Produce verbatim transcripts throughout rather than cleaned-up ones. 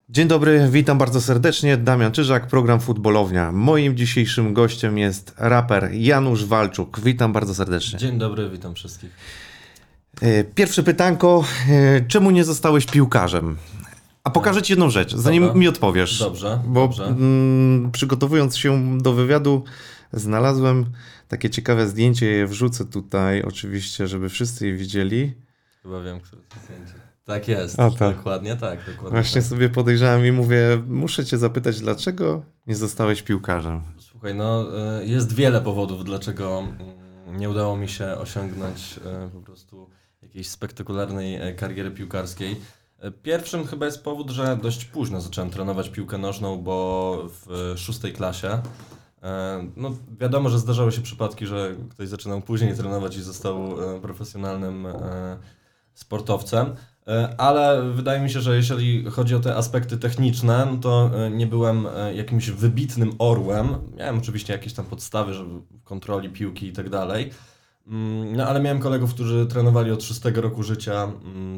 Dzień dobry, witam bardzo serdecznie. Damian Czyżak, program Futbolownia. Moim dzisiejszym gościem jest raper Janusz Walczuk. Witam bardzo serdecznie. Dzień dobry, witam wszystkich. Pierwsze pytanko. Czemu nie zostałeś piłkarzem? A pokażę ci jedną rzecz, zanim Dobra. mi odpowiesz. Dobrze, Bo dobrze. Mm, przygotowując się do wywiadu, znalazłem takie ciekawe zdjęcie. Je wrzucę tutaj oczywiście, żeby wszyscy je widzieli. Chyba wiem, które to zdjęcie. Tak jest, A, tak. dokładnie tak. Dokładnie Właśnie tak. sobie podejrzałem i mówię, muszę cię zapytać, dlaczego nie zostałeś piłkarzem? Słuchaj, no y, jest wiele powodów, dlaczego y, nie udało mi się osiągnąć y, po prostu jakiejś spektakularnej y, kariery piłkarskiej. Y, Pierwszym chyba jest powód, że dość późno zacząłem trenować piłkę nożną, bo w y, szóstej klasie. Y, No wiadomo, że zdarzały się przypadki, że ktoś zaczynał później trenować i został y, profesjonalnym y, sportowcem. Ale wydaje mi się, że jeżeli chodzi o te aspekty techniczne, no to nie byłem jakimś wybitnym orłem. Miałem oczywiście jakieś tam podstawy, żeby kontroli piłki i tak dalej. No ale miałem kolegów, którzy trenowali od szóstego roku życia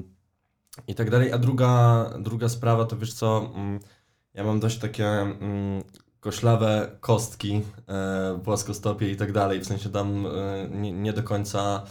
i tak dalej. A druga, druga sprawa to wiesz co, ja mam dość takie koślawe kostki, płaskostopie i tak dalej. W sensie tam nie, nie do końca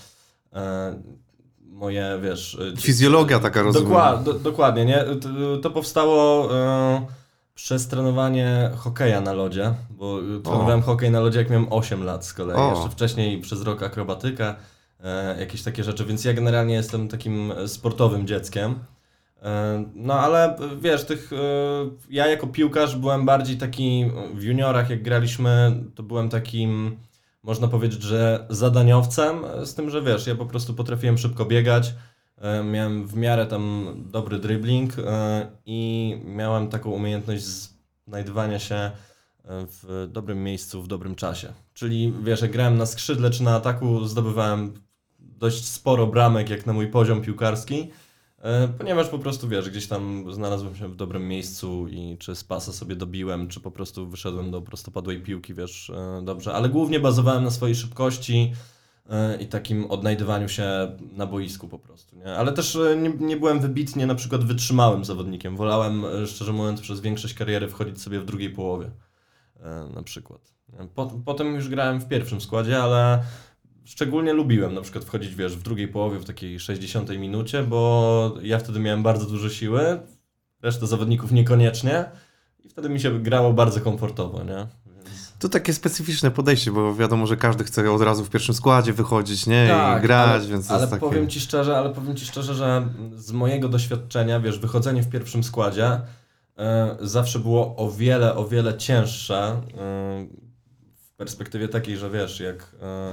moje, wiesz... Fizjologia taka, rozumiem. Dokład, do, dokładnie, nie? To, to powstało e, przez trenowanie hokeja na lodzie, bo trenowałem o. hokej na lodzie jak miałem osiem lat z kolei. O. Jeszcze wcześniej przez rok akrobatykę, e, jakieś takie rzeczy, więc ja generalnie jestem takim sportowym dzieckiem. E, no ale wiesz, tych, e, ja jako piłkarz byłem bardziej taki, w juniorach jak graliśmy, to byłem takim... Można powiedzieć, że zadaniowcem, z tym, że wiesz, ja po prostu potrafiłem szybko biegać, miałem w miarę tam dobry dribbling i miałem taką umiejętność znajdywania się w dobrym miejscu, w dobrym czasie. Czyli wiesz, jak grałem na skrzydle czy na ataku, zdobywałem dość sporo bramek jak na mój poziom piłkarski, ponieważ po prostu wiesz, gdzieś tam znalazłem się w dobrym miejscu i czy z pasa sobie dobiłem, czy po prostu wyszedłem do prostopadłej piłki, wiesz, dobrze, ale głównie bazowałem na swojej szybkości i takim odnajdywaniu się na boisku po prostu, nie? Ale też nie, nie byłem wybitnie na przykład wytrzymałym zawodnikiem, wolałem, szczerze mówiąc, przez większość kariery wchodzić sobie w drugiej połowie, na przykład. Potem już grałem w pierwszym składzie, ale szczególnie lubiłem na przykład wchodzić, wiesz, w drugiej połowie, w takiej sześćdziesiątej minucie, bo ja wtedy miałem bardzo dużo siły, reszta zawodników niekoniecznie i wtedy mi się grało bardzo komfortowo, nie? Więc... To takie specyficzne podejście, bo wiadomo, że każdy chce od razu w pierwszym składzie wychodzić, nie? Tak, I grać, ale, więc to ale jest takie... powiem ci szczerze, ale powiem ci szczerze, że z mojego doświadczenia, wiesz, wychodzenie w pierwszym składzie yy, zawsze było o wiele, o wiele cięższe yy, w perspektywie takiej, że wiesz, jak... Yy,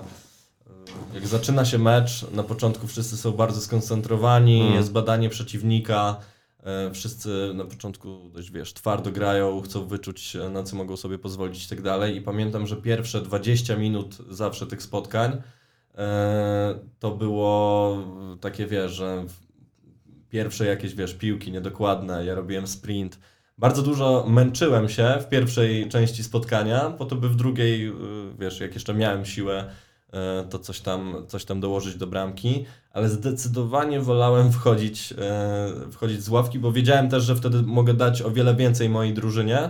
Jak zaczyna się mecz, na początku wszyscy są bardzo skoncentrowani, mm. jest badanie przeciwnika, e, wszyscy na początku dość, wiesz, twardo grają, chcą wyczuć, na co mogą sobie pozwolić i tak dalej. I pamiętam, że pierwsze dwadzieścia minut zawsze tych spotkań e, to było takie, wiesz, że pierwsze jakieś, wiesz, piłki niedokładne, ja robiłem sprint. Bardzo dużo męczyłem się w pierwszej części spotkania, po to by w drugiej, wiesz, jak jeszcze miałem siłę, to coś tam, coś tam dołożyć do bramki, ale zdecydowanie wolałem wchodzić, wchodzić z ławki, bo wiedziałem też, że wtedy mogę dać o wiele więcej mojej drużynie,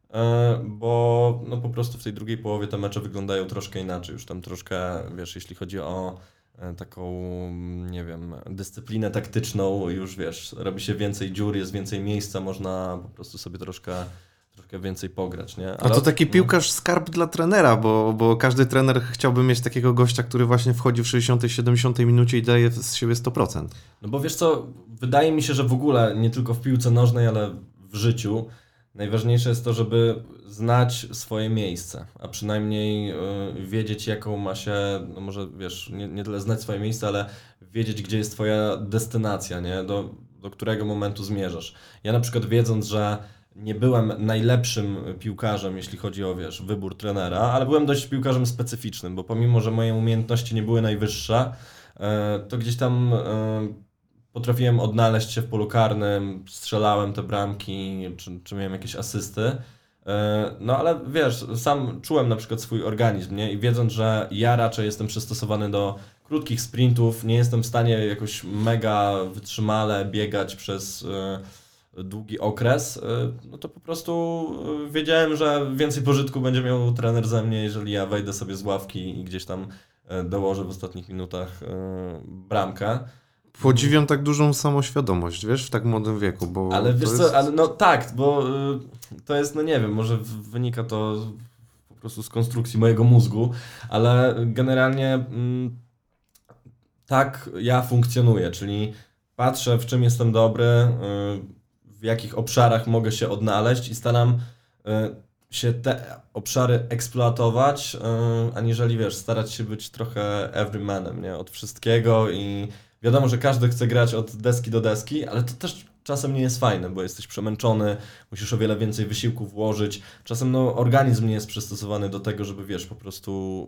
bo no po prostu w tej drugiej połowie te mecze wyglądają troszkę inaczej, już tam troszkę, wiesz, jeśli chodzi o taką, nie wiem, dyscyplinę taktyczną, już wiesz, robi się więcej dziur, jest więcej miejsca, można po prostu sobie troszkę troszkę więcej pograć, nie? Ale A to taki piłkarz skarb dla trenera, bo, bo każdy trener chciałby mieć takiego gościa, który właśnie wchodzi w sześćdziesiątej siedemdziesiątej minucie i daje z siebie sto procent. No bo wiesz co, wydaje mi się, że w ogóle nie tylko w piłce nożnej, ale w życiu najważniejsze jest to, żeby znać swoje miejsce, a przynajmniej yy, wiedzieć, jaką ma się, no może wiesz, nie, nie tyle znać swoje miejsce, ale wiedzieć, gdzie jest twoja destynacja, nie? Do, do którego momentu zmierzasz. Ja na przykład wiedząc, że nie byłem najlepszym piłkarzem, jeśli chodzi o, wiesz, wybór trenera, ale byłem dość piłkarzem specyficznym, bo pomimo, że moje umiejętności nie były najwyższe, to gdzieś tam potrafiłem odnaleźć się w polu karnym, strzelałem te bramki, czy, czy miałem jakieś asysty. No ale wiesz, sam czułem na przykład swój organizm, nie? I wiedząc, że ja raczej jestem przystosowany do krótkich sprintów, nie jestem w stanie jakoś mega wytrzymale biegać przez długi okres, no to po prostu wiedziałem, że więcej pożytku będzie miał trener ze mnie, jeżeli ja wejdę sobie z ławki i gdzieś tam dołożę w ostatnich minutach bramkę. Podziwiam tak dużą samoświadomość, wiesz, w tak młodym wieku, bo... Ale wiesz jest... co, ale no tak, bo to jest, no nie wiem, może wynika to po prostu z konstrukcji mojego mózgu, ale generalnie mm, tak ja funkcjonuję, czyli patrzę, w czym jestem dobry, w jakich obszarach mogę się odnaleźć i staram się te obszary eksploatować, aniżeli, wiesz, starać się być trochę everymanem, nie, od wszystkiego i wiadomo, że każdy chce grać od deski do deski, ale to też czasem nie jest fajne, bo jesteś przemęczony, musisz o wiele więcej wysiłku włożyć. Czasem no, organizm nie jest przystosowany do tego, żeby, wiesz, po prostu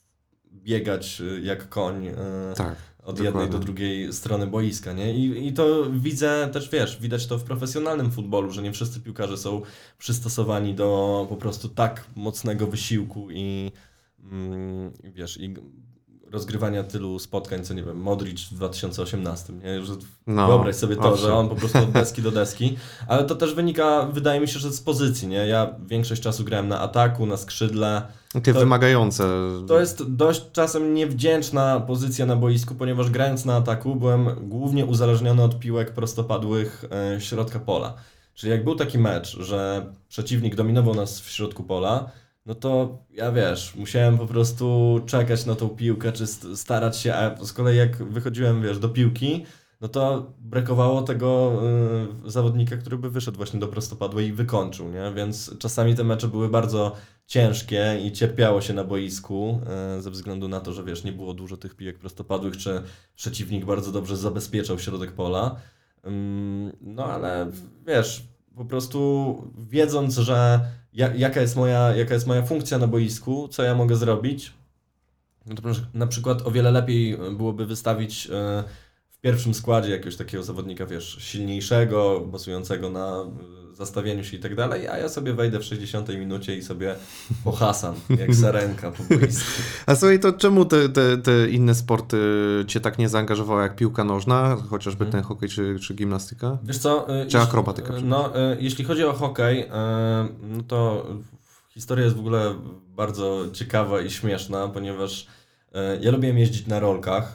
biegać jak koń tak, od dokładnie. jednej do drugiej strony boiska, nie? I, I to widzę też, wiesz, widać to w profesjonalnym futbolu, że nie wszyscy piłkarze są przystosowani do po prostu tak mocnego wysiłku i mm, wiesz, i rozgrywania tylu spotkań, co nie wiem, Modric w dwa tysiące osiemnastym, nie? Że no, wyobraź sobie to, owszem. że on po prostu od deski do deski, ale to też wynika, wydaje mi się, że z pozycji, nie? Ja większość czasu grałem na ataku, na skrzydle. Takie to, wymagające. To jest dość czasem niewdzięczna pozycja na boisku, ponieważ grając na ataku byłem głównie uzależniony od piłek prostopadłych e, środka pola. Czyli jak był taki mecz, że przeciwnik dominował nas w środku pola, no to ja wiesz, musiałem po prostu czekać na tą piłkę, czy starać się, a z kolei jak wychodziłem, wiesz, do piłki, no to brakowało tego y, zawodnika, który by wyszedł właśnie do prostopadłej i wykończył, nie? Więc czasami te mecze były bardzo ciężkie i cierpiało się na boisku y, ze względu na to, że wiesz, nie było dużo tych piłek prostopadłych, czy przeciwnik bardzo dobrze zabezpieczał środek pola. Ym, no ale wiesz, po prostu wiedząc, że ja, jaka jest moja, jaka jest moja funkcja na boisku, co ja mogę zrobić, no to na przykład o wiele lepiej byłoby wystawić y, w pierwszym składzie jakiegoś takiego zawodnika, wiesz, silniejszego, bazującego na zastawieniu się i tak dalej, a ja sobie wejdę w sześćdziesiątej minucie i sobie pohasam, jak sarenka po boisku. A słuchaj, to czemu te, te, te inne sporty cię tak nie zaangażowały jak piłka nożna, chociażby hmm. ten hokej czy, czy gimnastyka? Wiesz co? Czy jeśli, akrobatyka? No, jeśli chodzi o hokej, no to historia jest w ogóle bardzo ciekawa i śmieszna, ponieważ ja lubiłem jeździć na rolkach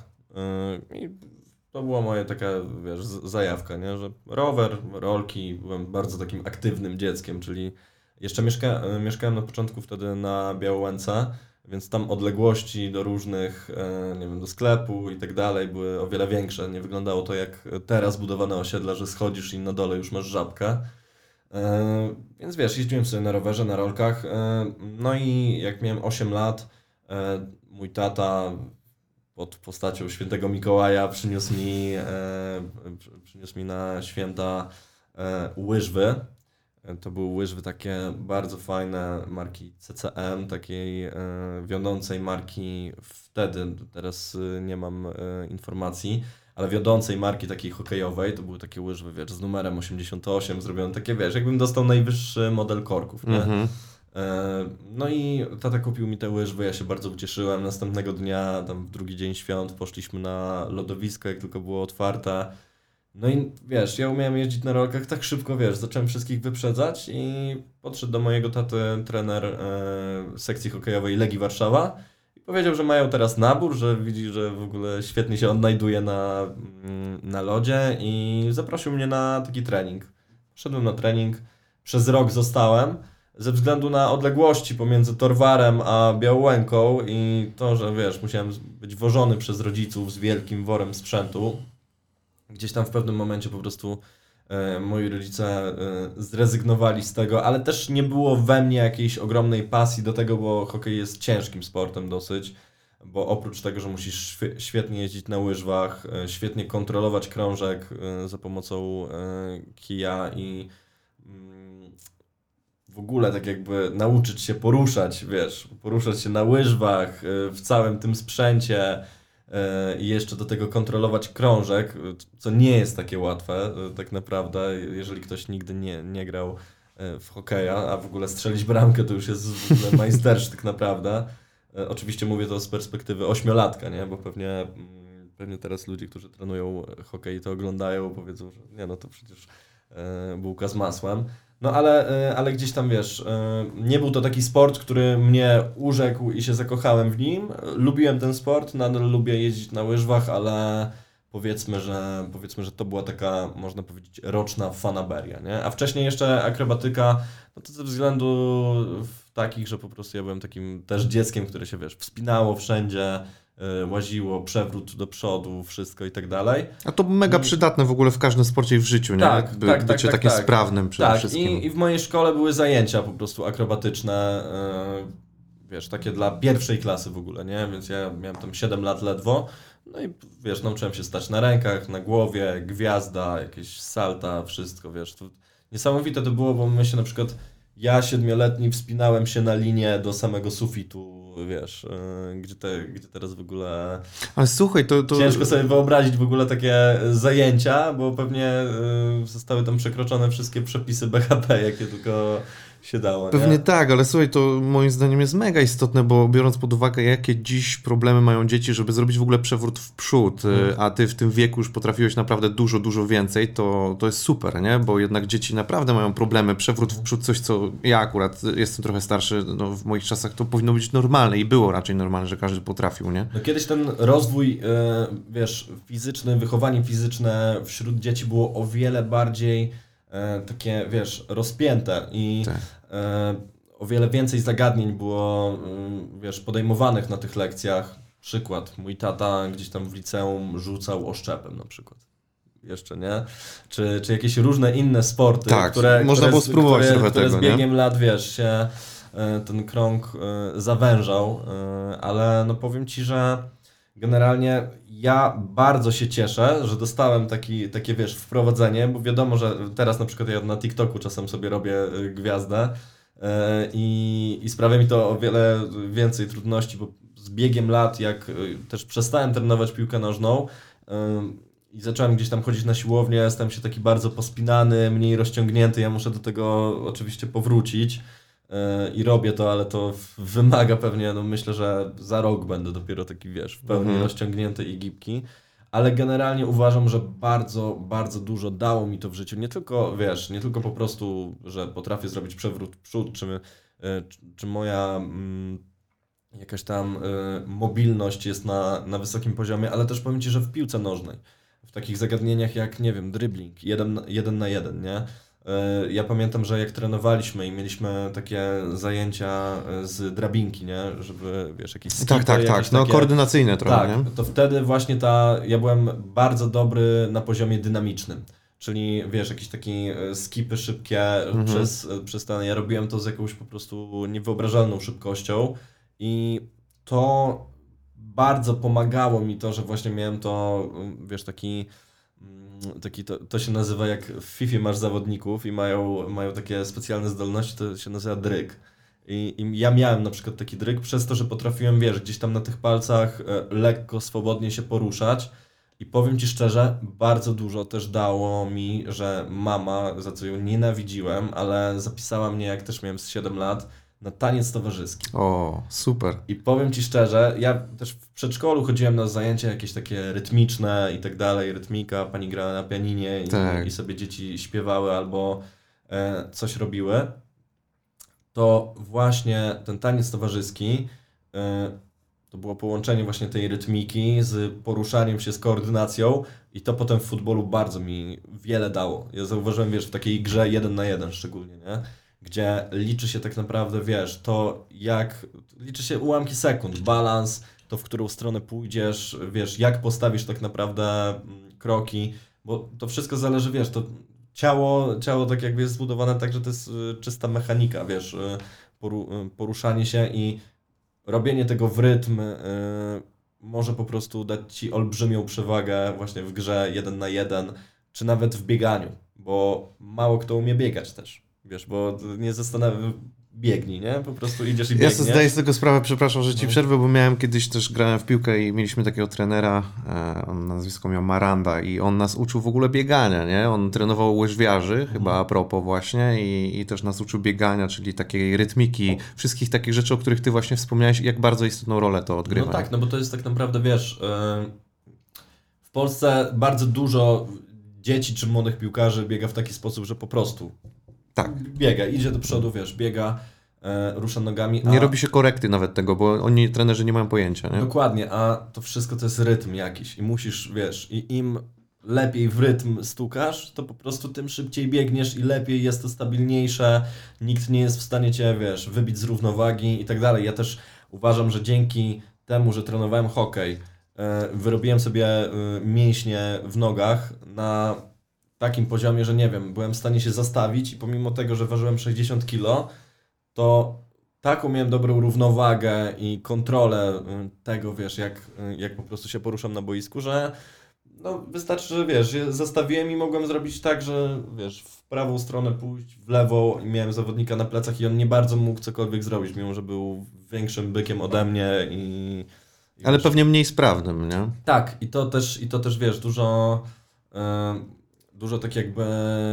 i to była moja taka, wiesz, zajawka, nie? Że rower, rolki, byłem bardzo takim aktywnym dzieckiem, czyli jeszcze mieszka, mieszkałem na początku wtedy na Białołęce, więc tam odległości do różnych, nie wiem, do sklepu i tak dalej były o wiele większe. Nie wyglądało to jak teraz budowane osiedla, że schodzisz i na dole już masz żabkę. Więc wiesz, jeździłem sobie na rowerze, na rolkach. No i jak miałem osiem lat, mój tata pod postacią świętego Mikołaja przyniósł mi, e, przyniósł mi na święta e, łyżwy. To były łyżwy takie bardzo fajne marki C C M, takiej e, wiodącej marki wtedy, teraz e, nie mam e, informacji, ale wiodącej marki takiej hokejowej. To były takie łyżwy, wiesz, z numerem osiemdziesiąt osiem, zrobione takie, wiesz, jakbym dostał najwyższy model korków, nie? Mm-hmm. No i tata kupił mi te łyżwy, ja się bardzo ucieszyłem. Następnego dnia, tam w drugi dzień świąt, poszliśmy na lodowisko, jak tylko było otwarte. No i wiesz, ja umiałem jeździć na rolkach tak szybko, wiesz, zacząłem wszystkich wyprzedzać i podszedł do mojego taty trener e, sekcji hokejowej Legii Warszawa i powiedział, że mają teraz nabór, że widzi, że w ogóle świetnie się odnajduje na, na lodzie i zaprosił mnie na taki trening. Szedłem na trening, przez rok zostałem. Ze względu na odległości pomiędzy Torwarem a Białołęką i to, że wiesz, musiałem być wożony przez rodziców z wielkim worem sprzętu. Gdzieś tam w pewnym momencie po prostu e, moi rodzice e, zrezygnowali z tego, ale też nie było we mnie jakiejś ogromnej pasji do tego, bo hokej jest ciężkim sportem dosyć, bo oprócz tego, że musisz świe- świetnie jeździć na łyżwach, e, świetnie kontrolować krążek e, za pomocą e, kija i w ogóle tak jakby nauczyć się poruszać, wiesz, poruszać się na łyżwach, w całym tym sprzęcie i jeszcze do tego kontrolować krążek, co nie jest takie łatwe tak naprawdę, jeżeli ktoś nigdy nie, nie grał w hokeja, a w ogóle strzelić bramkę to już jest w ogóle majstersztyk naprawdę. Oczywiście mówię to z perspektywy ośmiolatka, nie, bo pewnie, pewnie teraz ludzie, którzy trenują hokej to oglądają, powiedzą, że nie, no to przecież bułka z masłem. No ale, ale gdzieś tam wiesz, nie był to taki sport, który mnie urzekł i się zakochałem w nim. Lubiłem ten sport, nadal lubię jeździć na łyżwach, ale powiedzmy, że powiedzmy, że to była taka, można powiedzieć, roczna fanaberia, nie? A wcześniej jeszcze akrobatyka, no to ze względów takich, że po prostu ja byłem takim też dzieckiem, które się, wiesz, wspinało wszędzie, łaziło, przewrót do przodu, wszystko i tak dalej. A to mega I... przydatne w ogóle w każdym sporcie i w życiu, nie? Tak, By, tak, bycie tak, takim tak, sprawnym przede tak. wszystkim. I, I w mojej szkole były zajęcia po prostu akrobatyczne, yy, wiesz, takie dla pierwszej klasy w ogóle, nie? Więc ja miałem tam siedem lat ledwo. No i wiesz, nauczyłem się stać na rękach, na głowie, gwiazda, jakieś salta, wszystko, wiesz. To niesamowite to było, bo my się na przykład, ja siedmioletni wspinałem się na linię do samego sufitu, wiesz, yy, gdzie, te, gdzie teraz w ogóle... Ale słuchaj, to, to... Ciężko sobie wyobrazić w ogóle takie zajęcia, bo pewnie yy, zostały tam przekroczone wszystkie przepisy B H P, jakie tylko się dało. Pewnie nie? tak, ale słuchaj, to moim zdaniem jest mega istotne, bo biorąc pod uwagę, jakie dziś problemy mają dzieci, żeby zrobić w ogóle przewrót w przód, hmm. a ty w tym wieku już potrafiłeś naprawdę dużo, dużo więcej, to, to jest super, nie? Bo jednak dzieci naprawdę mają problemy. Przewrót w przód, coś co ja akurat jestem trochę starszy, no w moich czasach to powinno być normalne i było raczej normalne, że każdy potrafił, nie? No kiedyś ten rozwój, yy, wiesz, fizyczny, wychowanie fizyczne wśród dzieci było o wiele bardziej takie, wiesz, rozpięte i tak. e, o wiele więcej zagadnień było, wiesz, podejmowanych na tych lekcjach. Przykład, mój tata gdzieś tam w liceum rzucał oszczepem na przykład. Jeszcze, nie? Czy, czy jakieś różne inne sporty, tak, które, można które, było spróbować które, trochę które tego, z biegiem nie? lat, wiesz, się ten krąg zawężał, ale no powiem Ci, że generalnie ja bardzo się cieszę, że dostałem taki, takie, wiesz, wprowadzenie, bo wiadomo, że teraz na przykład ja na TikToku czasem sobie robię gwiazdę i, i sprawia mi to o wiele więcej trudności, bo z biegiem lat, jak też przestałem trenować piłkę nożną i zacząłem gdzieś tam chodzić na siłownię, stałem się taki bardzo pospinany, mniej rozciągnięty, ja muszę do tego oczywiście powrócić. I robię to, ale to wymaga pewnie, no myślę, że za rok będę dopiero taki, wiesz, w pełni mm. rozciągnięty i gibki, ale generalnie uważam, że bardzo, bardzo dużo dało mi to w życiu, nie tylko, wiesz, nie tylko po prostu, że potrafię zrobić przewrót w przód, czy, czy, czy moja mm, jakaś tam y, mobilność jest na, na wysokim poziomie, ale też powiem Ci, że w piłce nożnej, w takich zagadnieniach jak, nie wiem, dribbling, jeden, jeden na jeden, nie? Ja pamiętam, że jak trenowaliśmy i mieliśmy takie zajęcia z drabinki, nie? Żeby, wiesz, jakieś skipy, tak, tak, tak, no takie... koordynacyjne trochę, tak, nie? To wtedy właśnie ta, ja byłem bardzo dobry na poziomie dynamicznym, czyli wiesz, jakieś takie skipy szybkie mhm. przez, przez ten, ja robiłem to z jakąś po prostu niewyobrażalną szybkością i to bardzo pomagało mi to, że właśnie miałem to, wiesz, taki Taki to, to się nazywa, jak w Fifie masz zawodników i mają, mają takie specjalne zdolności, to się nazywa dryg. I, I ja miałem na przykład taki dryg przez to, że potrafiłem, wiesz, gdzieś tam na tych palcach e, lekko, swobodnie się poruszać. I powiem Ci szczerze, bardzo dużo też dało mi, że mama, za co ją nienawidziłem, ale zapisała mnie, jak też miałem z siedem lat, na taniec towarzyski. O, super. I powiem Ci szczerze, ja też w przedszkolu chodziłem na zajęcia jakieś takie rytmiczne i tak dalej, rytmika, pani grała na pianinie i, tak. i sobie dzieci śpiewały albo e, coś robiły. To właśnie ten taniec towarzyski e, to było połączenie właśnie tej rytmiki z poruszaniem się, z koordynacją i to potem w futbolu bardzo mi wiele dało. Ja zauważyłem, wiesz, w takiej grze jeden na jeden szczególnie, nie? Gdzie liczy się tak naprawdę, wiesz, to jak, liczy się ułamki sekund, balans, to w którą stronę pójdziesz, wiesz, jak postawisz tak naprawdę kroki, bo to wszystko zależy, wiesz, to ciało, ciało tak jakby jest zbudowane tak, że to jest czysta mechanika, wiesz, poru, poruszanie się i robienie tego w rytm yy, może po prostu dać Ci olbrzymią przewagę właśnie w grze jeden na jeden, czy nawet w bieganiu, bo mało kto umie biegać też. Wiesz, bo nie zastanawiam, biegnij, nie? Po prostu idziesz i biegniesz. Ja sobie zdaję z tego sprawę, przepraszam, że Ci przerwę, bo miałem kiedyś też, grałem w piłkę i mieliśmy takiego trenera, e, on nazwisko miał Maranda i on nas uczył w ogóle biegania, nie? On trenował łyżwiarzy, mhm. chyba a propos właśnie i, i też nas uczył biegania, czyli takiej rytmiki, wszystkich takich rzeczy, o których Ty właśnie wspomniałeś, jak bardzo istotną rolę to odgrywa. No tak, no bo to jest tak naprawdę, wiesz, yy, w Polsce bardzo dużo dzieci czy młodych piłkarzy biega w taki sposób, że po prostu tak. biega, idzie do przodu, wiesz, biega, e, rusza nogami. A... Nie robi się korekty nawet tego, bo oni, trenerzy nie mają pojęcia, nie? Dokładnie, a to wszystko to jest rytm jakiś i musisz, wiesz, i im lepiej w rytm stukasz, to po prostu tym szybciej biegniesz i lepiej jest to stabilniejsze, nikt nie jest w stanie cię, wiesz, wybić z równowagi i tak dalej. Ja też uważam, że dzięki temu, że trenowałem hokej, wyrobiłem sobie mięśnie w nogach na takim poziomie, że nie wiem, byłem w stanie się zastawić i pomimo tego, że ważyłem sześćdziesiąt kilo, to taką miałem dobrą równowagę i kontrolę tego, wiesz, jak, jak po prostu się poruszam na boisku, że no wystarczy, że wiesz, zastawiłem i mogłem zrobić tak, że wiesz, w prawą stronę pójść, w lewą i miałem zawodnika na plecach i on nie bardzo mógł cokolwiek zrobić, mimo że był większym bykiem ode mnie i... i Ale wiesz, pewnie mniej sprawnym, nie? tak, i to też, i to też wiesz, dużo, yy, dużo tak jakby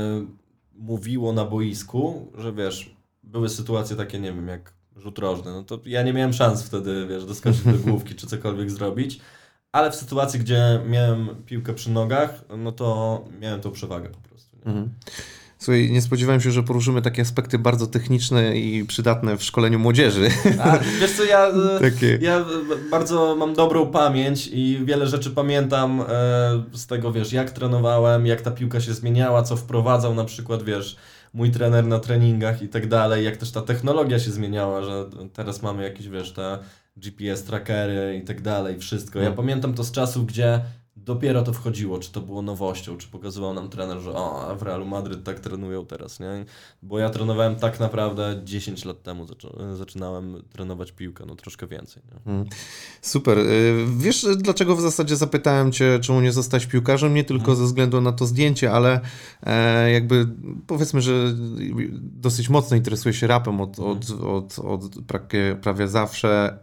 mówiło na boisku, że wiesz, były sytuacje takie, nie wiem, jak rzut rożny, no to ja nie miałem szans wtedy, wiesz, doskoczyć do główki czy cokolwiek zrobić. Ale w sytuacji, gdzie miałem piłkę przy nogach, no to miałem tą przewagę po prostu. Nie? Mhm. Słuchaj, nie spodziewałem się, że poruszymy takie aspekty bardzo techniczne i przydatne w szkoleniu młodzieży. A, wiesz co, ja, takie... ja bardzo mam dobrą pamięć i wiele rzeczy pamiętam e, z tego, wiesz, jak trenowałem, jak ta piłka się zmieniała, co wprowadzał na przykład, wiesz, mój trener na treningach i tak dalej, jak też ta technologia się zmieniała, że teraz mamy jakieś, wiesz, te G P S trackery i tak dalej, wszystko. Ja pamiętam to z czasów, gdzie dopiero to wchodziło, czy to było nowością, czy pokazywał nam trener, że o, a w Realu Madryt tak trenują teraz, nie? Bo ja trenowałem tak naprawdę dziesięć lat temu, zaczą- zaczynałem trenować piłkę, no troszkę więcej. Nie? Super. Wiesz, dlaczego w zasadzie zapytałem Cię, czemu nie zostać piłkarzem? Nie tylko hmm. ze względu na to zdjęcie, ale e, jakby powiedzmy, że dosyć mocno interesuję się rapem od, hmm. od, od, od prawie, prawie zawsze.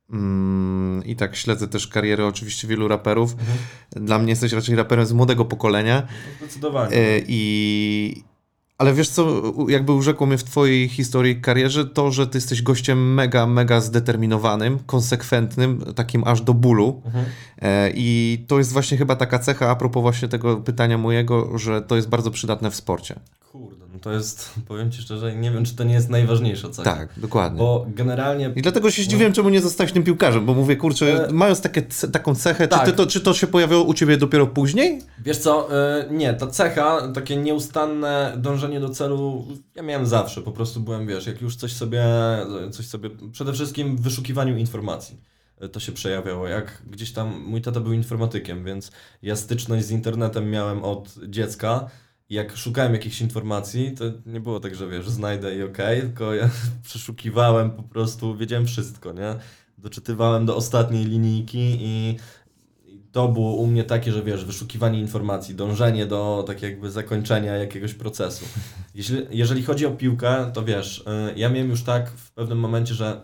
I tak śledzę też karierę oczywiście wielu raperów. Mhm. Dla mnie jesteś raczej raperem z młodego pokolenia. Zdecydowanie. I... Ale wiesz co, jakby urzekło mnie w twojej historii, karierze, to, że ty jesteś gościem mega, mega zdeterminowanym, konsekwentnym, takim aż do bólu. Mhm. I to jest właśnie chyba taka cecha, a propos właśnie tego pytania mojego, że to jest bardzo przydatne w sporcie. Kurde, no to jest, powiem Ci szczerze, nie wiem, czy to nie jest najważniejsza cecha. Tak, dokładnie. Bo generalnie... I dlatego się zdziwiłem, no. czemu nie zostałeś tym piłkarzem, bo mówię, kurczę, e... mając takie, taką cechę, tak. czy, ty to, czy to się pojawiło u Ciebie dopiero później? Wiesz co, yy, nie, ta cecha, takie nieustanne dążenie do celu, ja miałem zawsze, po prostu byłem, wiesz, jak już coś sobie, coś sobie, przede wszystkim w wyszukiwaniu informacji. To się przejawiało, jak gdzieś tam, mój tata był informatykiem, więc ja styczność z internetem miałem od dziecka. Jak szukałem jakichś informacji, to nie było tak, że wiesz, znajdę i okej, okay, tylko ja przeszukiwałem po prostu, wiedziałem wszystko, nie? Doczytywałem do ostatniej linijki i to było u mnie takie, że wiesz, wyszukiwanie informacji, dążenie do tak jakby zakończenia jakiegoś procesu. Jeśli, jeżeli chodzi o piłkę, to wiesz, ja miałem już tak w pewnym momencie, że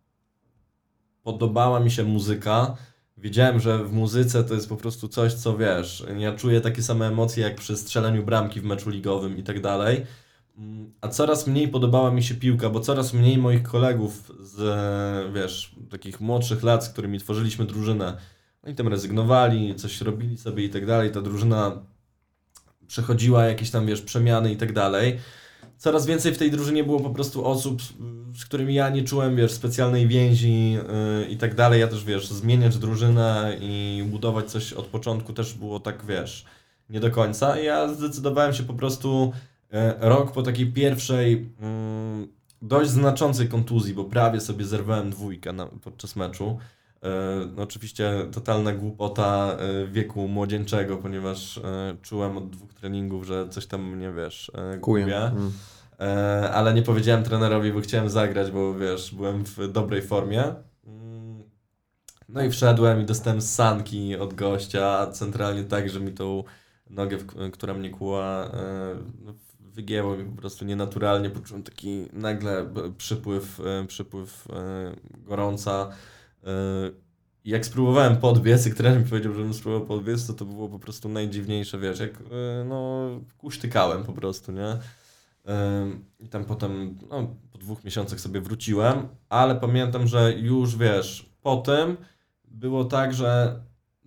podobała mi się muzyka. Wiedziałem, że w muzyce to jest po prostu coś, co wiesz, ja czuję takie same emocje jak przy strzelaniu bramki w meczu ligowym i tak dalej. A coraz mniej podobała mi się piłka, bo coraz mniej moich kolegów z, wiesz, takich młodszych lat, z którymi tworzyliśmy drużynę, oni tam rezygnowali, coś robili sobie i tak dalej, ta drużyna przechodziła jakieś tam, wiesz, przemiany i tak dalej. Coraz więcej w tej drużynie było po prostu osób, z którymi ja nie czułem, wiesz, specjalnej więzi yy, i tak dalej. Ja też, wiesz, zmieniać drużynę i budować coś od początku też było tak, wiesz, nie do końca. I ja zdecydowałem się po prostu yy, rok po takiej pierwszej yy, dość znaczącej kontuzji, bo prawie sobie zerwałem dwójkę na, podczas meczu. Yy, no oczywiście totalna głupota yy, wieku młodzieńczego, ponieważ yy, czułem od dwóch treningów, że coś tam mnie, wiesz, yy, gubie. Mm. Yy, ale nie powiedziałem trenerowi, bo chciałem zagrać, bo wiesz, byłem w dobrej formie. Yy, no i wszedłem i dostałem sanki od gościa, centralnie tak, że mi tą nogę, w, która mnie kłuła, yy, wygięło mi po prostu nienaturalnie. Poczułem taki nagle przypływ, yy, przypływ yy, gorąca. I jak spróbowałem podbiec, i trener mi powiedział, żebym spróbował podbiec, to to było po prostu najdziwniejsze, wiesz, jak no kuśtykałem po prostu, nie? I tam potem, no po dwóch miesiącach sobie wróciłem, ale pamiętam, że już, wiesz, po tym było tak, że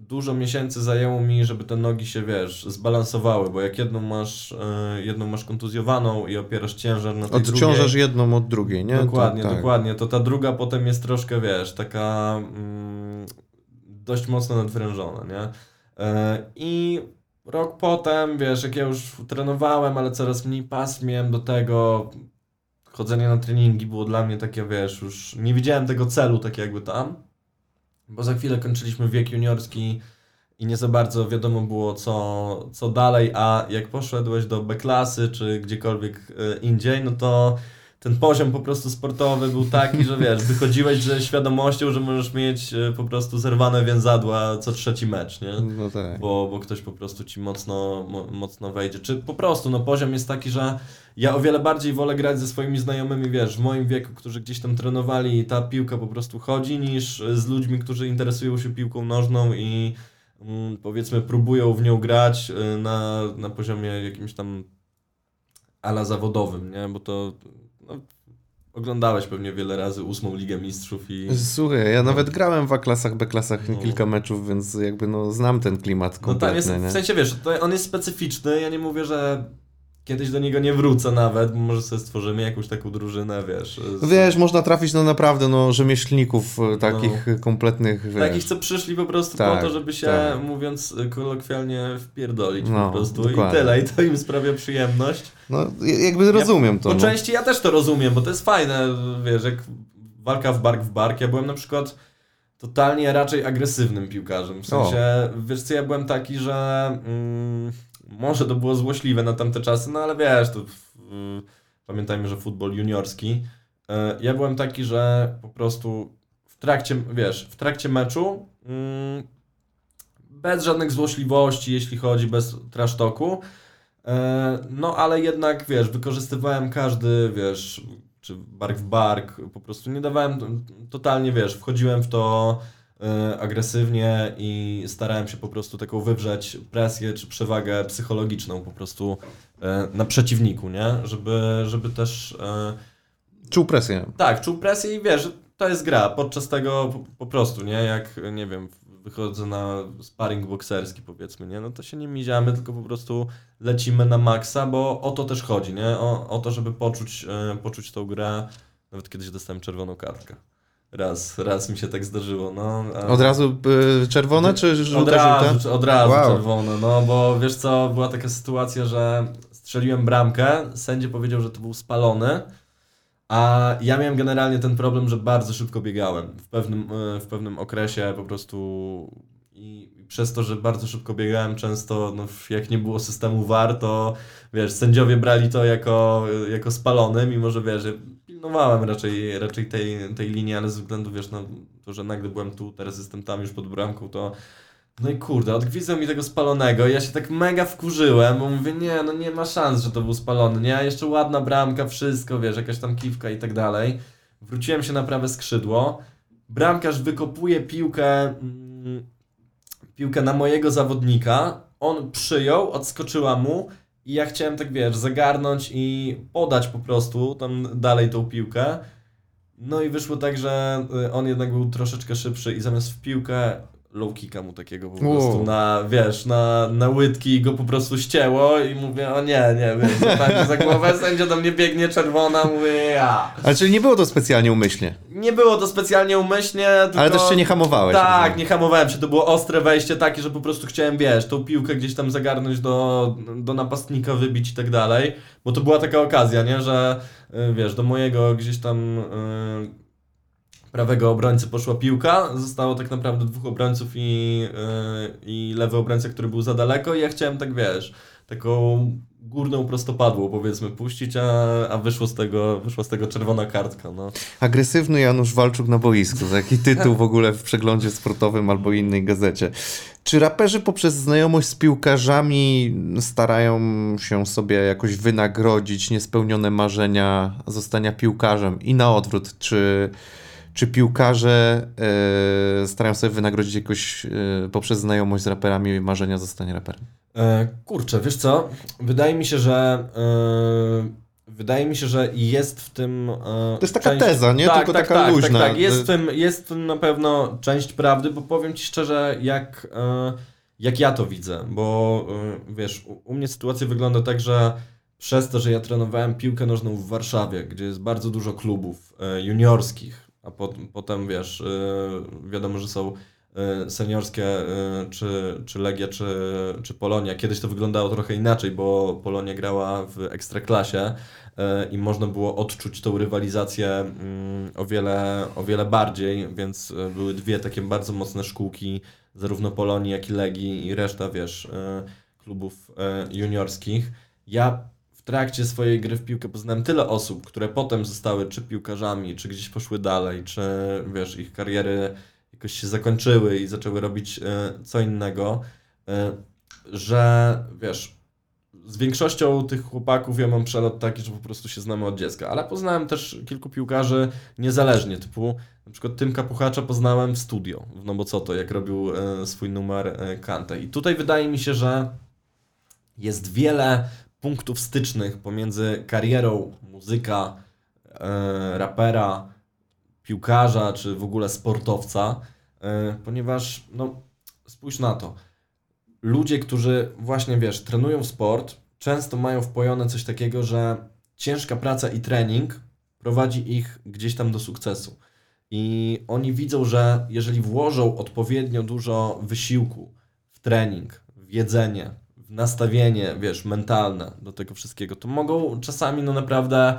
dużo miesięcy zajęło mi, żeby te nogi się, wiesz, zbalansowały, bo jak jedną masz, yy, jedną masz kontuzjowaną i opierasz ciężar na tej Odciążasz drugiej... jedną od drugiej, nie? Dokładnie, to, tak. dokładnie. To ta druga potem jest troszkę, wiesz, taka mm, dość mocno nadwyrężona, nie? Yy, I rok potem, wiesz, jak ja już trenowałem, ale coraz mniej pasm miałem do tego, chodzenie na treningi było dla mnie takie, wiesz, już nie widziałem tego celu tak jakby tam, bo za chwilę kończyliśmy wiek juniorski i nie za bardzo wiadomo było co, co dalej, a jak poszedłeś do B-klasy czy gdziekolwiek indziej, no to ten poziom po prostu sportowy był taki, że wiesz, wychodziłeś ze świadomością, że możesz mieć po prostu zerwane więzadła co trzeci mecz, nie? No tak. Bo, bo ktoś po prostu ci mocno, mo, mocno wejdzie. Czy po prostu, no poziom jest taki, że ja o wiele bardziej wolę grać ze swoimi znajomymi, wiesz, w moim wieku, którzy gdzieś tam trenowali i ta piłka po prostu chodzi, niż z ludźmi, którzy interesują się piłką nożną i mm, powiedzmy próbują w nią grać na, na poziomie jakimś tam ala zawodowym, nie? Bo to... No, oglądałeś pewnie wiele razy ósmą Ligę Mistrzów i... Słuchaj, ja nawet grałem w A-klasach, B-klasach No. kilka meczów, więc jakby no znam ten klimat No tam jest, kompletny, w sensie wiesz, to on jest specyficzny, ja nie mówię, że kiedyś do niego nie wrócę nawet, bo może sobie stworzymy jakąś taką drużynę, wiesz... Z... Wiesz, można trafić no naprawdę no rzemieślników takich no. kompletnych, wiesz. Takich, co przyszli po prostu tak, po to, żeby się, tak. mówiąc kolokwialnie, wpierdolić no, po prostu dokładnie. I tyle, i to im sprawia przyjemność. No jakby rozumiem ja, to. Po no. części ja też to rozumiem, bo to jest fajne, wiesz, jak walka w bark w bark, ja byłem na przykład totalnie raczej agresywnym piłkarzem, w sensie, o. wiesz co, ja byłem taki, że... Mm, może to było złośliwe na tamte czasy, no ale wiesz, to, yy, pamiętajmy, że futbol juniorski. Yy, ja byłem taki, że po prostu w trakcie, wiesz, w trakcie meczu yy, bez żadnych złośliwości, jeśli chodzi, bez trash talku, yy, no ale jednak, wiesz, wykorzystywałem każdy, wiesz, czy bark w bark, po prostu nie dawałem, totalnie, wiesz, wchodziłem w to agresywnie i starałem się po prostu taką wywrzeć presję czy przewagę psychologiczną po prostu na przeciwniku, nie? Żeby, żeby też... Czuł presję. Tak, czuł presję i wiesz, to jest gra. Podczas tego po, po prostu, nie? Jak, nie wiem, wychodzę na sparring bokserski powiedzmy, nie? No to się nie miziamy, tylko po prostu lecimy na maksa, bo o to też chodzi, nie? O, o to, żeby poczuć, poczuć tą grę. Nawet kiedyś dostałem czerwoną kartkę. Raz, raz mi się tak zdarzyło, no. A... Od razu y, czerwone czy żółte? Od razu, żółte? Od razu wow. czerwone, no bo wiesz co, była taka sytuacja, że strzeliłem bramkę, sędzia powiedział, że to był spalony, a ja miałem generalnie ten problem, że bardzo szybko biegałem w pewnym, w pewnym okresie po prostu i przez to, że bardzo szybko biegałem często, no jak nie było systemu V A R, to wiesz, sędziowie brali to jako, jako spalony, mimo że wiesz, pilnowałem raczej, raczej tej, tej linii, ale ze względu, wiesz, no to, że nagle byłem tu, teraz jestem tam już pod bramką, to no i kurde, odgwizdał mi tego spalonego i ja się tak mega wkurzyłem, bo mówię, nie, no nie ma szans, że to był spalony, nie, a jeszcze ładna bramka, wszystko, wiesz, jakaś tam kiwka i tak dalej. Wróciłem się na prawe skrzydło, bramkarz wykopuje piłkę, mm, piłkę na mojego zawodnika, on przyjął, odskoczyła mu i ja chciałem tak, wiesz, zagarnąć i podać po prostu tam dalej tą piłkę. No i wyszło tak, że on jednak był troszeczkę szybszy i zamiast w piłkę low kicka mu takiego po prostu wow. na, wiesz, na, na łydki go po prostu ścięło i mówię, o nie, nie, wiesz, tak za głowę, sędzia do mnie biegnie czerwona, mówię, ja. Ale czyli nie było to specjalnie umyślnie? Nie było to specjalnie umyślnie, tylko... Ale też się nie hamowałeś. Tak, rozumiem. Nie hamowałem się, to było ostre wejście takie, że po prostu chciałem, wiesz, tą piłkę gdzieś tam zagarnąć do, do napastnika, wybić i tak dalej, bo to była taka okazja, nie, że wiesz, do mojego gdzieś tam... Yy, prawego obrońcy poszła piłka, zostało tak naprawdę dwóch obrońców i, yy, i lewy obrońca, który był za daleko i ja chciałem tak, wiesz, taką górną prostopadłą powiedzmy puścić, a, a wyszło z tego, wyszła z tego czerwona kartka. No. Agresywny Janusz Walczuk na boisku, za jaki tytuł w ogóle w przeglądzie sportowym albo innej gazecie. Czy raperzy poprzez znajomość z piłkarzami starają się sobie jakoś wynagrodzić niespełnione marzenia zostania piłkarzem i na odwrót, czy... Czy piłkarze e, starają sobie wynagrodzić jakoś e, poprzez znajomość z raperami marzenia zostania raperem? E, kurczę, wiesz co? Wydaje mi się, że e, wydaje mi się, że jest w tym... E, to jest taka część... teza, nie? Tak, Tylko tak, taka tak, luźna. Tak, tak. Jest, w tym, jest w tym na pewno część prawdy, bo powiem ci szczerze, jak, e, jak ja to widzę, bo e, wiesz, u, u mnie sytuacja wygląda tak, że przez to, że ja trenowałem piłkę nożną w Warszawie, gdzie jest bardzo dużo klubów e, juniorskich, a pot, potem wiesz, e, wiadomo, że są seniorskie, czy, czy Legia, czy, czy Polonia. Kiedyś to wyglądało trochę inaczej, bo Polonia grała w Ekstraklasie i można było odczuć tą rywalizację o wiele, o wiele bardziej, więc były dwie takie bardzo mocne szkółki, zarówno Polonii, jak i Legii i reszta, wiesz, klubów juniorskich. Ja w trakcie swojej gry w piłkę poznałem tyle osób, które potem zostały czy piłkarzami, czy gdzieś poszły dalej, czy wiesz, ich kariery jakoś się zakończyły i zaczęły robić e, co innego, e, że wiesz, z większością tych chłopaków ja mam przelot taki, że po prostu się znamy od dziecka, ale poznałem też kilku piłkarzy niezależnie, typu na przykład Tymka Puchacza poznałem w studio, no bo co to, jak robił e, swój numer e, Kante. I tutaj wydaje mi się, że jest wiele punktów stycznych pomiędzy karierą muzyka, e, rapera, piłkarza, czy w ogóle sportowca, ponieważ, no, spójrz na to. Ludzie, którzy właśnie, wiesz, trenują sport, często mają wpojone coś takiego, że ciężka praca i trening prowadzi ich gdzieś tam do sukcesu. I oni widzą, że jeżeli włożą odpowiednio dużo wysiłku w trening, w jedzenie, w nastawienie, wiesz, mentalne do tego wszystkiego, to mogą czasami, no naprawdę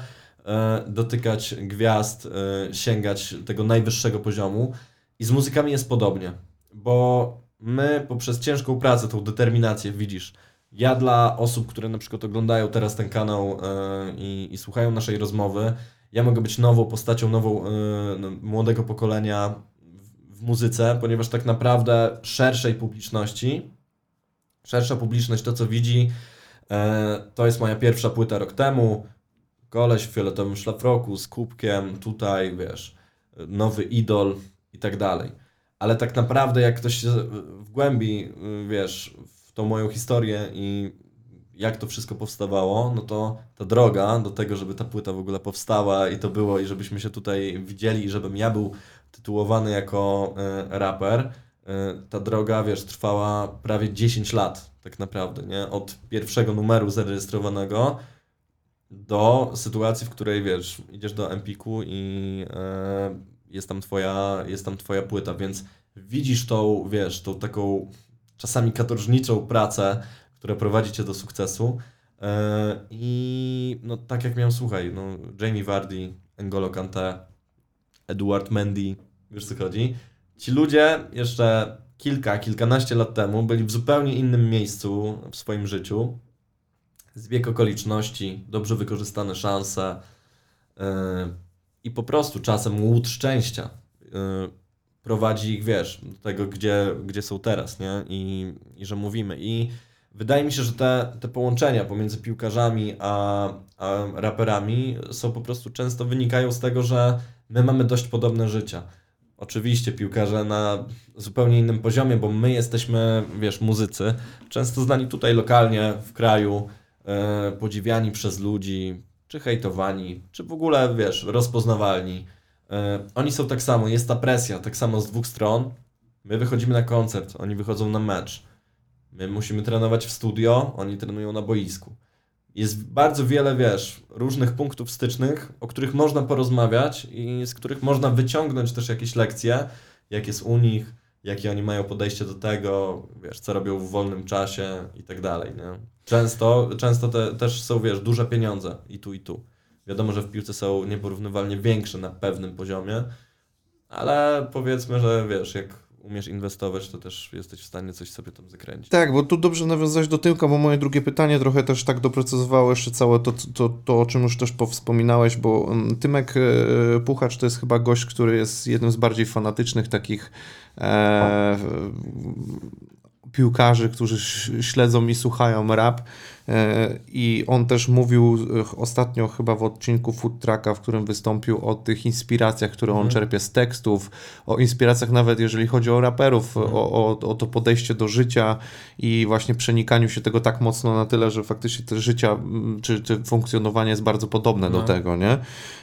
dotykać gwiazd, sięgać tego najwyższego poziomu. I z muzykami jest podobnie, bo my poprzez ciężką pracę, tą determinację, widzisz, ja dla osób, które na przykład oglądają teraz ten kanał yy, i, i słuchają naszej rozmowy, ja mogę być nową postacią, nową yy, młodego pokolenia w, w muzyce, ponieważ tak naprawdę szerszej publiczności, szersza publiczność to co widzi, yy, to jest moja pierwsza płyta rok temu, koleś w fioletowym szlafroku z kubkiem, tutaj wiesz, nowy idol i tak dalej. Ale tak naprawdę jak ktoś się wgłębi, wiesz, w tą moją historię i jak to wszystko powstawało, no to ta droga do tego, żeby ta płyta w ogóle powstała i to było i żebyśmy się tutaj widzieli i żebym ja był tytułowany jako y, raper, y, ta droga, wiesz, trwała prawie dziesięć lat tak naprawdę, nie? Od pierwszego numeru zarejestrowanego do sytuacji, w której, wiesz, idziesz do Empiku i y, jest tam twoja, jest tam twoja płyta, więc widzisz tą, wiesz, tą taką czasami katorżniczą pracę, która prowadzi cię do sukcesu. Yy, I no tak jak miałem, słuchaj, no Jamie Vardy, N'Golo Kanté, Edouard Mendy, wiesz co chodzi? Ci ludzie jeszcze kilka, kilkanaście lat temu byli w zupełnie innym miejscu w swoim życiu. Zbieg okoliczności, dobrze wykorzystane szanse, yy, i po prostu czasem łód szczęścia yy, prowadzi ich, wiesz, do tego, gdzie, gdzie są teraz, nie? I, i że mówimy. I wydaje mi się, że te, te połączenia pomiędzy piłkarzami a, a raperami są po prostu często wynikają z tego, że my mamy dość podobne życia. Oczywiście piłkarze na zupełnie innym poziomie, bo my jesteśmy, wiesz, muzycy, często znani tutaj lokalnie, w kraju, yy, podziwiani przez ludzi, czy hejtowani, czy w ogóle, wiesz, rozpoznawalni. Yy, oni są tak samo, jest ta presja, tak samo z dwóch stron. My wychodzimy na koncert, oni wychodzą na mecz. My musimy trenować w studio, oni trenują na boisku. Jest bardzo wiele, wiesz, różnych punktów stycznych, o których można porozmawiać i z których można wyciągnąć też jakieś lekcje, jak jest u nich, jakie oni mają podejście do tego, wiesz, co robią w wolnym czasie i tak dalej, nie? Często, często te, też są, wiesz, duże pieniądze i tu, i tu. Wiadomo, że w piłce są nieporównywalnie większe na pewnym poziomie, ale powiedzmy, że wiesz, jak umiesz inwestować, to też jesteś w stanie coś sobie tam zakręcić. Tak, bo tu dobrze nawiązać do Tymka, bo moje drugie pytanie trochę też tak doprecyzowało jeszcze całe to, to, to o czym już też powspominałeś, bo Tymek Puchacz to jest chyba gość, który jest jednym z bardziej fanatycznych takich e, piłkarzy, którzy śledzą i słuchają rap. I on też mówił ostatnio chyba w odcinku Food Trucka, w którym wystąpił o tych inspiracjach, które on mhm. czerpie z tekstów, o inspiracjach nawet jeżeli chodzi o raperów, mhm. o, o, o to podejście do życia i właśnie przenikaniu się tego tak mocno na tyle, że faktycznie te życia czy, czy funkcjonowanie jest bardzo podobne no. do tego, nie?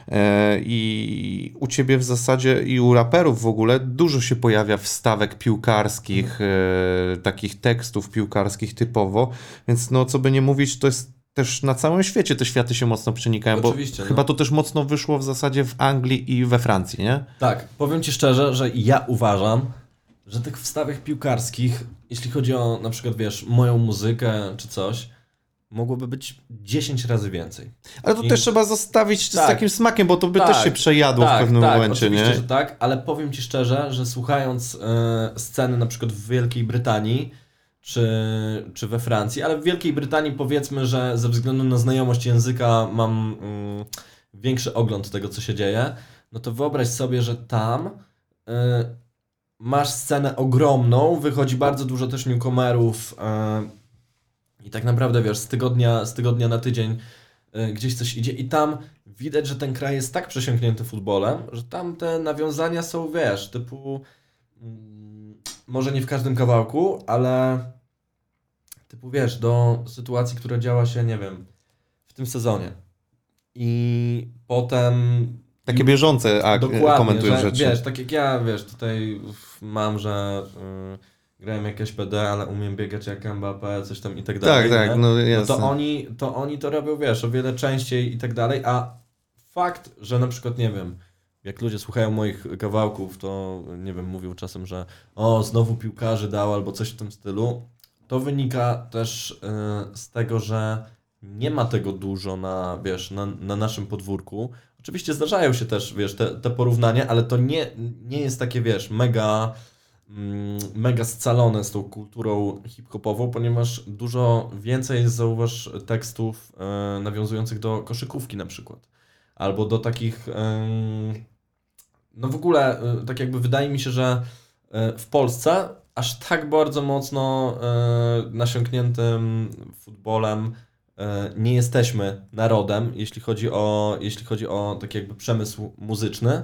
I u ciebie w zasadzie i u raperów w ogóle dużo się pojawia wstawek piłkarskich, mhm. takich tekstów piłkarskich typowo, więc no co by nie mówić, to jest też na całym świecie te światy się mocno przenikają, Oczywiście, bo no. chyba to też mocno wyszło w zasadzie w Anglii i we Francji, nie? Tak, powiem ci szczerze, że ja uważam, że tych wstawek piłkarskich, jeśli chodzi o na przykład, wiesz, moją muzykę czy coś, mogłoby być dziesięć razy więcej. Ale to I... też trzeba zostawić tak. z takim smakiem, bo to by tak, też się przejadło tak, w pewnym tak, momencie, oczywiście, nie? że tak, ale powiem ci szczerze, że słuchając e, sceny na przykład w Wielkiej Brytanii, czy, czy we Francji, ale w Wielkiej Brytanii powiedzmy, że ze względu na znajomość języka mam mm, większy ogląd tego, co się dzieje, no to wyobraź sobie, że tam y, masz scenę ogromną, wychodzi bardzo dużo też newcomerów y, i tak naprawdę, wiesz, z tygodnia, z tygodnia na tydzień y, gdzieś coś idzie i tam widać, że ten kraj jest tak przesiąknięty futbolem, że tam te nawiązania są, wiesz, typu... Może nie w każdym kawałku, ale typu wiesz, do sytuacji, która działa się, nie wiem, w tym sezonie. I potem... Takie bieżące a, komentują że, rzeczy. Wiesz, tak jak ja, wiesz, tutaj mam, że yy, grałem jakieś P D, ale umiem biegać jak Mbappé, coś tam i tak dalej. Tak, tak, no No jasne. to oni, to oni to robią, wiesz, o wiele częściej i tak dalej, a fakt, że na przykład, nie wiem, jak ludzie słuchają moich kawałków, to nie wiem, mówią czasem, że o, znowu piłkarzy dał albo coś w tym stylu. To wynika też yy, z tego, że nie ma tego dużo na, wiesz, na, na naszym podwórku. Oczywiście zdarzają się też, wiesz, te, te porównania, ale to nie, nie jest takie, wiesz, mega, mm, mega scalone z tą kulturą hip-hopową, ponieważ dużo więcej jest, zauważ, tekstów yy, nawiązujących do koszykówki na przykład. Albo do takich... Yy, no w ogóle, yy, tak jakby wydaje mi się, że yy, w Polsce aż tak bardzo mocno yy, nasiąkniętym futbolem yy, nie jesteśmy narodem, jeśli chodzi o, jeśli chodzi o taki jakby przemysł muzyczny,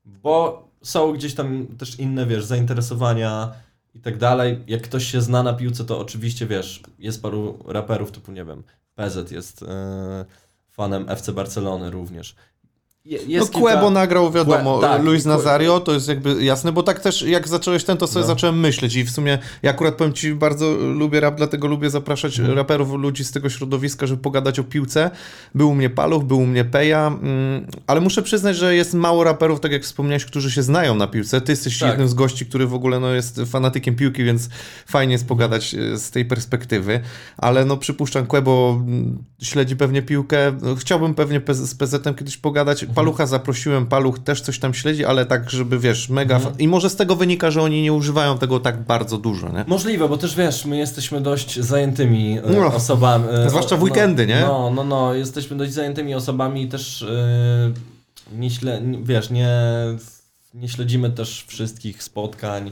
bo są gdzieś tam też inne, wiesz, zainteresowania i tak dalej. Jak ktoś się zna na piłce, to oczywiście, wiesz, jest paru raperów typu, nie wiem, P Z jest yy, fanem F C Barcelony również. Jest no Quebo kilka... nagrał, wiadomo, tak, Luis Nazario, to jest jakby jasne, bo tak też jak zacząłeś ten, to sobie no. zacząłem myśleć i w sumie ja akurat powiem ci, bardzo lubię rap, dlatego lubię zapraszać mm. raperów, ludzi z tego środowiska, żeby pogadać o piłce. Był u mnie Paluch, był u mnie Peja, mm, ale muszę przyznać, że jest mało raperów, tak jak wspomniałeś, którzy się znają na piłce. Ty jesteś tak. jednym z gości, który w ogóle no, jest fanatykiem piłki, więc fajnie jest pogadać z tej perspektywy, ale no przypuszczam, Quebo śledzi pewnie piłkę, chciałbym pewnie z P Z-em kiedyś pogadać. Palucha zaprosiłem, Paluch też coś tam śledzi, ale tak, żeby wiesz, mega... Mhm. I może z tego wynika, że oni nie używają tego tak bardzo dużo, nie? Możliwe, bo też wiesz, my jesteśmy dość zajętymi e, no, osobami. E, zwłaszcza w weekendy, no, nie? No, no, no, jesteśmy dość zajętymi osobami i też e, nie śle, wiesz, nie, nie śledzimy też wszystkich spotkań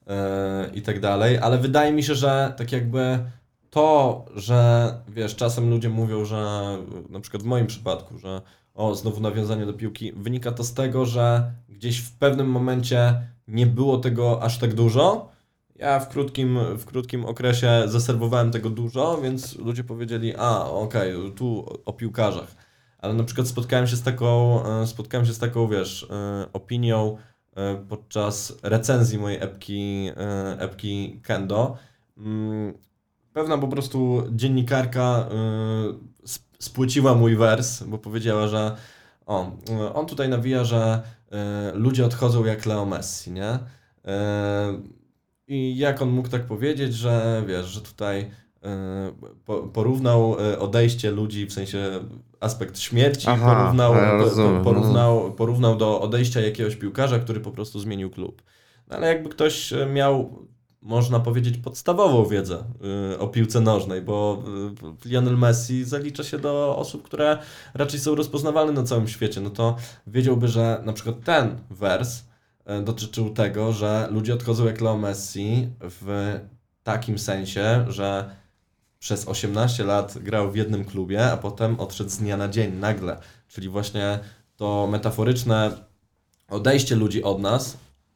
e, i tak dalej, ale wydaje mi się, że tak jakby to, że wiesz, czasem ludzie mówią, że na przykład w moim przypadku, że o, znowu nawiązanie do piłki, wynika to z tego, że gdzieś w pewnym momencie nie było tego aż tak dużo. Ja w krótkim, w krótkim okresie zaserwowałem tego dużo, więc ludzie powiedzieli, a okej, okay, tu o piłkarzach. Ale na przykład spotkałem się z taką, spotkałem się z taką, wiesz, opinią podczas recenzji mojej epki, epki Kendo. Pewna po prostu dziennikarka spłyciła mój wers, bo powiedziała, że o, on tutaj nawija, że y, ludzie odchodzą jak Leo Messi, nie? Y, I jak on mógł tak powiedzieć, że wiesz, że tutaj y, po, porównał odejście ludzi, w sensie aspekt śmierci, Aha, porównał, ja rozumiem, po, porównał, porównał do odejścia jakiegoś piłkarza, który po prostu zmienił klub. No, ale jakby ktoś miał, można powiedzieć, podstawową wiedzę y, o piłce nożnej, bo y, Lionel Messi zalicza się do osób, które raczej są rozpoznawalne na całym świecie, no to wiedziałby, że na przykład ten wers y, dotyczył tego, że ludzie odchodzą jak Leo Messi w takim sensie, że przez osiemnaście lat grał w jednym klubie, a potem odszedł z dnia na dzień nagle. Czyli właśnie to metaforyczne odejście ludzi od nas,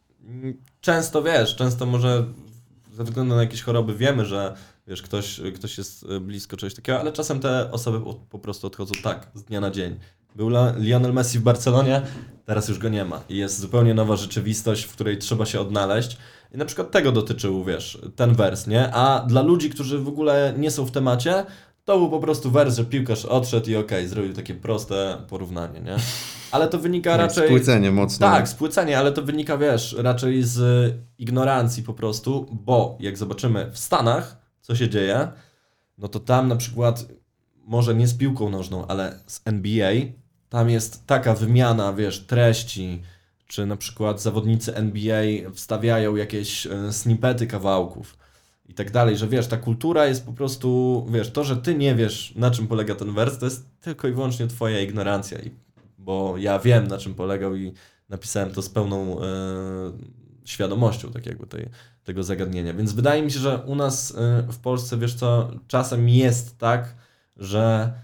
często wiesz, często może ze względu na jakieś choroby wiemy, że wiesz, ktoś, ktoś jest blisko czegoś takiego, ale czasem te osoby po prostu odchodzą tak, z dnia na dzień. Był Lionel Messi w Barcelonie, teraz już go nie ma. I jest zupełnie nowa rzeczywistość, w której trzeba się odnaleźć. I na przykład tego dotyczył, wiesz, ten wers, nie? A dla ludzi, którzy w ogóle nie są w temacie, to był po prostu wers, że piłkarz odszedł i okej, okay, zrobił takie proste porównanie, nie? Ale to wynika raczej... Spłycenie mocno. Tak, spłycenie, ale to wynika, wiesz, raczej z ignorancji po prostu, bo jak zobaczymy w Stanach, co się dzieje, no to tam na przykład, może nie z piłką nożną, ale z N B A, tam jest taka wymiana, wiesz, treści, czy na przykład zawodnicy N B A wstawiają jakieś snippety kawałków i tak dalej, że wiesz, ta kultura jest po prostu, wiesz, to, że ty nie wiesz, na czym polega ten wers, to jest tylko i wyłącznie twoja ignorancja, i, bo ja wiem, na czym polegał i napisałem to z pełną e, świadomością, tak jakby tej, tego zagadnienia, więc wydaje mi się, że u nas e, w Polsce, wiesz co, czasem jest tak, że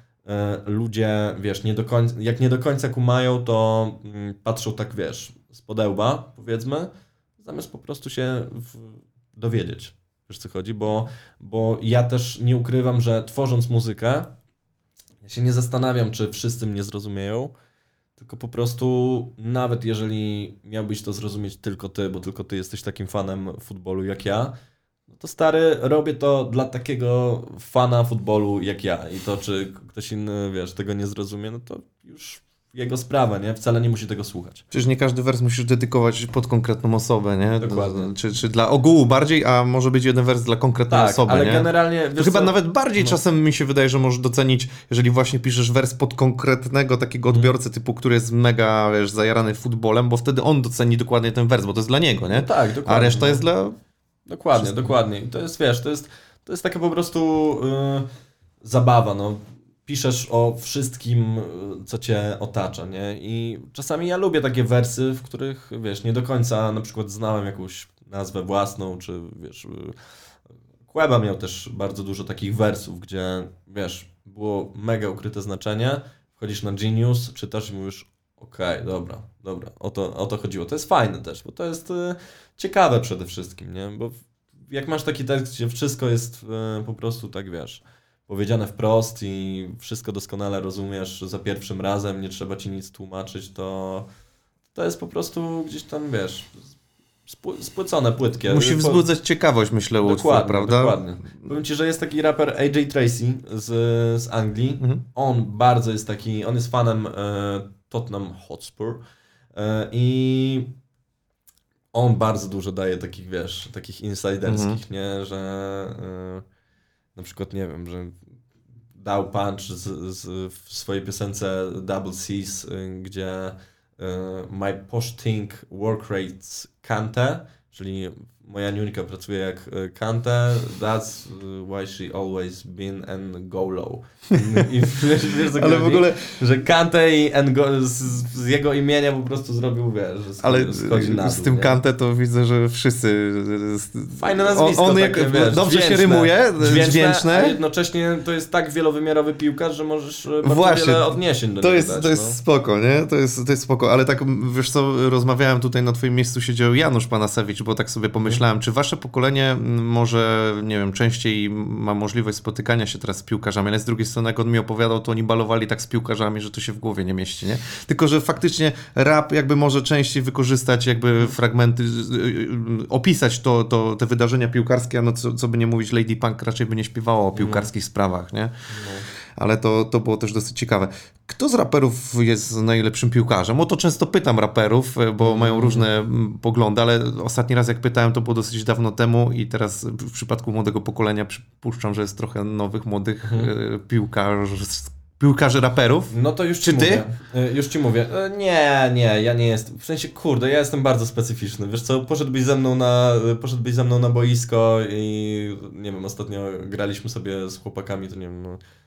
ludzie, wiesz, nie do końca, jak nie do końca kumają, to patrzą tak, wiesz, z podełba, powiedzmy, zamiast po prostu się w, dowiedzieć, wiesz co chodzi, bo, bo ja też nie ukrywam, że tworząc muzykę, ja się nie zastanawiam, czy wszyscy mnie zrozumieją, tylko po prostu nawet jeżeli miałbyś to zrozumieć tylko ty, bo tylko ty jesteś takim fanem futbolu jak ja, to stary, robię to dla takiego fana futbolu jak ja i to, czy ktoś inny, wiesz, tego nie zrozumie, no to już jego sprawa, nie? Wcale nie musi tego słuchać. Przecież nie każdy wers musisz dedykować pod konkretną osobę, nie? Dokładnie. Czy, czy dla ogółu bardziej, a może być jeden wers dla konkretnej tak, osoby, ale nie? generalnie... To chyba co? nawet bardziej no. czasem mi się wydaje, że możesz docenić, jeżeli właśnie piszesz wers pod konkretnego takiego odbiorcę hmm. typu, który jest mega, wiesz, zajarany futbolem, bo wtedy on doceni dokładnie ten wers, bo to jest dla niego, nie? No tak, dokładnie. A reszta jest dla... Dokładnie, wszystko. dokładnie. I to jest, wiesz, to jest, to jest taka po prostu yy, zabawa, no. Piszesz o wszystkim, co cię otacza, nie? I czasami ja lubię takie wersy, w których, wiesz, nie do końca na przykład znałem jakąś nazwę własną, czy, wiesz, Queba miał też bardzo dużo takich wersów, gdzie, wiesz, było mega ukryte znaczenie, wchodzisz na Genius, czytasz i mówisz, okej, okay, dobra, dobra, o to, o to chodziło. To jest fajne też, bo to jest y, ciekawe przede wszystkim, nie? Bo jak masz taki tekst, gdzie wszystko jest y, po prostu tak, wiesz, powiedziane wprost i wszystko doskonale rozumiesz za pierwszym razem, nie trzeba ci nic tłumaczyć, to to jest po prostu gdzieś tam, wiesz, spły, spłycone, płytkie. Musi wzbudzać ciekawość, myślę, utwór, prawda? Dokładnie. Powiem ci, że jest taki raper A J Tracey z, z Anglii. Mhm. On bardzo jest taki, on jest fanem y, Tottenham Hotspur y, i on bardzo dużo daje takich, wiesz, takich insiderskich, mhm. nie, że y, na przykład, nie wiem, że dał punch z, z, w swojej piosence Double C's, y, gdzie y, My posh think work rates Kante, czyli moja niuńka pracuje jak Kante, that's why she always been and go low. I wiesz, wiesz co ale w ogóle, że Kante i go, z, z jego imienia po prostu zrobił, wiesz, że ale schodzi na dół, z tym nie? Kante to widzę, że wszyscy... Fajne nazwisko, on, on takie, jak, wiesz, dobrze dźwięczne, się rymuje, dźwięczne, dźwięczne. A jednocześnie to jest tak wielowymiarowy piłkarz, że możesz bardzo Właśnie, wiele odniesień do to niego jest, dać, to jest no. spoko, nie? To jest, to jest spoko, ale tak, wiesz co, rozmawiałem tutaj, na twoim miejscu siedział Janusz Panasewicz, bo tak sobie pomyślałem, hmm. czy wasze pokolenie może, nie wiem, częściej ma możliwość spotykania się teraz z piłkarzami, ale z drugiej strony, jak on mi opowiadał, to oni balowali tak z piłkarzami, że to się w głowie nie mieści, nie? Tylko, że faktycznie rap jakby może częściej wykorzystać jakby fragmenty, opisać to, to, te wydarzenia piłkarskie, a no co, co by nie mówić, Lady Punk raczej by nie śpiewało o piłkarskich no. sprawach, nie? No. Ale to, to było też dosyć ciekawe. Kto z raperów jest najlepszym piłkarzem? O to często pytam raperów, bo mm. mają różne poglądy, ale ostatni raz jak pytałem, to było dosyć dawno temu i teraz w przypadku młodego pokolenia przypuszczam, że jest trochę nowych, młodych mm. piłkarzy, piłkarzy raperów. No to już ci Czy ty? mówię. Już ci mówię. Nie, nie, ja nie jestem. W sensie, kurde, ja jestem bardzo specyficzny. Wiesz co, poszedłbyś ze mną na, poszedłbyś ze mną na boisko i nie wiem, ostatnio graliśmy sobie z chłopakami, to nie wiem, no,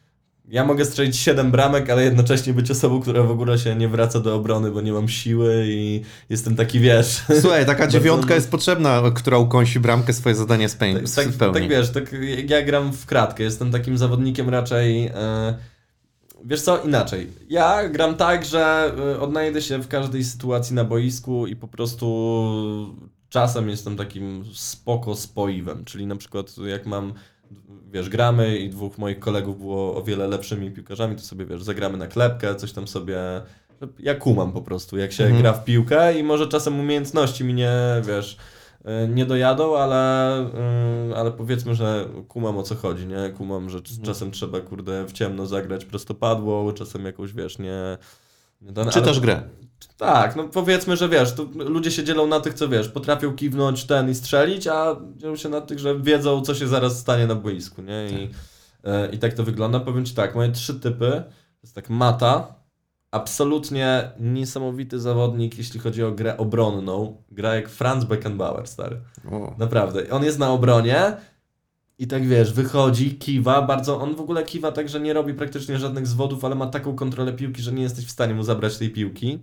ja mogę strzelić siedem bramek, ale jednocześnie być osobą, która w ogóle się nie wraca do obrony, bo nie mam siły i jestem taki, wiesz... Słuchaj, taka dziewiątka jest potrzebna, która ukąsi bramkę, swoje zadanie spełni. Tak, tak, tak wiesz, tak ja gram w kratkę, jestem takim zawodnikiem raczej... Yy, wiesz co, inaczej. Ja gram tak, że odnajdę się w każdej sytuacji na boisku i po prostu czasem jestem takim spoko spoiwem, czyli na przykład jak mam, wiesz, gramy i dwóch moich kolegów było o wiele lepszymi piłkarzami, to sobie, wiesz, zagramy na klepkę, coś tam sobie... Ja kumam po prostu, jak się mhm. gra w piłkę i może czasem umiejętności mi nie, wiesz... nie dojadą, ale, ale powiedzmy, że kumam o co chodzi, nie? Kumam, że czasem trzeba, kurde, w ciemno zagrać prostopadłą, czasem jakąś, wiesz, nie... nie dane, Czytasz ale, grę. Tak, no powiedzmy, że wiesz, to ludzie się dzielą na tych, co wiesz, potrafią kiwnąć ten i strzelić, a dzielą się na tych, że wiedzą, co się zaraz stanie na boisku, nie? I tak, i tak to wygląda. Powiem ci tak, moje trzy typy, to jest tak Mata, absolutnie niesamowity zawodnik, jeśli chodzi o grę obronną. Gra jak Franz Beckenbauer, stary. O. Naprawdę. On jest na obronie i tak wiesz, wychodzi, kiwa, bardzo, on w ogóle kiwa tak, że nie robi praktycznie żadnych zwodów, ale ma taką kontrolę piłki, że nie jesteś w stanie mu zabrać tej piłki.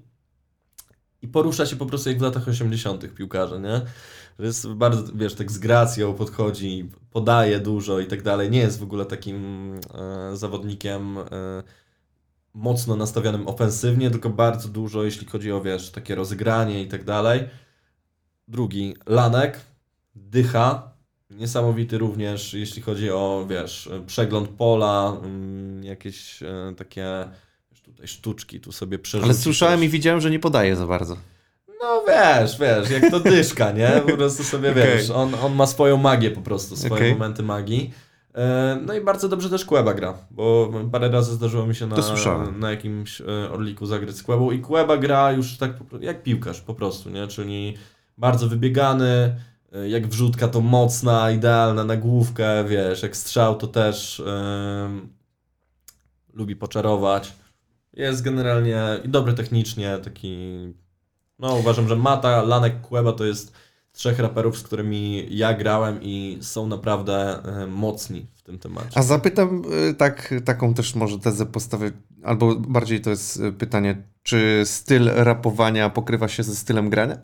I porusza się po prostu jak w latach osiemdziesiątych piłkarze, nie? Że jest bardzo, wiesz, tak z gracją podchodzi, podaje dużo i tak dalej. Nie jest w ogóle takim e, zawodnikiem... E, mocno nastawionym ofensywnie, tylko bardzo dużo, jeśli chodzi o, wiesz, takie rozegranie i tak dalej. Drugi, Lanek, dycha, niesamowity również, jeśli chodzi o, wiesz, przegląd pola, jakieś e, takie, wiesz, tutaj sztuczki, tu sobie przerzucić. Ale słyszałem i widziałem, że nie podaje za bardzo. No wiesz, wiesz, jak to dyszka, nie? Po prostu sobie, wiesz, okay. on, on ma swoją magię po prostu, swoje okay. momenty magii. No i bardzo dobrze też Queba gra, bo parę razy zdarzyło mi się na, na jakimś Orliku zagrać z Quebą i Queba gra już tak jak piłkarz po prostu, nie? Czyli bardzo wybiegany, jak wrzutka to mocna, idealna na główkę, wiesz, jak strzał to też yy, lubi poczarować. Jest generalnie i dobry technicznie, taki, no uważam, że Mata, Lanek, Queba to jest trzech raperów, z którymi ja grałem i są naprawdę e, mocni w tym temacie. A zapytam tak, taką też może tezę postawię, albo bardziej to jest pytanie, czy styl rapowania pokrywa się ze stylem grania?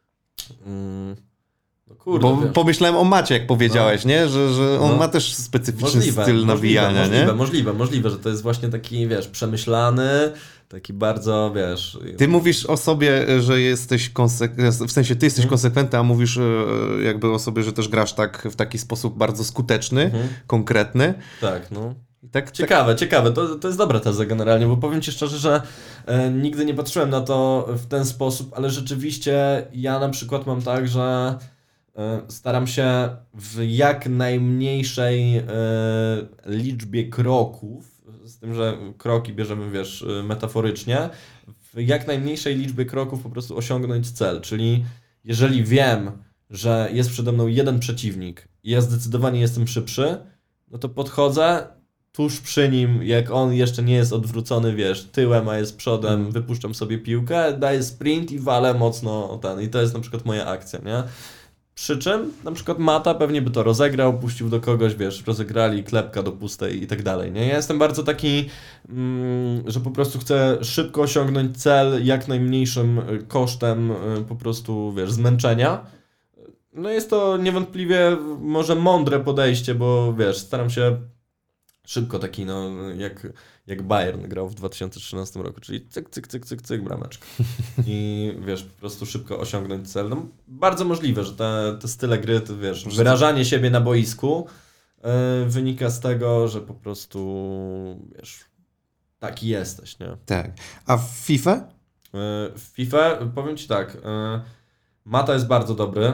Mm, no kurde, Bo wiesz. Pomyślałem o Macie, jak powiedziałeś, no. nie? Że, że on no. ma też specyficzny możliwe, styl nawijania, możliwe, nie? Możliwe, możliwe, że to jest właśnie taki, wiesz, przemyślany, taki bardzo, wiesz... Ty mówisz o sobie, że jesteś konsekwentny, w sensie ty jesteś hmm. konsekwentny, a mówisz jakby o sobie, że też grasz tak w taki sposób bardzo skuteczny, hmm. konkretny. Tak, no. Tak, ciekawe, tak. ciekawe. To, to jest dobra teza generalnie, bo powiem ci szczerze, że e, nigdy nie patrzyłem na to w ten sposób, ale rzeczywiście ja na przykład mam tak, że e, staram się w jak najmniejszej e, liczbie kroków, z tym, że kroki bierzemy, wiesz, metaforycznie, w jak najmniejszej liczbie kroków po prostu osiągnąć cel. Czyli jeżeli wiem, że jest przede mną jeden przeciwnik i ja zdecydowanie jestem szybszy, no to podchodzę tuż przy nim, jak on jeszcze nie jest odwrócony, wiesz, tyłem, a jest przodem, mm. wypuszczam sobie piłkę, daję sprint i walę mocno ten. I to jest na przykład moja akcja, nie? Przy czym na przykład Mata pewnie by to rozegrał, puścił do kogoś, wiesz, rozegrali, klepka do pustej i tak dalej, nie? Ja jestem bardzo taki, mm, że po prostu chcę szybko osiągnąć cel, jak najmniejszym kosztem po prostu, wiesz, zmęczenia. No jest to niewątpliwie może mądre podejście, bo wiesz, staram się szybko taki, no, jak, jak Bayern grał w dwa tysiące trzynastym roku, czyli cyk, cyk, cyk, cyk, cyk, brameczka. I wiesz, po prostu szybko osiągnąć cel. No, bardzo możliwe, że te, te style gry, to wiesz, wyrażanie siebie na boisku yy, wynika z tego, że po prostu, wiesz, taki jesteś, nie? Tak. A w FIFA? Yy, w FIFA, powiem ci tak, yy, Mata jest bardzo dobry.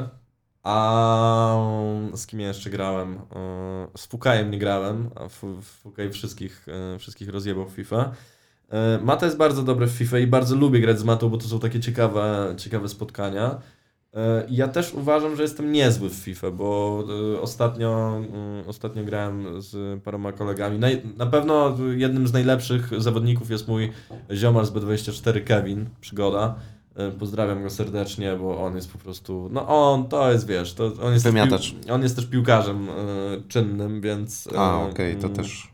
A z kim ja jeszcze grałem? Z Fukajem nie grałem, a Fukaj wszystkich, wszystkich rozjebał w FIFA. Mata jest bardzo dobry w FIFA i bardzo lubię grać z Matą, bo to są takie ciekawe, ciekawe spotkania. Ja też uważam, że jestem niezły w FIFA, bo ostatnio, ostatnio grałem z paroma kolegami. Na pewno jednym z najlepszych zawodników jest mój ziomal z B dwadzieścia cztery, Kevin Przygoda. Pozdrawiam go serdecznie, bo on jest po prostu, no on, to jest, wiesz, to on jest, Wymiatacz. Pił, on jest też piłkarzem y, czynnym, więc... A, okej, okay, to też...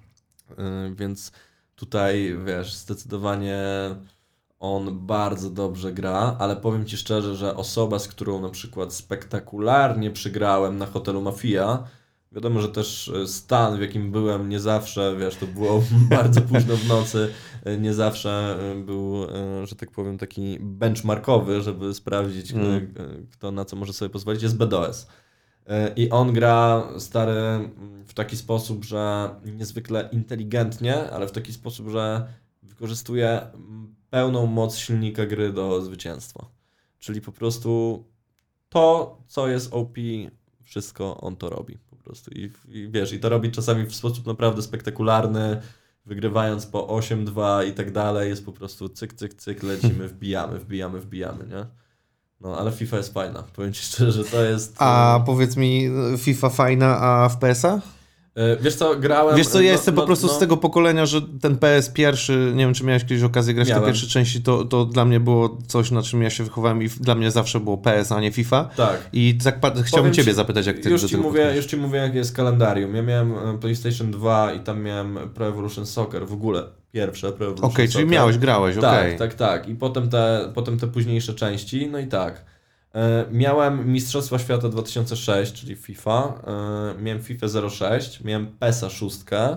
Więc tutaj, wiesz, zdecydowanie on bardzo dobrze gra, ale powiem Ci szczerze, że osoba, z którą na przykład spektakularnie przygrałem na hotelu Mafia, wiadomo, że też stan, w jakim byłem, nie zawsze, wiesz, to było bardzo późno w nocy, nie zawsze był, że tak powiem, taki benchmarkowy, żeby sprawdzić, mm. kto na co może sobie pozwolić, jest B D O S. I on gra, stary, w taki sposób, że niezwykle inteligentnie, ale w taki sposób, że wykorzystuje pełną moc silnika gry do zwycięstwa. Czyli po prostu to, co jest O P, wszystko on to robi po prostu. I, i wiesz, i to robi czasami w sposób naprawdę spektakularny, wygrywając po osiem dwa i tak dalej. Jest po prostu cyk, cyk, cyk, lecimy, wbijamy, wbijamy, wbijamy, nie? No, ale FIFA jest fajna. Powiem Ci szczerze, że to jest... A powiedz mi, FIFA fajna, a w P S a? Wiesz co, grałem... Wiesz co, ja jestem no, po prostu no, z tego pokolenia, że ten P S pierwszy, nie wiem czy miałeś kiedyś okazję grać miałem. te pierwsze części, to, to dla mnie było coś, na czym ja się wychowałem i dla mnie zawsze było P S, a nie FIFA. Tak. I tak chciałbym Powiem Ciebie ci, zapytać, jak Ty już do ci tego mówię, podchodzisz. Już Ci mówię, jak jest kalendarium. Ja miałem PlayStation dwa i tam miałem Pro Evolution Soccer, w ogóle pierwsze Pro Evolution Okej, okay, czyli miałeś, grałeś, okej. Tak, okay. tak, tak. I potem te, potem te późniejsze części, no i tak. Miałem Mistrzostwa Świata dwa tysiące sześć, czyli FIFA, miałem FIFA zero sześć, miałem PESA sześć,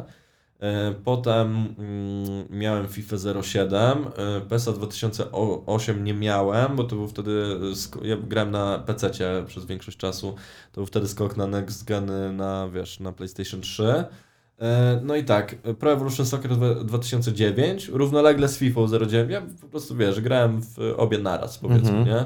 potem miałem FIFA zero siedem, PESA dwa tysiące osiem nie miałem, bo to był wtedy, ja grałem na pececie przez większość czasu, to był wtedy skok na next geny na, wiesz, na PlayStation trzy. No i tak, Pro Evolution Soccer dwa tysiące dziewięć, równolegle z FIFA zero dziewięć, ja po prostu, wiesz, grałem w obie naraz, powiedzmy, mm-hmm. nie?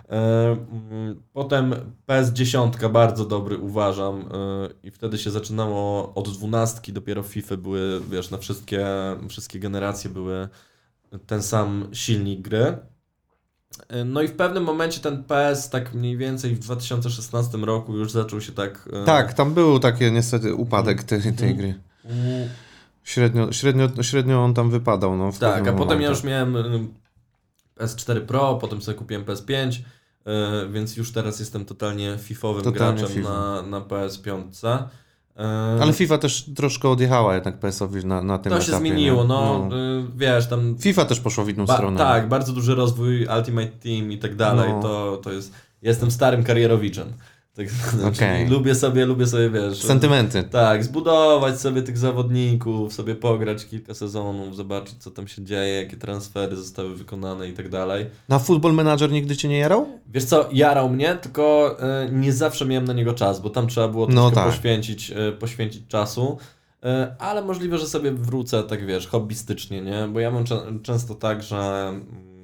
Potem P S dziesięć bardzo dobry uważam i wtedy się zaczynało od dwunastki, dopiero FIFA były, wiesz, na wszystkie, wszystkie generacje były ten sam silnik gry. No i w pewnym momencie ten P S tak mniej więcej w dwa tysiące szesnastym roku już zaczął się tak... Tak, tam był taki niestety upadek tej, tej mm. gry. Średnio, średnio, średnio on tam wypadał. No, w tak, a potem momentach. ja już miałem P S cztery Pro, potem sobie kupiłem P S pięć, yy, więc już teraz jestem totalnie fifowym totalnie graczem FIFA. na, na P S pięć. Yy, Ale FIFA też troszkę odjechała jednak P S owi na, na tym to etapie. To się zmieniło, nie? no, no. Yy, wiesz, tam... FIFA też poszło w inną ba- stronę. Tak, bardzo duży rozwój Ultimate Team i tak dalej, no. to, to jest... Jestem starym karierowiczem. Tak, znaczy, okay. Lubię sobie, lubię sobie, wiesz... Sentymenty. Tak, zbudować sobie tych zawodników, sobie pograć kilka sezonów, zobaczyć co tam się dzieje, jakie transfery zostały wykonane i tak dalej. Na Football Manager nigdy Cię nie jarał? Wiesz co, jarał mnie, tylko y, nie zawsze miałem na niego czas, bo tam trzeba było troszkę no tak. poświęcić, y, poświęcić czasu, y, ale możliwe, że sobie wrócę tak, wiesz, hobbystycznie, nie? Bo ja mam cze- często tak, że...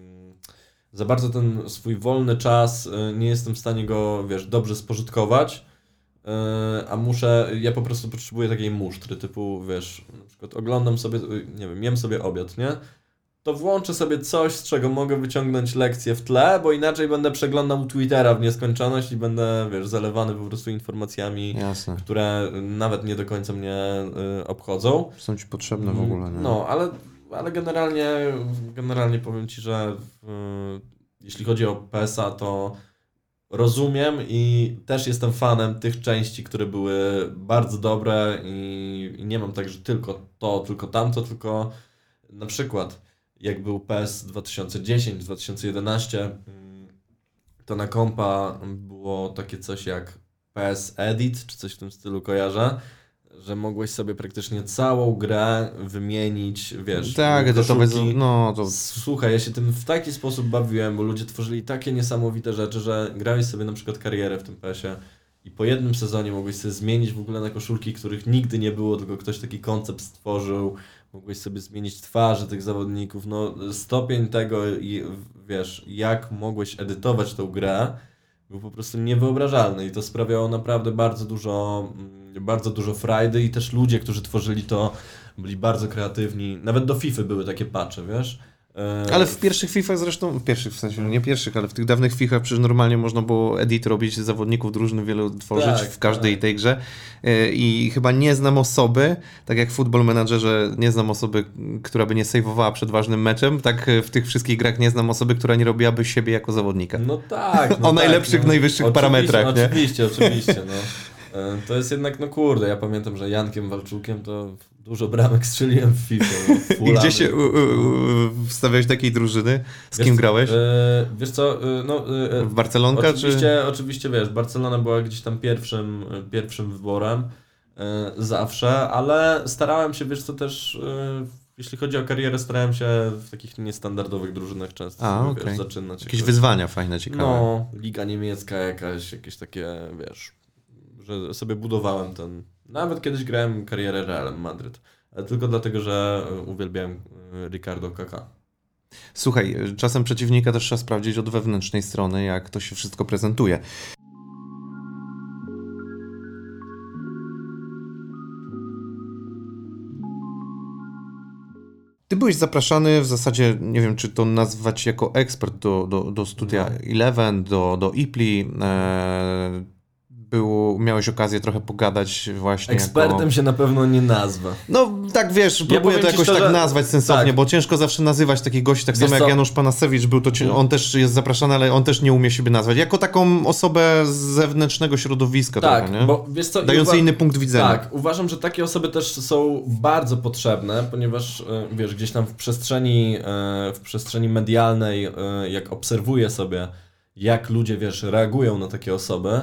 Za bardzo ten swój wolny czas nie jestem w stanie go, wiesz, dobrze spożytkować, a muszę, ja po prostu potrzebuję takiej musztry, typu, wiesz, na przykład oglądam sobie, nie wiem, jem sobie obiad, nie? To włączę sobie coś, z czego mogę wyciągnąć lekcję w tle, bo inaczej będę przeglądał Twittera w nieskończoność i będę, wiesz, zalewany po prostu informacjami, Jasne. które nawet nie do końca mnie y, obchodzą. Są Ci potrzebne w ogóle, nie? No, ale... Ale generalnie, generalnie powiem Ci, że yy, jeśli chodzi o P S a, to rozumiem i też jestem fanem tych części, które były bardzo dobre i, i nie mam tak, że tylko to, tylko tamto, tylko na przykład jak był P S dwa tysiące dziesięć, dwa tysiące jedenaście, yy, to na kompa było takie coś jak P S Edit, czy coś w tym stylu kojarzę, że mogłeś sobie praktycznie całą grę wymienić, wiesz, tak, to, to no to... Słuchaj, ja się tym w taki sposób bawiłem, bo ludzie tworzyli takie niesamowite rzeczy, że grałeś sobie na przykład karierę w tym P S ie i po jednym sezonie mogłeś sobie zmienić w ogóle na koszulki, których nigdy nie było, tylko ktoś taki koncept stworzył, mogłeś sobie zmienić twarze tych zawodników, no stopień tego i wiesz, jak mogłeś edytować tą grę, był po prostu niewyobrażalny i to sprawiało naprawdę bardzo dużo, bardzo dużo frajdy i też ludzie, którzy tworzyli to, byli bardzo kreatywni. Nawet do FIFA były takie patche, wiesz? Ale w pierwszych FIFA zresztą, w pierwszych w sensie, nie pierwszych, ale w tych dawnych FIFA przecież normalnie można było edit robić zawodników drużyny wielu tworzyć tak, w każdej tak. tej grze i chyba nie znam osoby, tak jak w Football Managerze nie znam osoby, która by nie sejwowała przed ważnym meczem, tak w tych wszystkich grach nie znam osoby, która nie robiłaby siebie jako zawodnika. No tak. No o najlepszych, tak, no. najwyższych oczywiście, parametrach, Oczywiście, nie? oczywiście, no. To jest jednak, no kurde, ja pamiętam, że Jankiem Walczukiem to Dużo bramek strzeliłem w FIFA. I gdzie się u, u, wstawiałeś takiej drużyny? Z wiesz, kim grałeś? Yy, wiesz co, yy, no... Yy, w Barcelonka oczywiście, czy? Oczywiście, wiesz, Barcelona była gdzieś tam pierwszym, pierwszym wyborem yy, zawsze, ale starałem się, wiesz co, też... Yy, jeśli chodzi o karierę, starałem się w takich niestandardowych drużynach często A, sobie, okay. wiesz, zaczynać. Jakieś jakoś... wyzwania fajne, ciekawe. No, liga niemiecka jakaś, jakieś takie, wiesz, że sobie budowałem ten... Nawet kiedyś grałem karierę Realem Madryt, ale tylko dlatego, że uwielbiałem Ricardo Kaká. Słuchaj, czasem przeciwnika też trzeba sprawdzić od wewnętrznej strony, jak to się wszystko prezentuje. Ty byłeś zapraszany w zasadzie, nie wiem, czy to nazwać jako ekspert do, do, do studia no. Eleven, do, do I P L I. E, był, miałeś okazję trochę pogadać właśnie Ekspertem jako... się na pewno nie nazwa. No tak wiesz, próbuję ja to jakoś szczerze, tak nazwać sensownie, tak. Bo ciężko zawsze nazywać takich gości, tak wiesz samo jak co? Janusz Panasewicz był, to ci, on też jest zapraszany, ale on też nie umie siebie nazwać. Jako taką osobę z zewnętrznego środowiska tak, trochę, nie? Bo, wiesz co, dający uwa- inny punkt widzenia. Tak, uważam, że takie osoby też są bardzo potrzebne, ponieważ wiesz, gdzieś tam w przestrzeni, w przestrzeni medialnej, jak obserwuję sobie, jak ludzie, wiesz, reagują na takie osoby,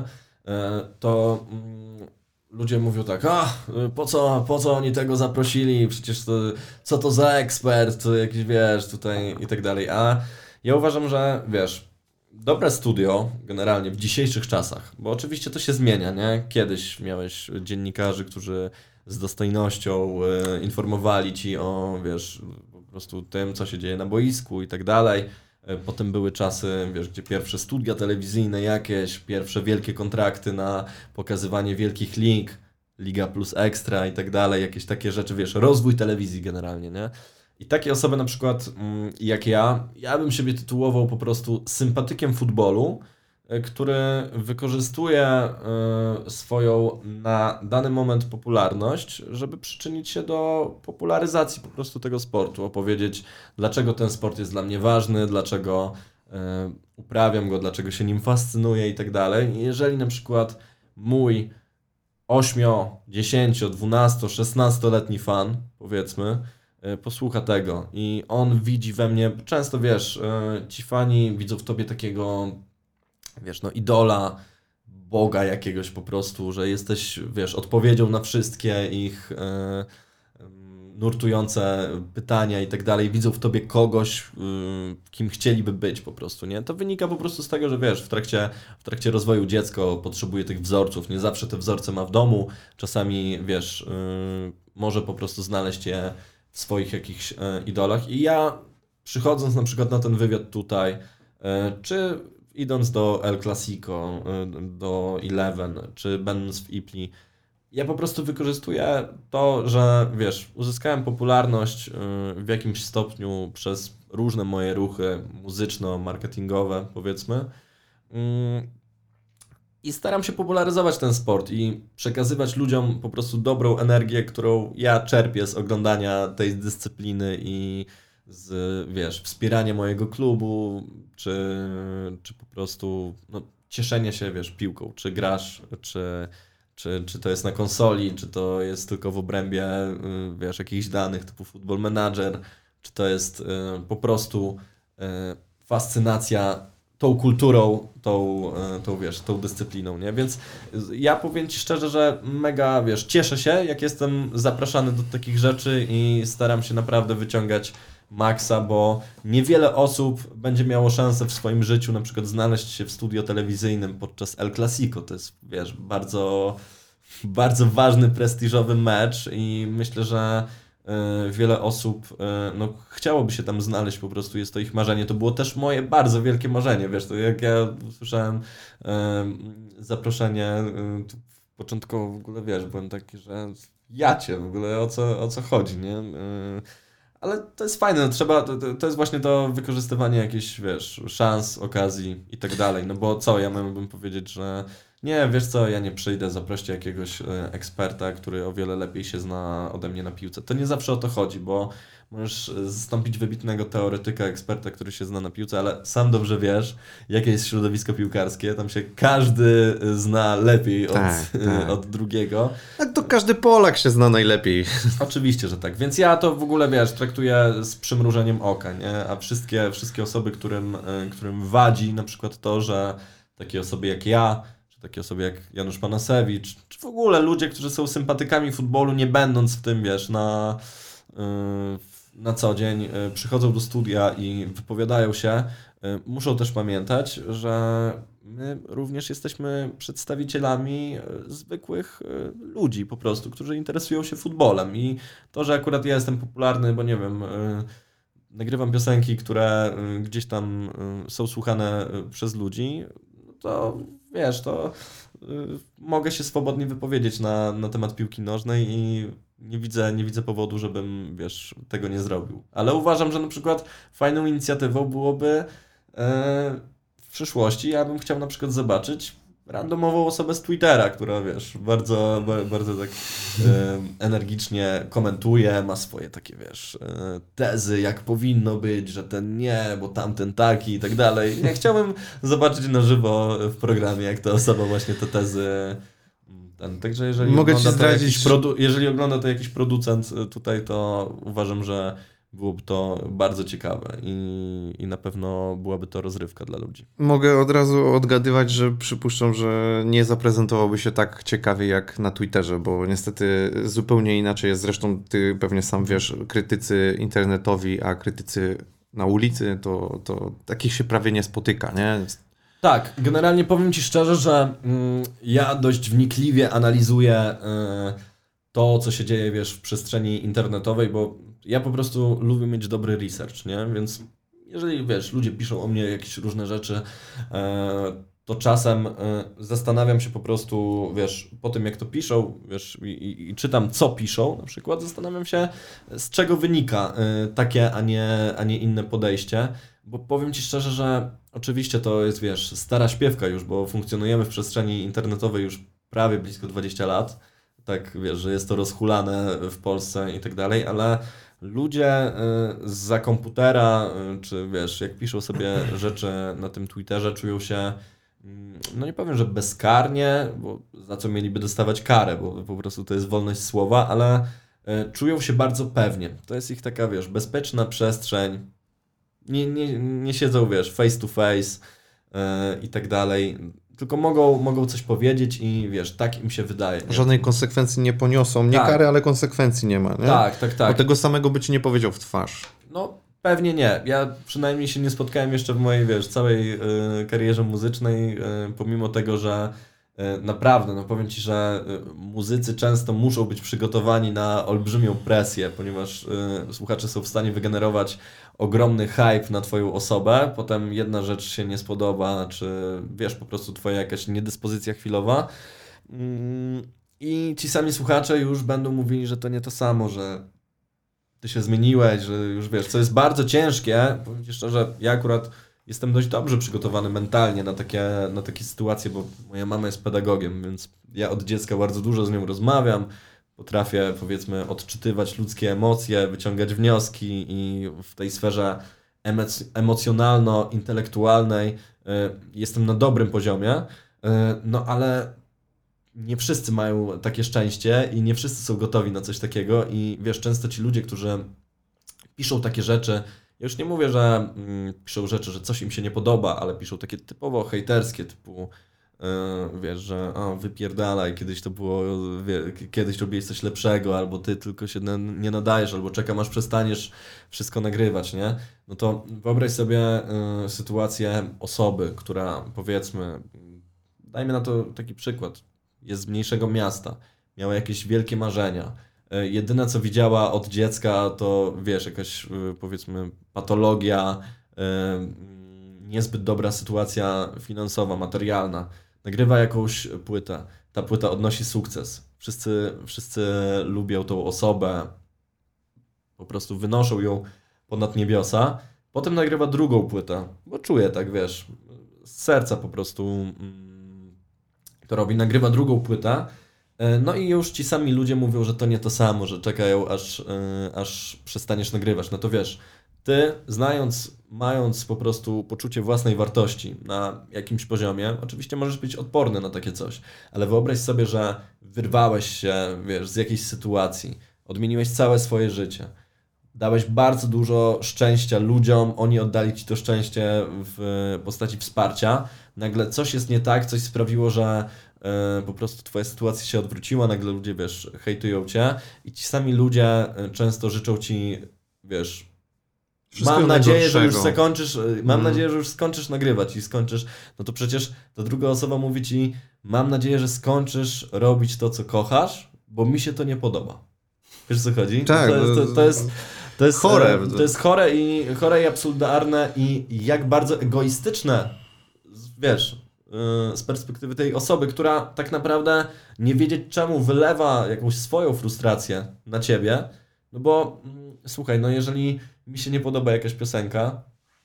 to mm, ludzie mówią tak, a po co, po co oni tego zaprosili, przecież to, co to za ekspert, jakiś wiesz, tutaj i tak dalej, a ja uważam, że wiesz, dobre studio generalnie w dzisiejszych czasach, bo oczywiście to się zmienia, nie? Kiedyś miałeś dziennikarzy, którzy z dostojnością y, informowali ci o, wiesz, po prostu tym, co się dzieje na boisku i tak dalej. Potem były czasy, wiesz, gdzie pierwsze studia telewizyjne jakieś, pierwsze wielkie kontrakty na pokazywanie wielkich lig, Liga Plus Ekstra i tak dalej, jakieś takie rzeczy, wiesz, rozwój telewizji generalnie, nie? I takie osoby na przykład jak ja, ja bym siebie tytułował po prostu sympatykiem futbolu, który wykorzystuje swoją na dany moment popularność, żeby przyczynić się do popularyzacji po prostu tego sportu, opowiedzieć, dlaczego ten sport jest dla mnie ważny, dlaczego uprawiam go, dlaczego się nim fascynuję i tak dalej. Jeżeli na przykład mój ośmio, dziesięcio, dwunasto, szesnastoletni fan, powiedzmy, posłucha tego i on widzi we mnie, często wiesz, ci fani widzą w tobie takiego, wiesz, no idola, Boga jakiegoś po prostu, że jesteś, wiesz, odpowiedzią na wszystkie ich e, nurtujące pytania i tak dalej, widzą w tobie kogoś, y, kim chcieliby być po prostu, nie? To wynika po prostu z tego, że wiesz, w trakcie, w trakcie rozwoju dziecko potrzebuje tych wzorców, nie zawsze te wzorce ma w domu, czasami, wiesz, y, może po prostu znaleźć je w swoich jakichś y, idolach i ja, przychodząc na przykład na ten wywiad tutaj, y, czy idąc do El Clasico, do Eleven, czy będąc w I P L I, ja po prostu wykorzystuję to, że wiesz, uzyskałem popularność w jakimś stopniu przez różne moje ruchy muzyczno-marketingowe, powiedzmy. I staram się popularyzować ten sport i przekazywać ludziom po prostu dobrą energię, którą ja czerpię z oglądania tej dyscypliny i z, wiesz, wspierania mojego klubu, czy, czy po prostu no, cieszenie się, wiesz, piłką, czy grasz, czy, czy, czy to jest na konsoli, czy to jest tylko w obrębie, wiesz, jakichś danych typu Football Manager, czy to jest y, po prostu y, fascynacja tą kulturą, tą, y, tą, wiesz, tą dyscypliną, nie? Więc ja powiem Ci szczerze, że mega, wiesz, cieszę się, jak jestem zapraszany do takich rzeczy i staram się naprawdę wyciągać maksa, bo niewiele osób będzie miało szansę w swoim życiu na przykład znaleźć się w studio telewizyjnym podczas El Clasico. To jest, wiesz, bardzo, bardzo ważny, prestiżowy mecz i myślę, że y, wiele osób y, no, chciałoby się tam znaleźć, po prostu jest to ich marzenie. To było też moje bardzo wielkie marzenie, wiesz, to jak ja usłyszałem y, zaproszenie, y, to początkowo w ogóle, wiesz, byłem taki, że jacie w ogóle, o co, o co chodzi, nie? Y, Ale to jest fajne, no trzeba, to, to jest właśnie to wykorzystywanie jakichś, wiesz, szans, okazji i tak dalej, no bo co, ja mógłbym powiedzieć, że nie, wiesz co, ja nie przyjdę, zaproście jakiegoś eksperta, który o wiele lepiej się zna ode mnie na piłce. To nie zawsze o to chodzi, bo możesz zastąpić wybitnego teoretyka, eksperta, który się zna na piłce, ale sam dobrze wiesz, jakie jest środowisko piłkarskie. Tam się każdy zna lepiej od, tak, tak. od drugiego. Tak to każdy Polak się zna najlepiej. Oczywiście, że tak. Więc ja to w ogóle, wiesz, traktuję z przymrużeniem oka, nie? A wszystkie, wszystkie osoby, którym, którym wadzi na przykład to, że takie osoby jak ja, czy takie osoby jak Janusz Panasewicz, czy w ogóle ludzie, którzy są sympatykami futbolu, nie będąc w tym, wiesz, na... Yy, na co dzień przychodzą do studia i wypowiadają się, muszą też pamiętać, że my również jesteśmy przedstawicielami zwykłych ludzi po prostu, którzy interesują się futbolem i to, że akurat ja jestem popularny, bo nie wiem, nagrywam piosenki, które gdzieś tam są słuchane przez ludzi, to wiesz, to mogę się swobodnie wypowiedzieć na, na temat piłki nożnej i nie widzę, nie widzę powodu, żebym, wiesz, tego nie zrobił. Ale uważam, że na przykład fajną inicjatywą byłoby e, w przyszłości, ja bym chciał na przykład zobaczyć randomową osobę z Twittera, która, wiesz, bardzo, bardzo tak e, energicznie komentuje, ma swoje takie, wiesz, e, tezy, jak powinno być, że ten nie, bo tamten taki i tak dalej. Ja chciałbym zobaczyć na żywo w programie, jak ta osoba właśnie te tezy... Ten, także jeżeli Mogę ogląda, ci zdradzić... to jakiś produ- jeżeli ogląda to jakiś producent tutaj, to uważam, że byłoby to bardzo ciekawe i, i na pewno byłaby to rozrywka dla ludzi. Mogę od razu odgadywać, że przypuszczam, że nie zaprezentowałby się tak ciekawie jak na Twitterze, bo niestety zupełnie inaczej jest. Zresztą ty pewnie sam wiesz, krytycy internetowi, a krytycy na ulicy, to, to takich się prawie nie spotyka, nie? Tak, generalnie powiem Ci szczerze, że mm, ja dość wnikliwie analizuję y, to, co się dzieje, wiesz, w przestrzeni internetowej, bo ja po prostu lubię mieć dobry research, nie? Więc jeżeli, wiesz, ludzie piszą o mnie jakieś różne rzeczy, y, to czasem y, zastanawiam się po prostu, wiesz, po tym jak to piszą, wiesz, i, i, i czytam, co piszą, na przykład zastanawiam się, z czego wynika y, takie, a nie, a nie inne podejście. Bo powiem Ci szczerze, że oczywiście to jest, wiesz, stara śpiewka już, bo funkcjonujemy w przestrzeni internetowej już prawie blisko dwadzieścia lat. Tak, wiesz, że jest to rozhulane w Polsce i tak dalej, ale ludzie zza komputera, czy wiesz, jak piszą sobie rzeczy na tym Twitterze, czują się, no nie powiem, że bezkarnie, bo za co mieliby dostawać karę, bo po prostu to jest wolność słowa, ale czują się bardzo pewnie. To jest ich taka, wiesz, bezpieczna przestrzeń. Nie, nie, nie siedzą, wiesz, face to face yy, i tak dalej, tylko mogą, mogą coś powiedzieć i wiesz, tak im się wydaje. Nie? Żadnej konsekwencji nie poniosą, nie tak. Kary, ale konsekwencji nie ma, nie? Tak, tak, tak. Bo tego samego by ci nie powiedział w twarz. No, pewnie nie. Ja przynajmniej się nie spotkałem jeszcze w mojej, wiesz, całej yy, karierze muzycznej, yy, pomimo tego, że naprawdę, no powiem Ci, że muzycy często muszą być przygotowani na olbrzymią presję, ponieważ y, słuchacze są w stanie wygenerować ogromny hype na Twoją osobę, potem jedna rzecz się nie spodoba, czy wiesz, po prostu Twoja jakaś niedyspozycja chwilowa y, i ci sami słuchacze już będą mówili, że to nie to samo, że Ty się zmieniłeś, że już wiesz, co jest bardzo ciężkie, powiem Ci szczerze, ja akurat jestem dość dobrze przygotowany mentalnie na takie, na takie sytuacje, bo moja mama jest pedagogiem, więc ja od dziecka bardzo dużo z nią rozmawiam. Potrafię, powiedzmy, odczytywać ludzkie emocje, wyciągać wnioski i w tej sferze emoc- emocjonalno-intelektualnej y, jestem na dobrym poziomie, y, no ale nie wszyscy mają takie szczęście i nie wszyscy są gotowi na coś takiego i wiesz, często ci ludzie, którzy piszą takie rzeczy, ja już nie mówię, że mm, piszą rzeczy, że coś im się nie podoba, ale piszą takie typowo hejterskie, typu yy, wiesz, że o, wypierdalaj, kiedyś to było, wie, kiedyś robiłeś coś lepszego, albo ty tylko się na, nie nadajesz, albo czekam aż przestaniesz wszystko nagrywać, nie? No to wyobraź sobie yy, sytuację osoby, która powiedzmy, dajmy na to taki przykład, jest z mniejszego miasta, miała jakieś wielkie marzenia. Jedyne, co widziała od dziecka, to wiesz, jakaś powiedzmy patologia, niezbyt dobra sytuacja finansowa, materialna. Nagrywa jakąś płytę. Ta płyta odnosi sukces. Wszyscy, wszyscy lubią tą osobę. Po prostu wynoszą ją ponad niebiosa. Potem nagrywa drugą płytę, bo czuje tak, wiesz, z serca po prostu to robi, nagrywa drugą płytę, no i już ci sami ludzie mówią, że to nie to samo, że czekają aż, aż przestaniesz nagrywać. No to wiesz, ty znając, mając po prostu poczucie własnej wartości na jakimś poziomie, oczywiście możesz być odporny na takie coś, ale wyobraź sobie, że wyrwałeś się, wiesz, z jakiejś sytuacji, odmieniłeś całe swoje życie, dałeś bardzo dużo szczęścia ludziom, oni oddali ci to szczęście w postaci wsparcia, nagle coś jest nie tak, coś sprawiło, że yy, po prostu twoja sytuacja się odwróciła, nagle ludzie, wiesz, hejtują cię i ci sami ludzie często życzą ci, wiesz, wszystkiego mam nadzieję, najgorszego. że już zakończysz, mam mm. nadzieję, że już skończysz nagrywać i skończysz, no to przecież ta druga osoba mówi ci, mam nadzieję, że skończysz robić to, co kochasz, bo mi się to nie podoba. Wiesz, co chodzi? Tak. To jest, to, to jest, to jest chore. To jest chore i, chore i absurdalne i jak bardzo egoistyczne, wiesz, z perspektywy tej osoby, która tak naprawdę nie wiedzieć czemu wylewa jakąś swoją frustrację na ciebie, no bo słuchaj, no jeżeli mi się nie podoba jakaś piosenka,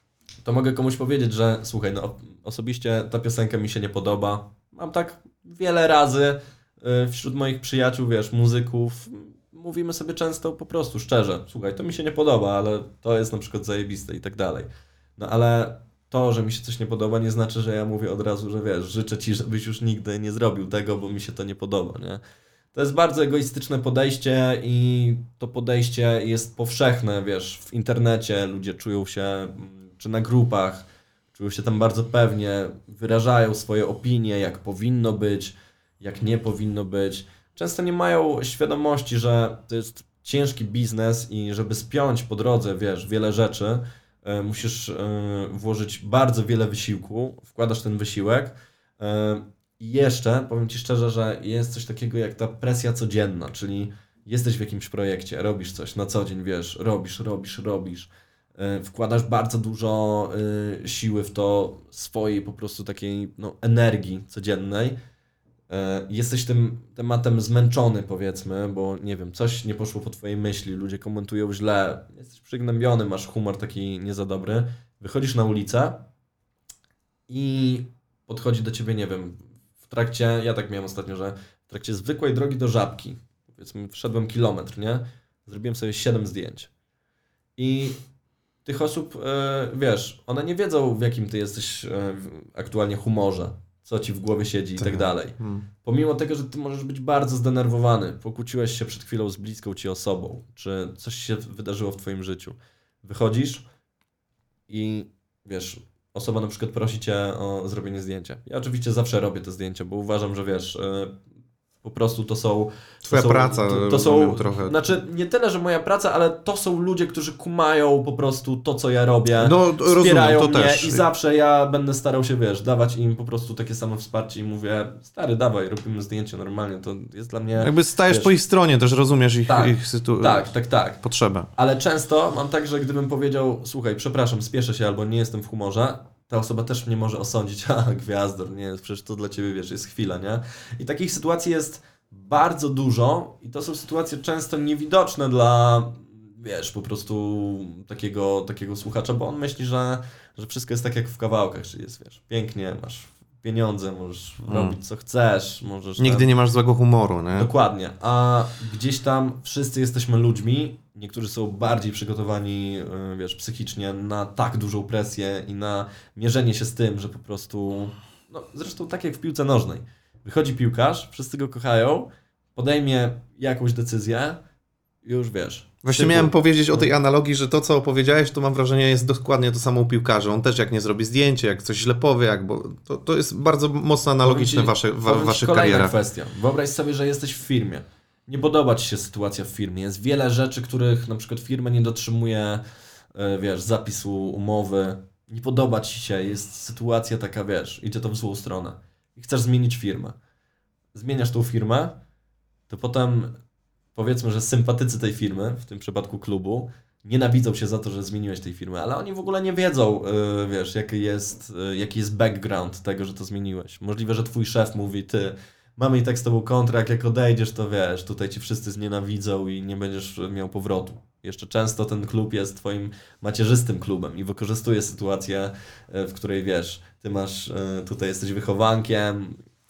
to mogę komuś powiedzieć, że słuchaj, no osobiście ta piosenka mi się nie podoba. Mam tak wiele razy wśród moich przyjaciół, wiesz, muzyków, mówimy sobie często po prostu szczerze, słuchaj, to mi się nie podoba, ale to jest na przykład zajebiste i tak dalej. No ale to, że mi się coś nie podoba, nie znaczy, że ja mówię od razu, że wiesz, życzę ci, żebyś już nigdy nie zrobił tego, bo mi się to nie podoba, nie? To jest bardzo egoistyczne podejście i to podejście jest powszechne, wiesz, w internecie ludzie czują się, czy na grupach, czują się tam bardzo pewnie, wyrażają swoje opinie, jak powinno być, jak nie powinno być. Często nie mają świadomości, że to jest ciężki biznes i żeby spiąć po drodze, wiesz, wiele rzeczy, y, musisz y, włożyć bardzo wiele wysiłku, wkładasz ten wysiłek. Y, I jeszcze, powiem ci szczerze, że jest coś takiego jak ta presja codzienna, czyli jesteś w jakimś projekcie, robisz coś na co dzień, wiesz, robisz, robisz, robisz, y, wkładasz bardzo dużo y, siły w to, swojej po prostu takiej no, energii codziennej. Jesteś tym tematem zmęczony, powiedzmy, bo nie wiem, coś nie poszło po twojej myśli, ludzie komentują źle, jesteś przygnębiony, masz humor taki nie za dobry, wychodzisz na ulicę i podchodzi do ciebie, nie wiem, w trakcie, ja tak miałem ostatnio, że w trakcie zwykłej drogi do Żabki, powiedzmy, wszedłem kilometr, nie? Zrobiłem sobie siedem zdjęć. I tych osób, wiesz, one nie wiedzą, w jakim ty jesteś aktualnie humorze, co ci w głowie siedzi tak. i tak dalej. Hmm. Pomimo tego, że ty możesz być bardzo zdenerwowany, pokłóciłeś się przed chwilą z bliską ci osobą, czy coś się wydarzyło w twoim życiu. Wychodzisz i wiesz, osoba na przykład prosi cię o zrobienie zdjęcia. Ja oczywiście zawsze robię te zdjęcia, bo uważam, że wiesz, po prostu to są... Twoja to są, praca, to, to są trochę. Znaczy, nie tyle, że moja praca, ale to są ludzie, którzy kumają po prostu to, co ja robię, no, wspierają rozumiem, to mnie też. I zawsze ja będę starał się, wiesz, dawać im po prostu takie samo wsparcie i mówię, stary, dawaj, robimy zdjęcie normalnie, to jest dla mnie... Jakby stajesz wiesz, po ich stronie, też rozumiesz ich, tak, ich sytuację. Tak, tak, tak. Potrzebę. Ale często mam tak, że gdybym powiedział, słuchaj, przepraszam, spieszę się albo nie jestem w humorze, ta osoba też mnie może osądzić, a gwiazdor, nie, przecież to dla ciebie, wiesz, jest chwila, nie? I takich sytuacji jest bardzo dużo i to są sytuacje często niewidoczne dla, wiesz, po prostu takiego, takiego słuchacza, bo on myśli, że, że wszystko jest tak jak w kawałkach, czyli jest, wiesz, pięknie, masz pieniądze, możesz hmm. robić co chcesz, możesz... Nigdy tam... nie masz złego humoru, nie? Dokładnie, a gdzieś tam wszyscy jesteśmy ludźmi, niektórzy są bardziej przygotowani, wiesz, psychicznie na tak dużą presję i na mierzenie się z tym, że po prostu, no zresztą tak jak w piłce nożnej. Wychodzi piłkarz, wszyscy go kochają, podejmie jakąś decyzję, już wiesz. Właśnie typu... miałem powiedzieć o tej analogii, że to, co opowiedziałeś, to mam wrażenie jest dokładnie to samo u piłkarzy. On też jak nie zrobi zdjęcie, jak coś źle powie, jak, bo to, to jest bardzo mocno analogiczne w wasze, wa, waszych karierach. Kwestia. Wyobraź sobie, że jesteś w firmie. Nie podoba ci się sytuacja w firmie. Jest wiele rzeczy, których na przykład firma nie dotrzymuje, wiesz, zapisu umowy. Nie podoba ci się, jest sytuacja taka, wiesz, idzie to w złą stronę. I chcesz zmienić firmę. Zmieniasz tą firmę, to potem powiedzmy, że sympatycy tej firmy, w tym przypadku klubu, nienawidzą się za to, że zmieniłeś tej firmy, ale oni w ogóle nie wiedzą, yy, wiesz, jaki jest, yy, jaki jest background tego, że to zmieniłeś. Możliwe, że twój szef mówi, ty, mamy i tak z tobą kontrakt, jak odejdziesz, to wiesz, tutaj ci wszyscy znienawidzą i nie będziesz miał powrotu. Jeszcze często ten klub jest twoim macierzystym klubem i wykorzystuje sytuację, w której, wiesz, ty masz, tutaj jesteś wychowankiem,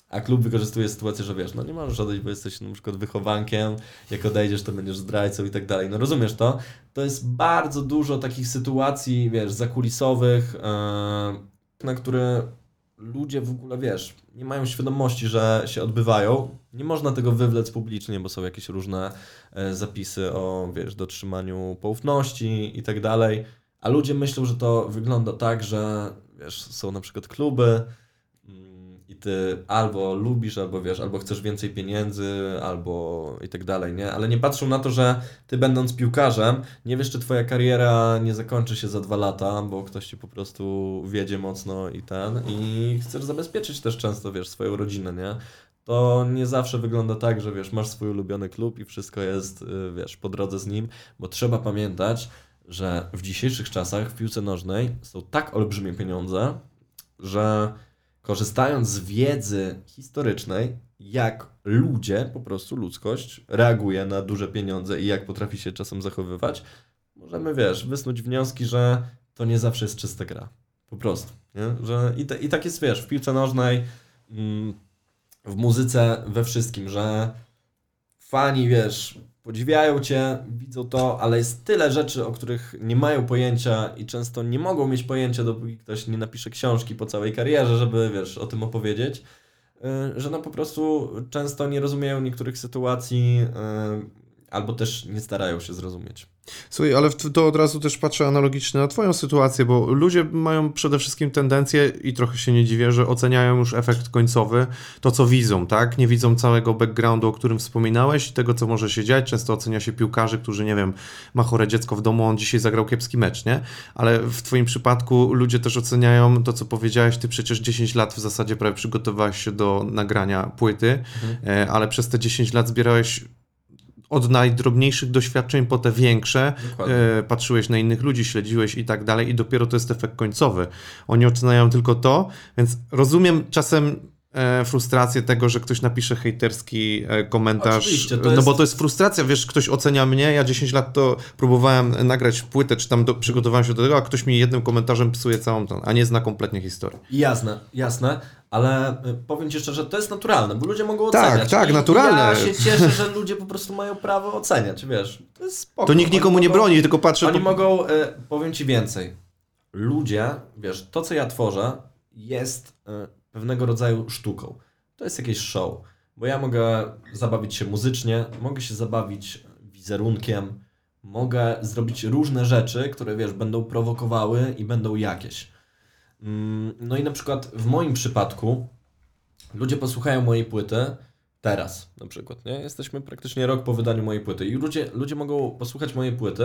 A klub wykorzystuje sytuację, że wiesz, no nie możesz odejść, bo jesteś na przykład wychowankiem, jak odejdziesz, to będziesz zdrajcą i tak dalej. No rozumiesz to? To jest bardzo dużo takich sytuacji, wiesz, zakulisowych, yy, na które ludzie w ogóle, wiesz, nie mają świadomości, że się odbywają. Nie można tego wywlec publicznie, bo są jakieś różne yy, zapisy o, wiesz, dotrzymaniu poufności i tak dalej. A ludzie myślą, że to wygląda tak, że, wiesz, są na przykład kluby, i ty albo lubisz, albo wiesz, albo chcesz więcej pieniędzy, albo i tak dalej, nie? Ale nie patrzą na to, że ty będąc piłkarzem, nie wiesz, czy twoja kariera nie zakończy się za dwa lata, bo ktoś ci po prostu wiedzie mocno i ten, i chcesz zabezpieczyć też często, wiesz, swoją rodzinę, nie? To nie zawsze wygląda tak, że wiesz, masz swój ulubiony klub i wszystko jest, wiesz, po drodze z nim, bo trzeba pamiętać, że w dzisiejszych czasach w piłce nożnej są tak olbrzymie pieniądze, że korzystając z wiedzy historycznej, jak ludzie, po prostu ludzkość reaguje na duże pieniądze i jak potrafi się czasem zachowywać, możemy, wiesz, wysnuć wnioski, że to nie zawsze jest czysta gra. Po prostu. Nie? Że i, te, I tak jest, wiesz, w piłce nożnej, w muzyce, we wszystkim, że fani, wiesz, podziwiają cię, widzą to, ale jest tyle rzeczy, o których nie mają pojęcia i często nie mogą mieć pojęcia, dopóki ktoś nie napisze książki po całej karierze, żeby, wiesz, o tym opowiedzieć, że no po prostu często nie rozumieją niektórych sytuacji albo też nie starają się zrozumieć. Słuchaj, ale to od razu też patrzę analogicznie na twoją sytuację, bo ludzie mają przede wszystkim tendencję, i trochę się nie dziwię, że oceniają już efekt końcowy, to co widzą, tak? Nie widzą całego backgroundu, o którym wspominałeś i tego, co może się dziać. Często ocenia się piłkarzy, którzy, nie wiem, ma chore dziecko w domu, on dzisiaj zagrał kiepski mecz, nie? Ale w twoim przypadku ludzie też oceniają to, co powiedziałeś, ty przecież dziesięć lat w zasadzie prawie przygotowałeś się do nagrania płyty, mhm. ale przez te dziesięć lat zbierałeś od najdrobniejszych doświadczeń po te większe, e, patrzyłeś na innych ludzi, śledziłeś i tak dalej i dopiero to jest efekt końcowy. Oni oceniają tylko to, więc rozumiem czasem e, frustrację tego, że ktoś napisze hejterski e, komentarz, no jest... bo to jest frustracja, wiesz, ktoś ocenia mnie, ja dziesięć lat to próbowałem nagrać płytę, czy tam do, przygotowałem się do tego, a ktoś mi jednym komentarzem psuje całą tą, a nie zna kompletnie historii. Jasne, jasne. Ale powiem ci szczerze, to jest naturalne, bo ludzie mogą oceniać. Tak, tak, naturalne. Ja się cieszę, że ludzie po prostu mają prawo oceniać, wiesz. To jest spoko. To nikt nikomu oni nie mogą, broni, tylko patrzy... Oni po... mogą, y, powiem ci więcej. Ludzie, wiesz, to co ja tworzę jest y, pewnego rodzaju sztuką. To jest jakieś show. Bo ja mogę zabawić się muzycznie, mogę się zabawić wizerunkiem, mogę zrobić różne rzeczy, które, wiesz, będą prowokowały i będą jakieś. No i na przykład w moim przypadku ludzie posłuchają mojej płyty teraz na przykład, nie? Jesteśmy praktycznie rok po wydaniu mojej płyty i ludzie, ludzie mogą posłuchać mojej płyty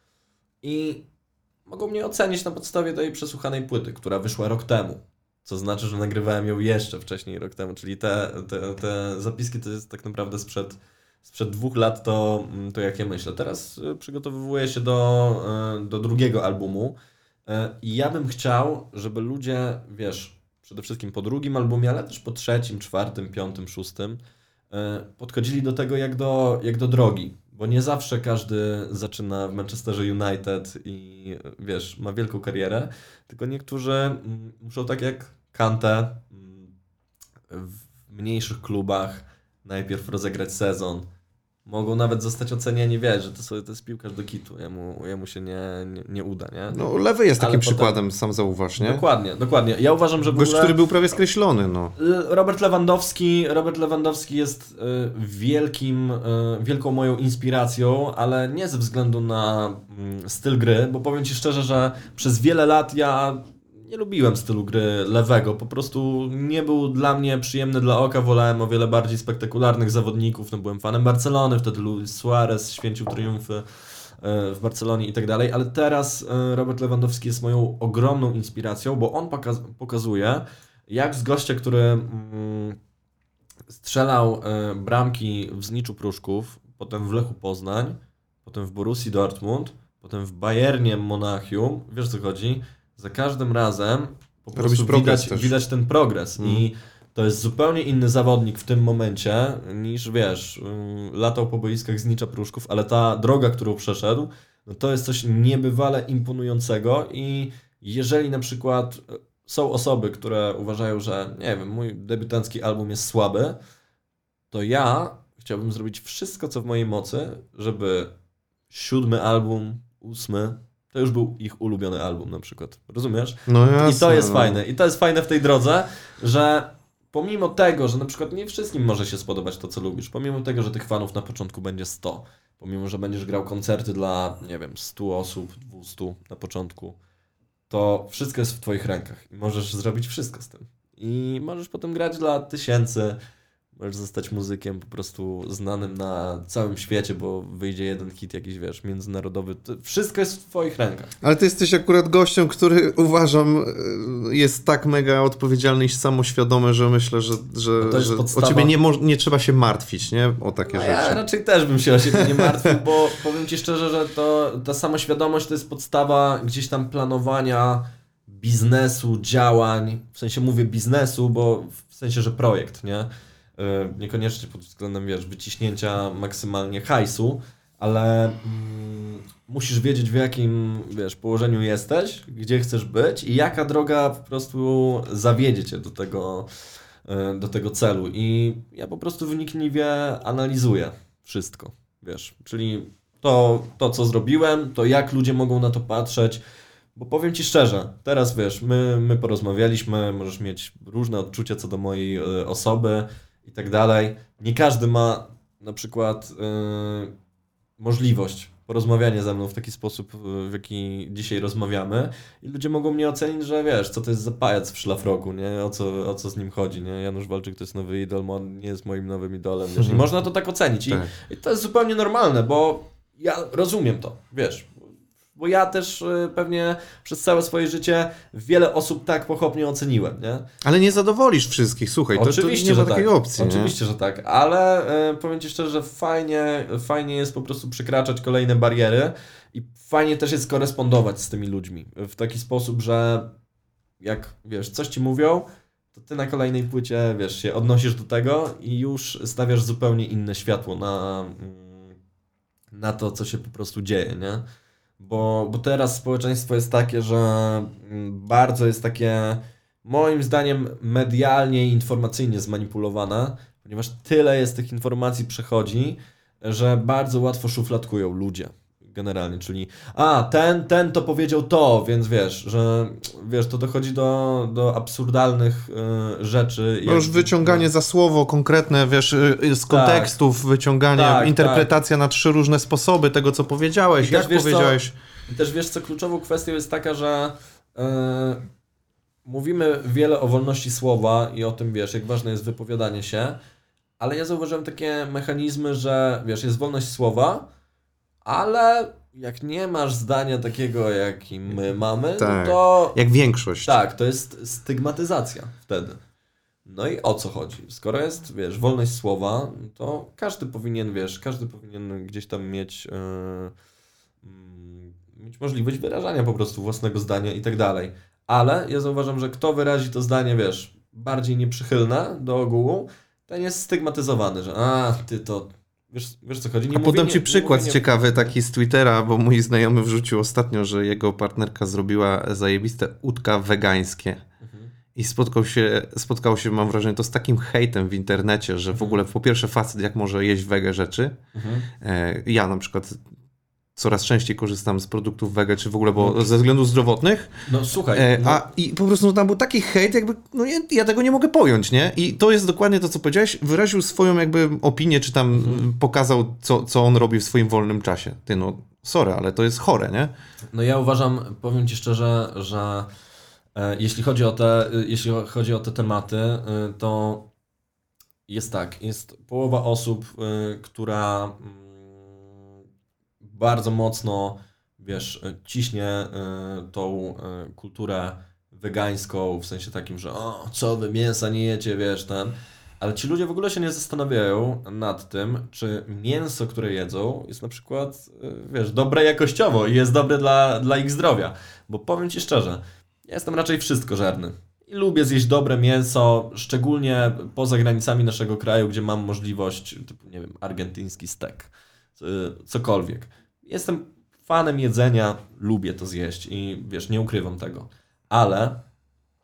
i mogą mnie ocenić na podstawie tej przesłuchanej płyty, która wyszła rok temu. Co znaczy, że nagrywałem ją jeszcze wcześniej, rok temu, czyli te, te, te zapiski to jest tak naprawdę sprzed, sprzed dwóch lat to, to jak ja myślę. Teraz przygotowuję się do, do drugiego albumu. I ja bym chciał, żeby ludzie, wiesz, przede wszystkim po drugim albumie, ale też po trzecim, czwartym, piątym, szóstym, podchodzili do tego jak do, jak do drogi. Bo nie zawsze każdy zaczyna w Manchesterze United i, wiesz, ma wielką karierę, tylko niektórzy muszą tak jak Kante w mniejszych klubach najpierw rozegrać sezon. Mogą nawet zostać ocenieni, wiesz, że to, sobie, to jest piłkarz do kitu, jemu, jemu się nie, nie, nie uda, nie? No Lewy jest takim potem... przykładem, sam zauważ, nie? Dokładnie, dokładnie. Ja uważam, że w Gość, ogóle... który był prawie skreślony, no. Robert Lewandowski, Robert Lewandowski jest y, wielkim, y, wielką moją inspiracją, ale nie ze względu na y, styl gry, bo powiem ci szczerze, że przez wiele lat ja nie lubiłem stylu gry Lewego, po prostu nie był dla mnie przyjemny dla oka, wolałem o wiele bardziej spektakularnych zawodników, no byłem fanem Barcelony, wtedy Luis Suarez święcił triumfy w Barcelonie i tak dalej, ale teraz Robert Lewandowski jest moją ogromną inspiracją, bo on pokaz pokazuje, jak z gościa, który mm, strzelał y, bramki w Zniczu Pruszków, potem w Lechu Poznań, potem w Borussii Dortmund, potem w Bayernie Monachium, wiesz co chodzi? Za każdym razem po prostu widać, widać ten progres mm. i to jest zupełnie inny zawodnik w tym momencie niż, wiesz, latał po boiskach Znicza Pruszków, ale ta droga, którą przeszedł, no to jest coś niebywale imponującego i jeżeli na przykład są osoby, które uważają, że nie wiem, mój debiutancki album jest słaby, to ja chciałbym zrobić wszystko, co w mojej mocy, żeby siódmy album, ósmy, to już był ich ulubiony album na przykład. Rozumiesz? No jasne, I to jest no. fajne. I to jest fajne w tej drodze, że pomimo tego, że na przykład nie wszystkim może się spodobać to, co lubisz, pomimo tego, że tych fanów na początku będzie sto, pomimo, że będziesz grał koncerty dla, nie wiem, stu osób, dwustu na początku, to wszystko jest w twoich rękach i możesz zrobić wszystko z tym. I możesz potem grać dla tysięcy, możesz zostać muzykiem po prostu znanym na całym świecie, bo wyjdzie jeden hit jakiś, wiesz, międzynarodowy. To wszystko jest w twoich rękach. Ale ty jesteś akurat gościem, który uważam jest tak mega odpowiedzialny i samoświadomy, że myślę, że, że, no że podstawa... o ciebie nie, mo- nie trzeba się martwić, nie? O takie no rzeczy. Ja raczej też bym się o siebie nie martwił, bo powiem ci szczerze, że to, ta samoświadomość to jest podstawa gdzieś tam planowania biznesu, działań. W sensie mówię biznesu, bo w sensie, że projekt, nie? Niekoniecznie pod względem, wiesz, wyciśnięcia maksymalnie hajsu, ale mm, musisz wiedzieć, w jakim, wiesz, położeniu jesteś, gdzie chcesz być i jaka droga po prostu zawiedzie cię do tego, do tego celu. I ja po prostu wnikliwie analizuję wszystko, wiesz, czyli to, to, co zrobiłem, to jak ludzie mogą na to patrzeć, bo powiem ci szczerze, teraz, wiesz, my, my porozmawialiśmy, możesz mieć różne odczucia co do mojej y, osoby, i tak dalej. Nie każdy ma na przykład yy, możliwość porozmawiania ze mną w taki sposób, w jaki dzisiaj rozmawiamy i ludzie mogą mnie ocenić, że wiesz, co to jest za pajac w szlafroku, nie? O co, o co z nim chodzi, nie? Janusz Walczyk to jest nowy idol, on nie jest moim nowym idolem, wiesz? I można to tak ocenić. I, tak. I to jest zupełnie normalne, bo ja rozumiem to, wiesz. Bo ja też y, pewnie przez całe swoje życie wiele osób tak pochopnie oceniłem, nie? Ale nie zadowolisz wszystkich, słuchaj, to, Oczywiście, to nie ma że takiej tak. opcji. Oczywiście, nie? że tak, ale y, powiem ci szczerze, że fajnie, fajnie jest po prostu przekraczać kolejne bariery i fajnie też jest korespondować z tymi ludźmi w taki sposób, że jak, wiesz, coś ci mówią, to ty na kolejnej płycie, wiesz, się odnosisz do tego i już stawiasz zupełnie inne światło na, na to, co się po prostu dzieje, nie? Bo, bo teraz społeczeństwo jest takie, że bardzo jest takie, moim zdaniem, medialnie i informacyjnie zmanipulowane, ponieważ tyle jest tych informacji przechodzi, że bardzo łatwo szufladkują ludzie generalnie, czyli a, ten, ten to powiedział to, więc wiesz, że wiesz, to dochodzi do, do absurdalnych y, rzeczy. No już wyciąganie za słowo konkretne, wiesz, y, z kontekstów, tak, wyciąganie, tak, interpretacja tak. na trzy różne sposoby tego, co powiedziałeś, I jak też, powiedziałeś. Co, I też wiesz co, kluczową kwestią jest taka, że y, mówimy wiele o wolności słowa i o tym, wiesz, jak ważne jest wypowiadanie się, ale ja zauważyłem takie mechanizmy, że wiesz, jest wolność słowa, ale jak nie masz zdania takiego, jaki my mamy, tak, to... jak większość. Tak, to jest stygmatyzacja wtedy. No i o co chodzi? Skoro jest, wiesz, wolność słowa, to każdy powinien, wiesz, każdy powinien gdzieś tam mieć, yy, yy, mieć możliwość wyrażania po prostu własnego zdania i tak dalej. Ale ja zauważam, że kto wyrazi to zdanie, wiesz, bardziej nieprzychylne do ogółu, ten jest stygmatyzowany, że a, ty to... Wiesz, wiesz co chodzi? Nie A mówię, podam nie, ci przykład nie, nie, ciekawy taki z Twittera, bo mój znajomy wrzucił ostatnio, że jego partnerka zrobiła zajebiste udka wegańskie. Mhm. I spotkał się, spotkał się, mam wrażenie, to z takim hejtem w internecie, że w ogóle po pierwsze facet jak może jeść wege rzeczy. Mhm. E, ja na przykład coraz częściej korzystam z produktów wege, czy w ogóle, bo no. ze względów zdrowotnych. No słuchaj. E, no. A i po prostu no, tam był taki hejt, jakby, no ja, ja tego nie mogę pojąć, nie? I to jest dokładnie to, co powiedziałeś. Wyraził swoją jakby opinię, czy tam mhm. pokazał, co, co on robi w swoim wolnym czasie. Ty no, sorry, ale to jest chore, nie? No ja uważam, powiem ci szczerze, że e, jeśli chodzi o te, jeśli chodzi o te tematy, e, to jest tak, jest połowa osób, e, która bardzo mocno, wiesz, ciśnie y, tą y, kulturę wegańską, w sensie takim, że o, co wy mięsa nie jecie, wiesz, ten. Ale ci ludzie w ogóle się nie zastanawiają nad tym, czy mięso, które jedzą, jest na przykład, y, wiesz, dobre jakościowo i jest dobre dla, dla ich zdrowia. Bo powiem ci szczerze, ja jestem raczej wszystkożerny. I lubię zjeść dobre mięso, szczególnie poza granicami naszego kraju, gdzie mam możliwość, typu, nie wiem, argentyński stek, cokolwiek. Jestem fanem jedzenia, lubię to zjeść i wiesz, nie ukrywam tego. Ale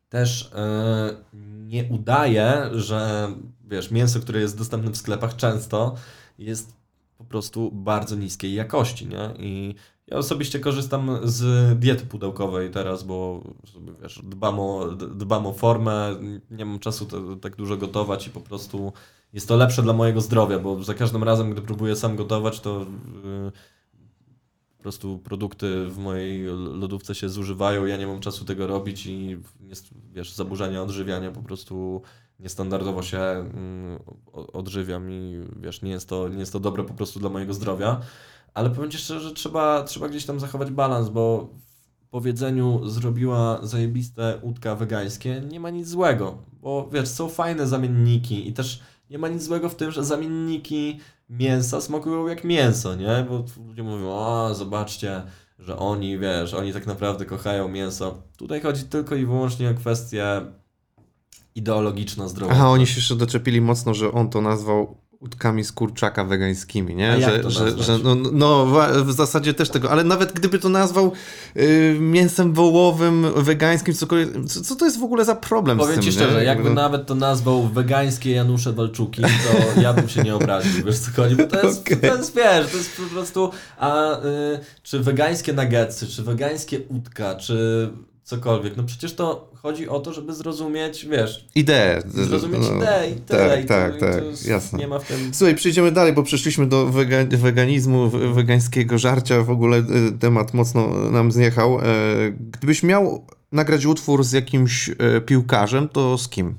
też yy, nie udaje, że wiesz, mięso, które jest dostępne w sklepach często jest po prostu bardzo niskiej jakości, nie? I ja osobiście korzystam z diety pudełkowej teraz, bo sobie, wiesz, dbam o, dbam o formę, nie mam czasu to, tak dużo gotować i po prostu jest to lepsze dla mojego zdrowia, bo za każdym razem, gdy próbuję sam gotować, to yy, po prostu produkty w mojej lodówce się zużywają, ja nie mam czasu tego robić i jest, wiesz, zaburzenia odżywiania po prostu niestandardowo się mm, odżywiam i wiesz, nie jest to, nie jest to dobre po prostu dla mojego zdrowia, ale powiem Ci szczerze, że trzeba, trzeba gdzieś tam zachować balans, bo w powiedzeniu zrobiła zajebiste udka wegańskie, nie ma nic złego, bo wiesz, są fajne zamienniki i też nie ma nic złego w tym, że zamienniki mięsa smakują jak mięso, nie? Bo ludzie mówią, o zobaczcie, że oni, wiesz, oni tak naprawdę kochają mięso. Tutaj chodzi tylko i wyłącznie o kwestię ideologiczno-zdrowotną. Aha, oni się jeszcze doczepili mocno, że on to nazwał udkami z kurczaka wegańskimi, nie? A że, jak to że, że no, no w zasadzie też tego, ale nawet gdyby to nazwał y, mięsem wołowym, wegańskim, cokolwiek, co, co to jest w ogóle za problem Powiem z tym? Ci szczerze, nie? jakby nawet to nazwał wegańskie Janusze Walczuki, to ja bym się nie obraził, wiesz co chodzi, bo to jest, okay. to jest wiesz, to jest po prostu, a y, czy wegańskie nuggetsy, czy wegańskie udka, czy cokolwiek, no przecież to chodzi o to, żeby zrozumieć, wiesz... Ideę. Zrozumieć no, ideę i tyle. Tak, i tak, to, tak, to jasne. Nie ma w tym... Słuchaj, przejdziemy dalej, bo przeszliśmy do wega- weganizmu, wegańskiego żarcia, w ogóle temat mocno nam zjechał. Gdybyś miał nagrać utwór z jakimś piłkarzem, to z kim?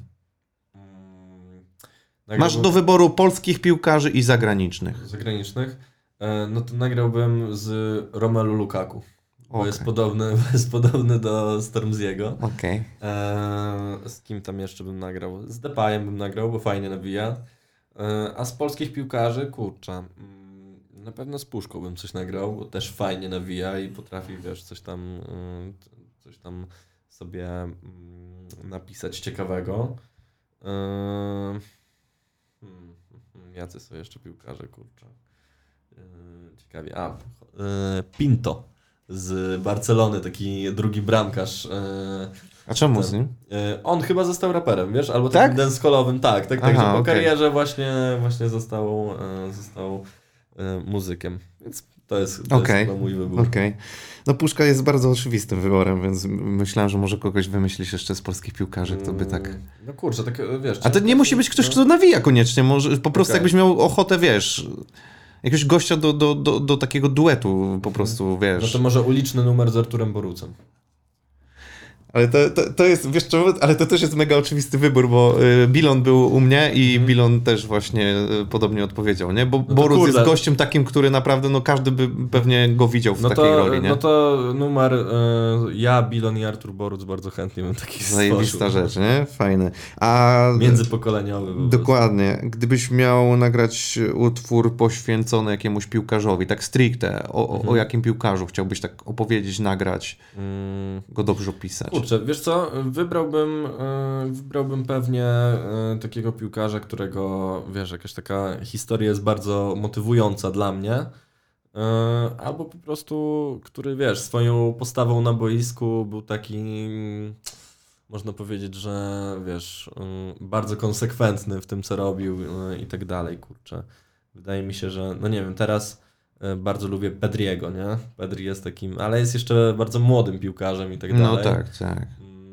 Hmm, Masz do wyboru polskich piłkarzy i zagranicznych. Zagranicznych? No to nagrałbym z Romelu Lukaku. Bo okay. jest, podobny, jest podobny do Stormziego. Okay. Eee, z kim tam jeszcze bym nagrał? Z Depayem bym nagrał, bo fajnie nawija. Eee, a z polskich piłkarzy, kurczę, na pewno z Puszką bym coś nagrał, bo też fajnie nawija i potrafi, wiesz, coś tam, coś tam sobie napisać ciekawego. Eee, hmm, jacy są jeszcze piłkarze, kurczę. Eee, ciekawie. A, eee, Pinto z Barcelony, taki drugi bramkarz. A czemu ten, z nim? On chyba został raperem, wiesz? Albo tak? takim danceholowym, tak, tak, tak, Aha, że po okay. karierze właśnie, właśnie został, został muzykiem. Więc to jest, to okay. jest chyba mój wybór. Okay. No Puszka jest bardzo oczywistym wyborem, więc myślałem, że może kogoś wymyślisz jeszcze z polskich piłkarzy, kto by tak... No kurczę, tak wiesz... A to nie musi być ktoś, kto nawija koniecznie, może po prostu okay. jakbyś miał ochotę, wiesz... Jakiegoś gościa do, do, do, do takiego duetu po prostu, wiesz. No to może uliczny numer z Arturem Borucem. Ale to, to, to jest, wiesz czemu? Ale to też jest mega oczywisty wybór, bo y, Bilon był u mnie i mm. Bilon też właśnie y, podobnie odpowiedział, nie? Bo no Boruc kurde. jest gościem takim, który naprawdę, no każdy by pewnie go widział w no takiej to, roli, nie? No to numer y, ja, Bilon i Artur Boruc bardzo chętnie bym taki Zajebista rzecz, nie? Fajne. A międzypokoleniowy. Dokładnie. Prostu. Gdybyś miał nagrać utwór poświęcony jakiemuś piłkarzowi, tak stricte, o, mm. o jakim piłkarzu chciałbyś tak opowiedzieć, nagrać, mm. go dobrze opisać? Kurczę, wiesz co, wybrałbym, yy, wybrałbym pewnie yy, takiego piłkarza, którego, wiesz, jakaś taka historia jest bardzo motywująca dla mnie, yy, albo po prostu, który, wiesz, swoją postawą na boisku był taki, yy, można powiedzieć, że, wiesz, yy, bardzo konsekwentny w tym, co robił yy, i tak dalej, kurczę. Wydaje mi się, że, no nie wiem, teraz bardzo lubię Pedriego, nie? Pedri jest takim, ale jest jeszcze bardzo młodym piłkarzem i tak dalej. No tak, tak.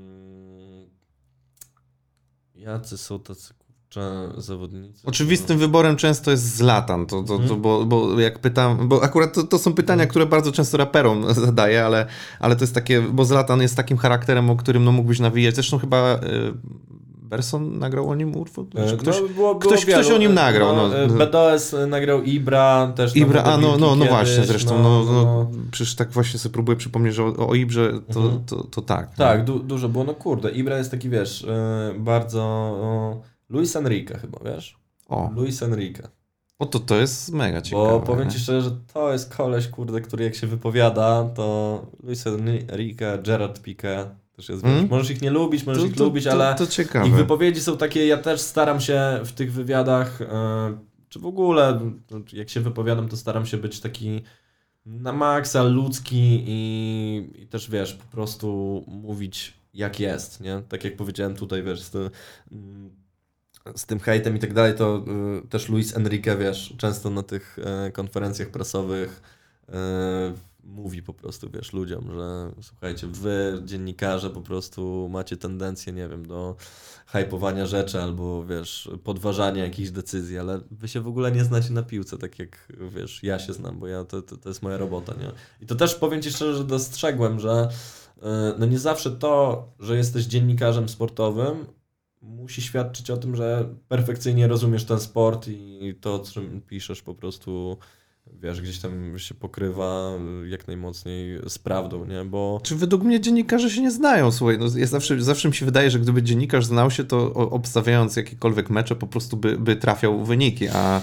Jacy są tacy kurczę zawodnicy? Oczywistym no. wyborem często jest Zlatan, to, to, to, bo, bo jak pytam, bo akurat to, to są pytania, które bardzo często raperom zadaję, ale, ale to jest takie, bo Zlatan jest takim charakterem, o którym no mógłbyś nawijać. Zresztą chyba y, Berson nagrał o nim utwór? Ktoś, no, było, było ktoś, ktoś o nim nagrał. No, no. B D S nagrał Ibra, też Ibra, a no, no, no kiedyś, właśnie, zresztą, no, no, no, przecież tak właśnie sobie próbuję przypomnieć, że o, o Ibrze to, mhm. to, to, to tak. Tak, du, dużo było, no kurde, Ibra jest taki, wiesz, yy, bardzo... Yy, Luis Enrique chyba, wiesz? O. Luis Enrique. O to to jest mega ciekawe. Bo powiem Ci szczerze, że to jest koleś, kurde, który jak się wypowiada, to Luis Enrique, Gerard Piqué, też jest, hmm? wiesz, możesz ich nie lubić, możesz to, ich to, lubić, to, ale to, to ich wypowiedzi są takie, ja też staram się w tych wywiadach, yy, czy w ogóle, jak się wypowiadam, to staram się być taki na maksa ludzki i, i też, wiesz, po prostu mówić jak jest, nie? Tak jak powiedziałem tutaj, wiesz, z, tym, z tym hejtem i tak dalej, to y, też Luis Enrique, wiesz, często na tych y, konferencjach prasowych y, mówi po prostu, wiesz, ludziom, że słuchajcie, wy, dziennikarze, po prostu macie tendencję, nie wiem, do hypowania rzeczy albo, wiesz, podważania jakichś decyzji, ale wy się w ogóle nie znacie na piłce, tak jak, wiesz, ja się znam, bo ja, to, to, to jest moja robota, nie? I to też powiem ci szczerze, że dostrzegłem, że no nie zawsze to, że jesteś dziennikarzem sportowym, musi świadczyć o tym, że perfekcyjnie rozumiesz ten sport i to, o czym piszesz, po prostu, wiesz, gdzieś tam się pokrywa jak najmocniej z prawdą, nie? Bo... Czy według mnie dziennikarze się nie znają, słuchaj, no ja zawsze, zawsze mi się wydaje, że gdyby dziennikarz znał się, to obstawiając jakiekolwiek mecze, po prostu by, by trafiał wyniki, a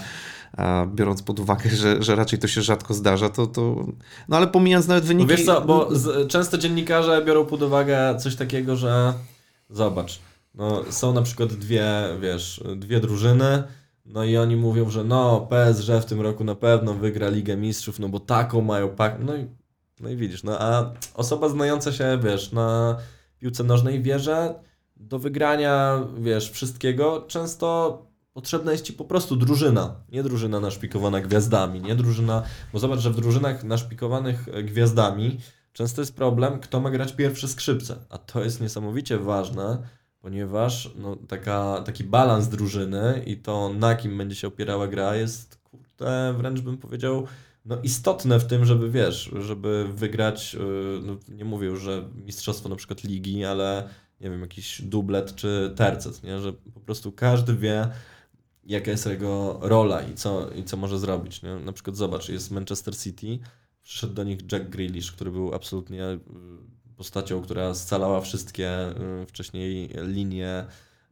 A biorąc pod uwagę, że, że raczej to się rzadko zdarza, to, to... No ale pomijając nawet wyniki... No wiesz co, bo z, często dziennikarze biorą pod uwagę coś takiego, że zobacz, no są na przykład dwie, wiesz, dwie drużyny, no i oni mówią, że no P S G w tym roku na pewno wygra Ligę Mistrzów, no bo taką mają pak... No i, no i widzisz, no a osoba znająca się, wiesz, na piłce nożnej wie, że do wygrania, wiesz, wszystkiego często... Potrzebna jest ci po prostu drużyna, nie drużyna naszpikowana gwiazdami, nie drużyna, bo zobacz, że w drużynach naszpikowanych gwiazdami często jest problem, kto ma grać pierwsze skrzypce, a to jest niesamowicie ważne, ponieważ no, taka, taki balans drużyny i to, na kim będzie się opierała gra, jest, kurde, wręcz bym powiedział, no istotne w tym, żeby, wiesz, żeby wygrać, no, nie mówię już, że mistrzostwo na przykład ligi, ale nie wiem, jakiś dublet czy tercet, nie, że po prostu każdy wie, jaka jest jego rola i co, i co może zrobić. Nie? Na przykład zobacz, jest Manchester City, przyszedł do nich Jack Grealish, który był absolutnie postacią, która scalała wszystkie wcześniej linie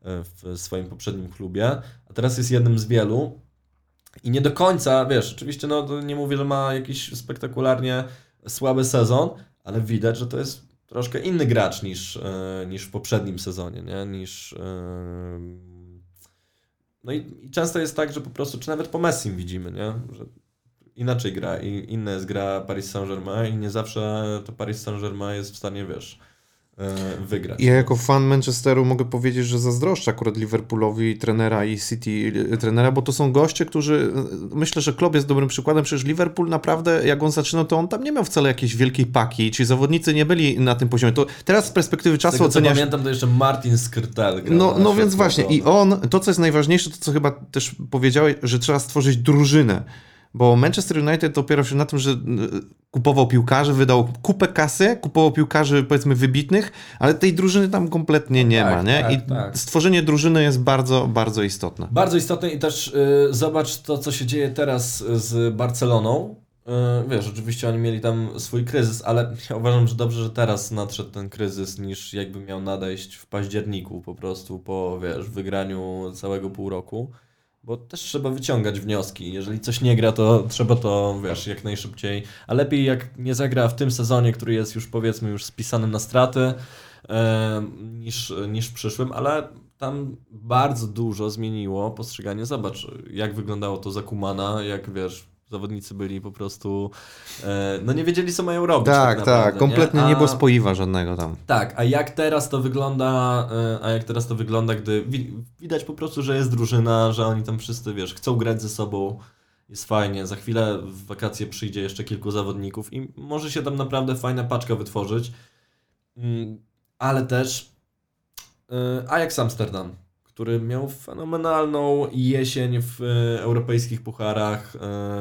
w swoim poprzednim klubie, a teraz jest jednym z wielu i nie do końca, wiesz, oczywiście no, nie mówię, że ma jakiś spektakularnie słaby sezon, ale widać, że to jest troszkę inny gracz niż, niż w poprzednim sezonie, nie? Niż... No i, i często jest tak, że po prostu, czy nawet po Messim widzimy, nie? Że inaczej gra i inna jest gra Paris Saint-Germain i nie zawsze to Paris Saint-Germain jest w stanie, wiesz, wygrać. Ja jako fan Manchesteru mogę powiedzieć, że zazdroszczę akurat Liverpoolowi trenera i City trenera, bo to są goście, którzy, myślę, że Klopp jest dobrym przykładem, przecież Liverpool naprawdę, jak on zaczynał, to on tam nie miał wcale jakiejś wielkiej paki, ci zawodnicy nie byli na tym poziomie. To teraz z perspektywy czasu z tego, oceniasz... pamiętam, to jeszcze Martin Skrtel grał. No, no więc właśnie i on, to co jest najważniejsze, to co chyba też powiedziałeś, że trzeba stworzyć drużynę. Bo Manchester United opierał się na tym, że kupował piłkarzy, wydał kupę kasy, kupował piłkarzy powiedzmy wybitnych, ale tej drużyny tam kompletnie nie tak, ma, nie? Tak, I tak. stworzenie drużyny jest bardzo, bardzo istotne. Bardzo istotne i też y, zobacz to, co się dzieje teraz z Barceloną. Y, wiesz, oczywiście oni mieli tam swój kryzys, ale ja uważam, że dobrze, że teraz nadszedł ten kryzys, niż jakby miał nadejść w październiku po prostu po, wiesz, wygraniu całego pół roku. Bo też trzeba wyciągać wnioski. Jeżeli coś nie gra, to trzeba to, wiesz, jak najszybciej. A lepiej jak nie zagra w tym sezonie, który jest już, powiedzmy, już spisany na straty, e, niż, niż w przyszłym, ale tam bardzo dużo zmieniło postrzeganie. Zobacz, jak wyglądało to za Kumana, jak, wiesz, zawodnicy byli po prostu, e, no nie wiedzieli, co mają robić. Tak, tak, naprawdę, tak, kompletnie nie? A... nie było spoiwa żadnego tam. Tak, a jak teraz to wygląda, a jak teraz to wygląda, gdy widać po prostu, że jest drużyna, że oni tam wszyscy, wiesz, chcą grać ze sobą, jest fajnie, za chwilę w wakacje przyjdzie jeszcze kilku zawodników i może się tam naprawdę fajna paczka wytworzyć, ale też Ajax Amsterdam, który miał fenomenalną jesień w europejskich pucharach,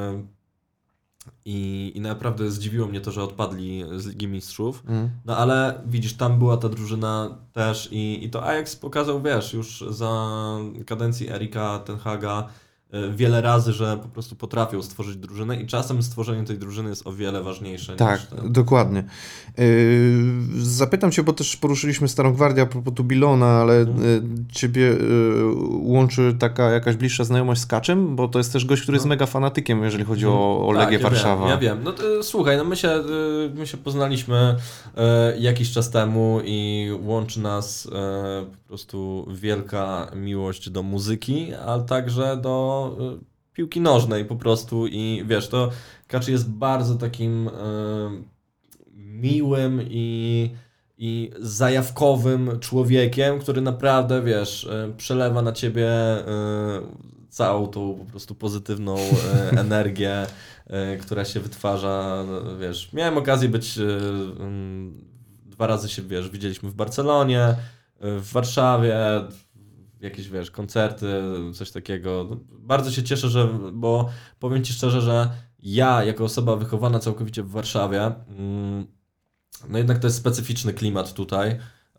I, I naprawdę zdziwiło mnie to, że odpadli z Ligi Mistrzów. Mm. No ale widzisz, tam była ta drużyna też i, i to Ajax pokazał, wiesz, już za kadencji Erika ten Haga wiele razy, że po prostu potrafią stworzyć drużynę i czasem stworzenie tej drużyny jest o wiele ważniejsze. Tak, niż ten... dokładnie. Yy, zapytam cię, bo też poruszyliśmy Starą Gwardię a propos Tubilona, ale hmm. ciebie yy, łączy taka jakaś bliższa znajomość z Kaczem, bo to jest też gość, który jest no. mega fanatykiem, jeżeli chodzi o, o Legię tak, ja Warszawa. Wiem, ja wiem. No to, słuchaj, no my się, my się poznaliśmy yy, jakiś czas temu i łączy nas yy, po prostu wielka miłość do muzyki, ale także do piłki nożnej po prostu i wiesz, to Kaczy jest bardzo takim y, miłym i, i zajawkowym człowiekiem, który naprawdę, wiesz, przelewa na ciebie całą tą po prostu pozytywną energię, która się wytwarza, wiesz. Miałem okazję być, dwa razy się, wiesz, widzieliśmy w Barcelonie, w Warszawie, jakieś, wiesz, koncerty, coś takiego. Bardzo się cieszę, że, bo powiem ci szczerze, że ja, jako osoba wychowana całkowicie w Warszawie, no jednak to jest specyficzny klimat tutaj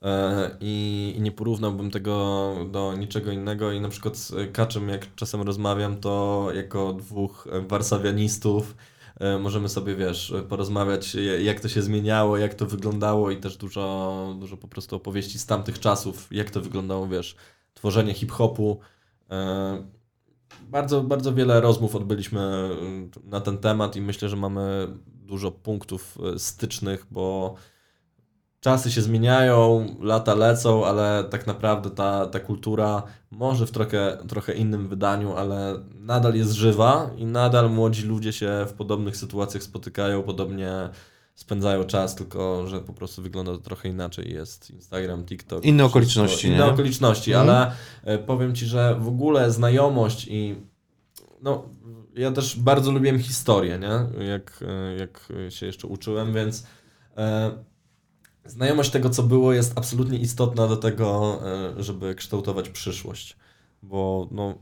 i nie porównałbym tego do niczego innego i na przykład z Kaczem, jak czasem rozmawiam, to jako dwóch warszawianistów możemy sobie, wiesz, porozmawiać, jak to się zmieniało, jak to wyglądało i też dużo, dużo po prostu opowieści z tamtych czasów, jak to wyglądało, wiesz, tworzenie hip-hopu. Bardzo, bardzo wiele rozmów odbyliśmy na ten temat i myślę, że mamy dużo punktów stycznych, bo czasy się zmieniają, lata lecą, ale tak naprawdę ta, ta kultura może w trochę, trochę innym wydaniu, ale nadal jest żywa i nadal młodzi ludzie się w podobnych sytuacjach spotykają, podobnie spędzają czas, tylko że po prostu wygląda to trochę inaczej. Jest Instagram, TikTok. Inne okoliczności, Inne nie? okoliczności, mm. ale powiem ci, że w ogóle znajomość i no, ja też bardzo lubiłem historię, nie? Jak, jak się jeszcze uczyłem, więc e, znajomość tego, co było, jest absolutnie istotna do tego, e, żeby kształtować przyszłość. Bo no,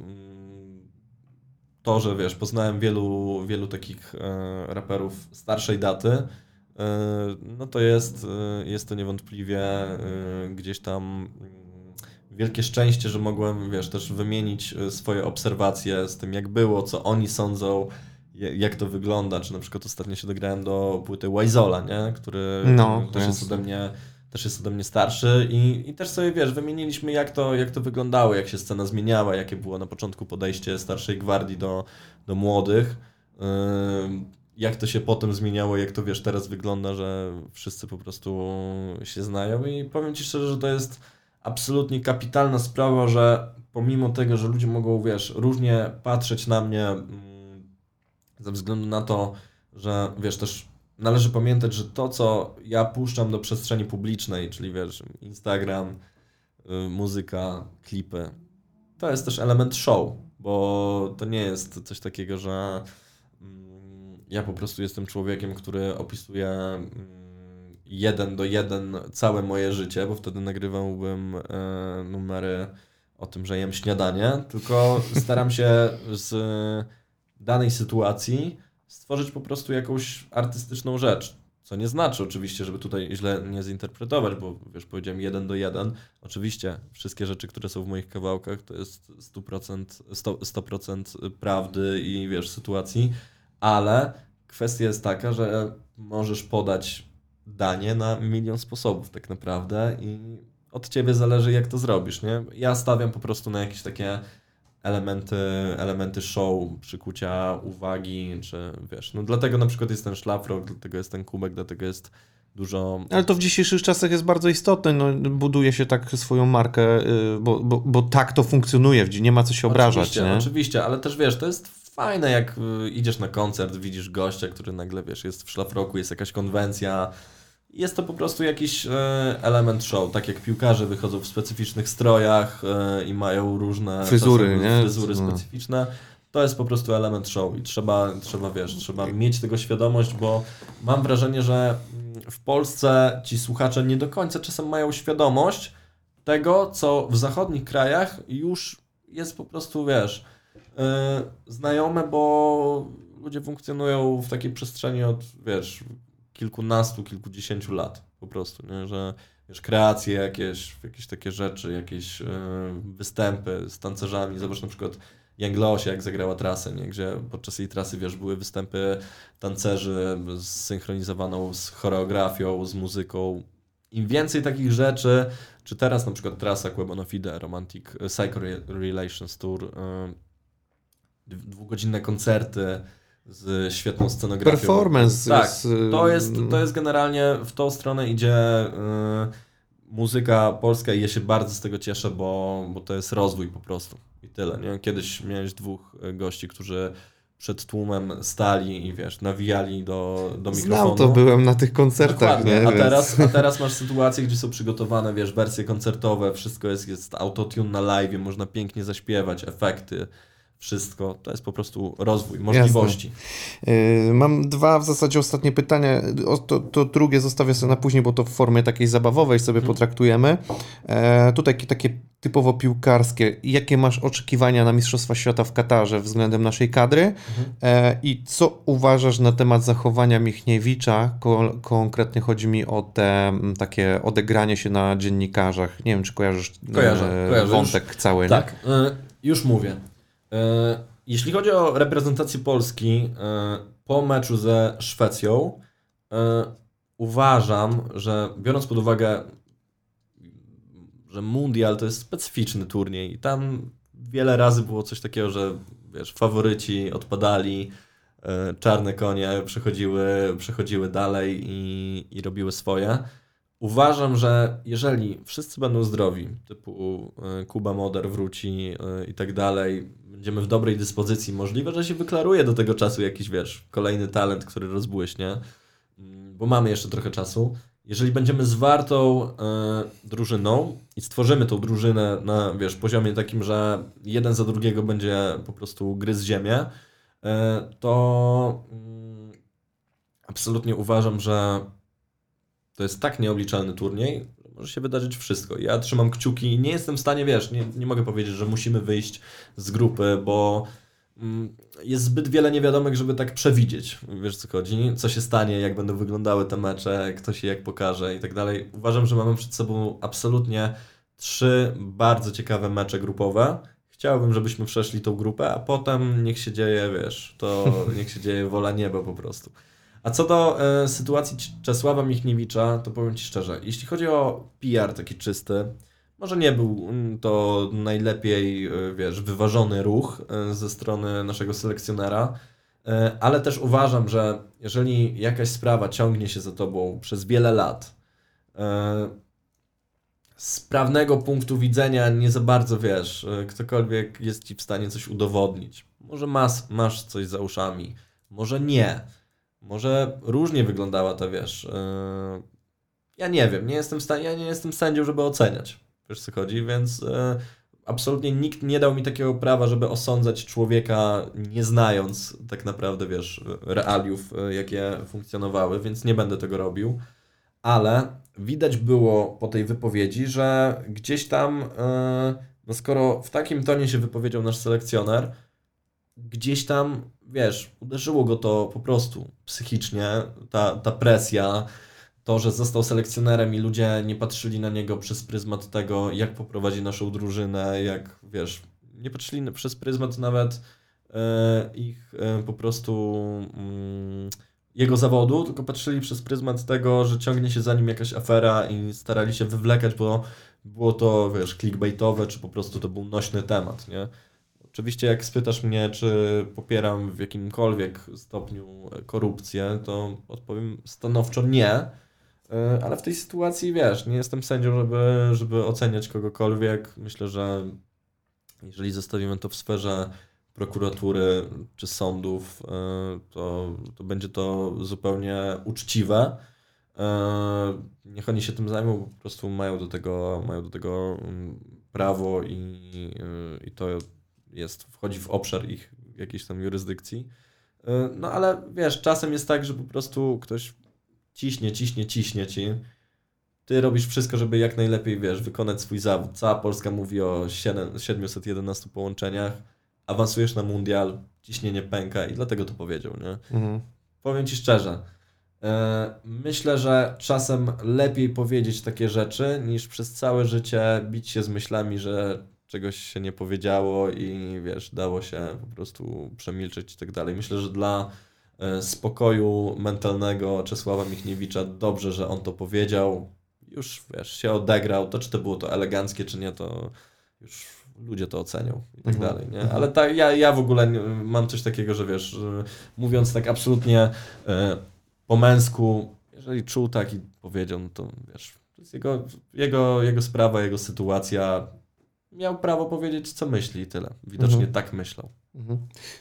to, że wiesz, poznałem wielu, wielu takich e, raperów starszej daty, e, no to jest, e, jest to niewątpliwie e, gdzieś tam wielkie szczęście, że mogłem, wiesz, też wymienić swoje obserwacje z tym, jak było, co oni sądzą, jak to wygląda, czy na przykład ostatnio się dograłem do płyty Wajzola, nie? Który no, też, jest ode mnie, też jest ode mnie starszy i, i też sobie, wiesz, wymieniliśmy, jak to, jak to wyglądało, jak się scena zmieniała, jakie było na początku podejście starszej gwardii do, do młodych, yy, jak to się potem zmieniało, jak to, wiesz, teraz wygląda, że wszyscy po prostu się znają i powiem ci szczerze, że to jest absolutnie kapitalna sprawa, że pomimo tego, że ludzie mogą, wiesz, różnie patrzeć na mnie ze względu na to, że, wiesz, też należy pamiętać, że to, co ja puszczam do przestrzeni publicznej, czyli, wiesz, Instagram, y, muzyka, klipy, to jest też element show, bo to nie jest coś takiego, że mm, ja po prostu jestem człowiekiem, który opisuje mm, jeden do jeden całe moje życie, bo wtedy nagrywałbym e, numery o tym, że jem śniadanie, tylko staram się z danej sytuacji stworzyć po prostu jakąś artystyczną rzecz. Co nie znaczy oczywiście, żeby tutaj źle nie zinterpretować, bo wiesz, powiedziałem jeden do jeden. Oczywiście wszystkie rzeczy, które są w moich kawałkach, to jest sto procent, sto procent prawdy i wiesz, sytuacji, ale kwestia jest taka, że możesz podać danie na milion sposobów tak naprawdę i od ciebie zależy, jak to zrobisz, nie? Ja stawiam po prostu na jakieś takie elementy, elementy show, przykucia uwagi, czy wiesz, no dlatego na przykład jest ten szlafrok, dlatego jest ten kubek, dlatego jest dużo... Ale to w dzisiejszych czasach jest bardzo istotne, no, buduje się tak swoją markę, bo, bo, bo tak to funkcjonuje, nie ma co się obrażać. Oczywiście, nie? Oczywiście, ale też wiesz, to jest fajne, jak idziesz na koncert, widzisz gościa, który nagle, wiesz, jest w szlafroku, jest jakaś konwencja. Jest to po prostu jakiś element show, tak jak piłkarze wychodzą w specyficznych strojach i mają różne fryzury, nie? fryzury specyficzne. To jest po prostu element show i trzeba, trzeba, wiesz, trzeba mieć tego świadomość, bo mam wrażenie, że w Polsce ci słuchacze nie do końca czasem mają świadomość tego, co w zachodnich krajach już jest po prostu, wiesz, yy, znajome, bo ludzie funkcjonują w takiej przestrzeni od, wiesz, kilkunastu, kilkudziesięciu lat po prostu, nie? Że wiesz, kreacje jakieś, jakieś takie rzeczy, jakieś yy, występy z tancerzami. Zobacz na przykład Young Leosie, jak zagrała trasę, nie? Gdzie podczas jej trasy, wiesz, były występy tancerzy zsynchronizowaną z choreografią, z muzyką. Im więcej takich rzeczy, czy teraz na przykład trasa Quebono Fide, Romantic Psycho Relations Tour, yy, dwugodzinne koncerty z świetną scenografią. Performance. Tak, jest... to, jest, to jest generalnie, w tą stronę idzie y, muzyka polska i ja się bardzo z tego cieszę, bo, bo to jest rozwój po prostu i tyle. Nie? Kiedyś miałeś dwóch gości, którzy przed tłumem stali i wiesz, nawijali do, do mikrofonu. Znam to, byłem na tych koncertach. Nie? A, teraz, a teraz masz sytuację, gdzie są przygotowane, wiesz, wersje koncertowe, wszystko jest, jest autotune na live, można pięknie zaśpiewać, efekty, wszystko. To jest po prostu rozwój, możliwości. Yy, mam dwa w zasadzie ostatnie pytania. O, to, to drugie zostawię sobie na później, bo to w formie takiej zabawowej sobie hmm. potraktujemy. E, tutaj takie typowo piłkarskie. Jakie masz oczekiwania na Mistrzostwa Świata w Katarze względem naszej kadry? Hmm. E, I co uważasz na temat zachowania Michniewicza? Ko- konkretnie chodzi mi o te m, takie odegranie się na dziennikarzach. Nie wiem, czy kojarzysz kojarzę, e, kojarzę. wątek już, cały. Tak, y, już mówię. Jeśli chodzi o reprezentację Polski po meczu ze Szwecją, uważam, że biorąc pod uwagę, że mundial to jest specyficzny turniej i tam wiele razy było coś takiego, że wiesz, faworyci odpadali, czarne konie przechodziły, przechodziły dalej i, i robiły swoje. Uważam, że jeżeli wszyscy będą zdrowi, typu Kuba Moder wróci i tak dalej, będziemy w dobrej dyspozycji, możliwe, że się wyklaruje do tego czasu jakiś, wiesz, kolejny talent, który rozbłyśnie, bo mamy jeszcze trochę czasu. Jeżeli będziemy zwartą y, drużyną i stworzymy tą drużynę na, wiesz, poziomie takim, że jeden za drugiego będzie po prostu gryzł ziemię, y, to y, absolutnie uważam, że to jest tak nieobliczalny turniej, że może się wydarzyć wszystko. Ja trzymam kciuki i nie jestem w stanie, wiesz, nie, nie mogę powiedzieć, że musimy wyjść z grupy, bo mm, jest zbyt wiele niewiadomych, żeby tak przewidzieć, wiesz co chodzi, co się stanie, jak będą wyglądały te mecze, kto się jak pokaże i tak dalej. Uważam, że mamy przed sobą absolutnie trzy bardzo ciekawe mecze grupowe. Chciałbym, żebyśmy przeszli tą grupę, a potem niech się dzieje, wiesz, to niech się dzieje wola nieba po prostu. A co do e, sytuacji Czesława Michniewicza, to powiem Ci szczerze, jeśli chodzi o P R taki czysty, może nie był to najlepiej, e, wiesz, wyważony ruch e, ze strony naszego selekcjonera, e, ale też uważam, że jeżeli jakaś sprawa ciągnie się za Tobą przez wiele lat, e, z prawnego punktu widzenia nie za bardzo wiesz, e, ktokolwiek jest Ci w stanie coś udowodnić. Może masz, masz coś za uszami, może nie. Może różnie wyglądała ta, wiesz, yy, ja nie wiem, nie jestem w stanie, ja nie jestem sędzią, żeby oceniać, wiesz co chodzi, więc yy, absolutnie nikt nie dał mi takiego prawa, żeby osądzać człowieka, nie znając tak naprawdę, wiesz, realiów, yy, jakie funkcjonowały, więc nie będę tego robił, ale widać było po tej wypowiedzi, że gdzieś tam, yy, no skoro w takim tonie się wypowiedział nasz selekcjoner, gdzieś tam, wiesz, uderzyło go to po prostu psychicznie, ta, ta presja, to, że został selekcjonerem i ludzie nie patrzyli na niego przez pryzmat tego, jak poprowadzi naszą drużynę, jak, wiesz, nie patrzyli przez pryzmat nawet e, ich e, po prostu mm, jego zawodu, tylko patrzyli przez pryzmat tego, że ciągnie się za nim jakaś afera i starali się wywlekać, bo było to, wiesz, clickbaitowe, czy po prostu to był nośny temat, nie? Oczywiście jak spytasz mnie, czy popieram w jakimkolwiek stopniu korupcję, to odpowiem stanowczo nie, ale w tej sytuacji, wiesz, nie jestem sędzią, żeby, żeby oceniać kogokolwiek. Myślę, że jeżeli zostawimy to w sferze prokuratury czy sądów, to, to będzie to zupełnie uczciwe. Niech oni się tym zajmą, bo po prostu mają do tego, mają do tego prawo i, i to jest, wchodzi w obszar ich jakiejś tam jurysdykcji. No ale wiesz, czasem jest tak, że po prostu ktoś ciśnie, ciśnie, ciśnie ci. Ty robisz wszystko, żeby jak najlepiej, wiesz, wykonać swój zawód. Cała Polska mówi o siedemset jedenastu połączeniach. Awansujesz na mundial, ciśnienie pęka i dlatego to powiedział, nie? Mhm. Powiem Ci szczerze, myślę, że czasem lepiej powiedzieć takie rzeczy, niż przez całe życie bić się z myślami, że czegoś się nie powiedziało i wiesz, dało się po prostu przemilczeć i tak dalej. Myślę, że dla spokoju mentalnego Czesława Michniewicza dobrze, że on to powiedział. Już wiesz, się odegrał. To czy to było to eleganckie, czy nie, to już ludzie to ocenią i tak dalej, nie? Ale tak, ja, ja w ogóle nie, mam coś takiego, że wiesz, mówiąc tak absolutnie e, po męsku, jeżeli czuł tak i powiedział, no to wiesz, to jest jego, jego, jego sprawa, jego sytuacja. Miał prawo powiedzieć, co myśli i tyle. Widocznie mhm. tak myślał. Mhm.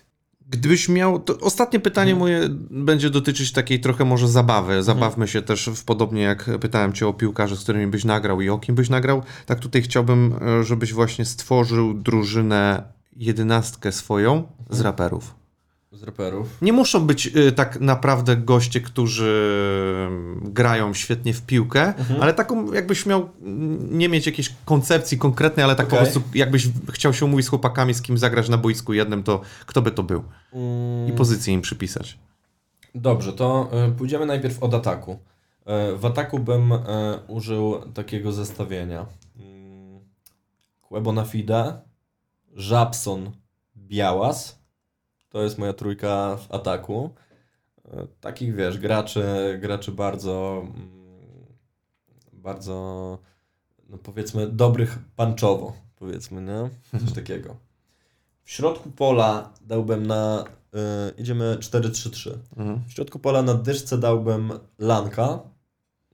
Gdybyś miał, to ostatnie pytanie moje będzie dotyczyć takiej trochę może zabawy. Zabawmy się też w podobnie jak pytałem cię o piłkarzy, z którymi byś nagrał i o kim byś nagrał. Tak tutaj chciałbym, żebyś właśnie stworzył drużynę, jedenastkę swoją z raperów. Z raperów. Nie muszą być y, tak naprawdę goście, którzy grają świetnie w piłkę, mhm. ale taką jakbyś miał nie mieć jakiejś koncepcji konkretnej, ale tak okay. po prostu jakbyś chciał się umówić z chłopakami, z kim zagrać na boisku jednym, to kto by to był? Mm. I pozycję im przypisać. Dobrze, to y, pójdziemy najpierw od ataku. Y, w ataku bym y, użył takiego zestawienia. Y, Quebo na Fide, Żabson, Białas. To jest moja trójka w ataku. Takich, wiesz, graczy, graczy bardzo, bardzo, no powiedzmy, dobrych punchowo, powiedzmy, nie? Coś takiego. W środku pola dałbym na, y, idziemy cztery trzy trzy. Mhm. W środku pola na dyszce dałbym Lanka. Y,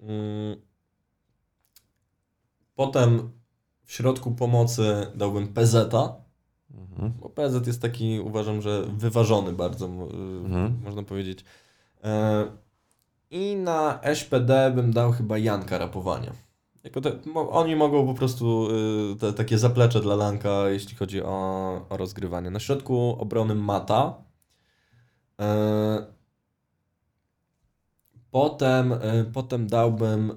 potem w środku pomocy dałbym Pezeta. Bo P Z jest taki, uważam, że wyważony bardzo, mhm. można powiedzieć. I na S P D bym dał chyba Janka Rapowania. Jako te, mo, oni mogą po prostu te, takie zaplecze dla Lanka, jeśli chodzi o, o rozgrywanie. Na środku obrony Mata. Potem, potem dałbym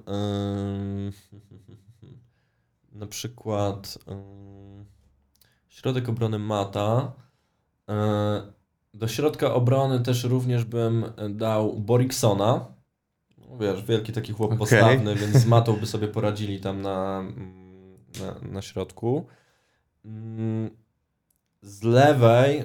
na przykład... Środek obrony Mata. Do środka obrony też również bym dał Boriksona. No wiesz, wielki taki chłop okay. postawny, więc z Matą by sobie poradzili tam na, na, na środku. Z lewej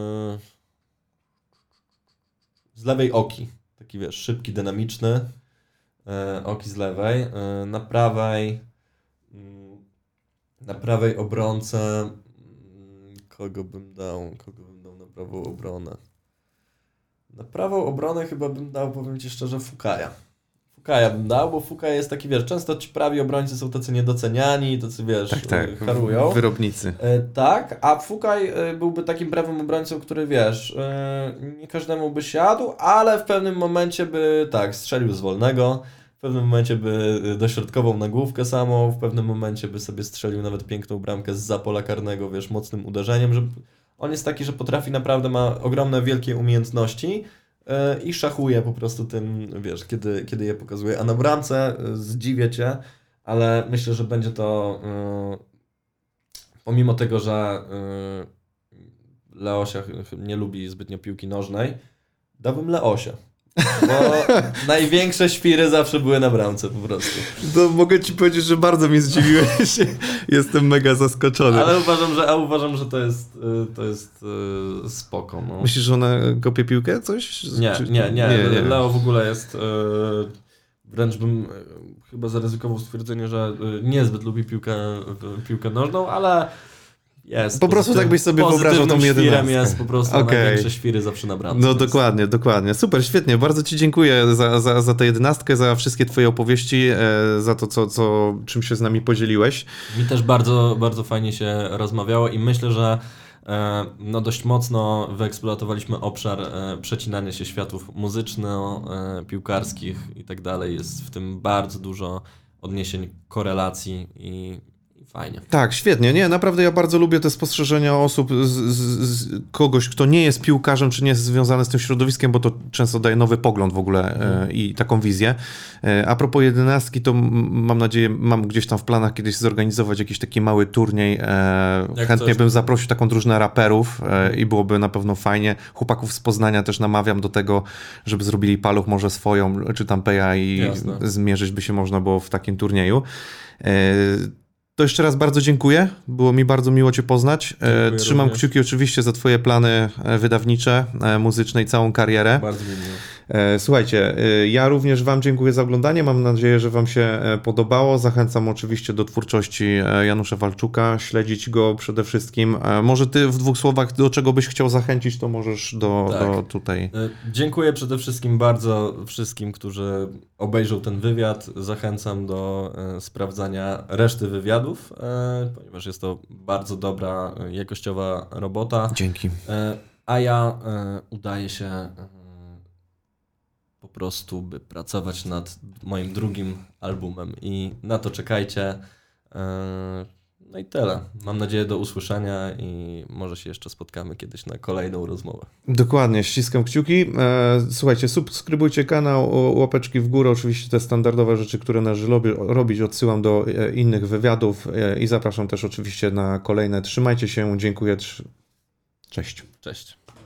z lewej Oki. Taki wiesz, szybki, dynamiczny. Oki z lewej. Na prawej na prawej obronce Kogo bym dał? Kogo bym dał na prawą obronę? Na prawą obronę chyba bym dał, powiem ci szczerze, Fukaja. Fukaja bym dał, bo Fukaja jest taki, wiesz, często ci prawi obrońcy są tacy niedoceniani, tacy, wiesz, tak, tak. harują. Wyrobnicy. E, tak, a Fukaj e, byłby takim prawym obrońcą, który, wiesz, e, nie każdemu by siadł, ale w pewnym momencie by, tak, strzelił z wolnego, w pewnym momencie by dośrodkował na główkę samą, w pewnym momencie by sobie strzelił nawet piękną bramkę zza pola karnego, wiesz, mocnym uderzeniem, że on jest taki, że potrafi naprawdę, ma ogromne, wielkie umiejętności yy, i szachuje po prostu tym, wiesz, kiedy, kiedy je pokazuje. A na bramce yy, zdziwię cię, ale myślę, że będzie to yy, pomimo tego, że yy, Leosia nie lubi zbytnio piłki nożnej, dałbym Leosia. Bo największe świry zawsze były na bramce po prostu. To mogę ci powiedzieć, że bardzo mnie zdziwiłeś. Jestem mega zaskoczony. Ale uważam, że, a uważam, że to jest, to jest spoko. No. Myślisz, że ona kopie piłkę? Coś? Nie, Czy... nie, nie, nie, nie. Leo w ogóle jest, wręcz bym chyba zaryzykował stwierdzenie, że niezbyt lubi piłkę, piłkę nożną, ale... Jest, po prostu tak byś sobie wyobrażał tą jedenastkę. Jest po prostu okay. Największe świry zawsze na bramce. No więc. dokładnie, dokładnie. Super, świetnie. Bardzo ci dziękuję za, za, za tę jedenastkę, za wszystkie twoje opowieści, e, za to, co, co, czym się z nami podzieliłeś. Mi też bardzo, bardzo fajnie się rozmawiało i myślę, że e, no dość mocno wyeksploatowaliśmy obszar e, przecinania się światów muzyczno-piłkarskich i tak dalej. Jest w tym bardzo dużo odniesień, korelacji i fajnie. Tak, świetnie. Nie, naprawdę ja bardzo lubię te spostrzeżenia osób, z, z, z kogoś, kto nie jest piłkarzem, czy nie jest związany z tym środowiskiem, bo to często daje nowy pogląd w ogóle mm. e, i taką wizję. E, a propos jedenastki, to m- mam nadzieję, mam gdzieś tam w planach kiedyś zorganizować jakiś taki mały turniej. E, chętnie coś? bym zaprosił taką drużynę raperów e, i byłoby na pewno fajnie. Chłopaków z Poznania też namawiam do tego, żeby zrobili paluch może swoją, czy tam Peja i Jasne. zmierzyć by się można było w takim turnieju. E, To jeszcze raz bardzo dziękuję. Było mi bardzo miło cię poznać. Dziękuję Trzymam również. kciuki oczywiście za twoje plany wydawnicze, muzyczne i całą karierę. Bardzo mi miło. Słuchajcie, ja również wam dziękuję za oglądanie. Mam nadzieję, że wam się podobało. Zachęcam oczywiście do twórczości Janusza Walczuka. Śledzić go przede wszystkim. Może ty w dwóch słowach, do czego byś chciał zachęcić, to możesz do, tak. do tutaj. Dziękuję przede wszystkim bardzo wszystkim, którzy obejrzą ten wywiad. Zachęcam do sprawdzania reszty wywiadów, ponieważ jest to bardzo dobra, jakościowa robota. Dzięki. a ja y, udaję się y, po prostu, by pracować nad moim drugim albumem i na to czekajcie. Y, no i tyle. Mam nadzieję do usłyszenia i może się jeszcze spotkamy kiedyś na kolejną rozmowę. Dokładnie, ściskam kciuki. Słuchajcie, subskrybujcie kanał, łapeczki w górę, oczywiście te standardowe rzeczy, które należy robić, odsyłam do innych wywiadów i zapraszam też oczywiście na kolejne. Trzymajcie się, dziękuję. Cześć. Cześć.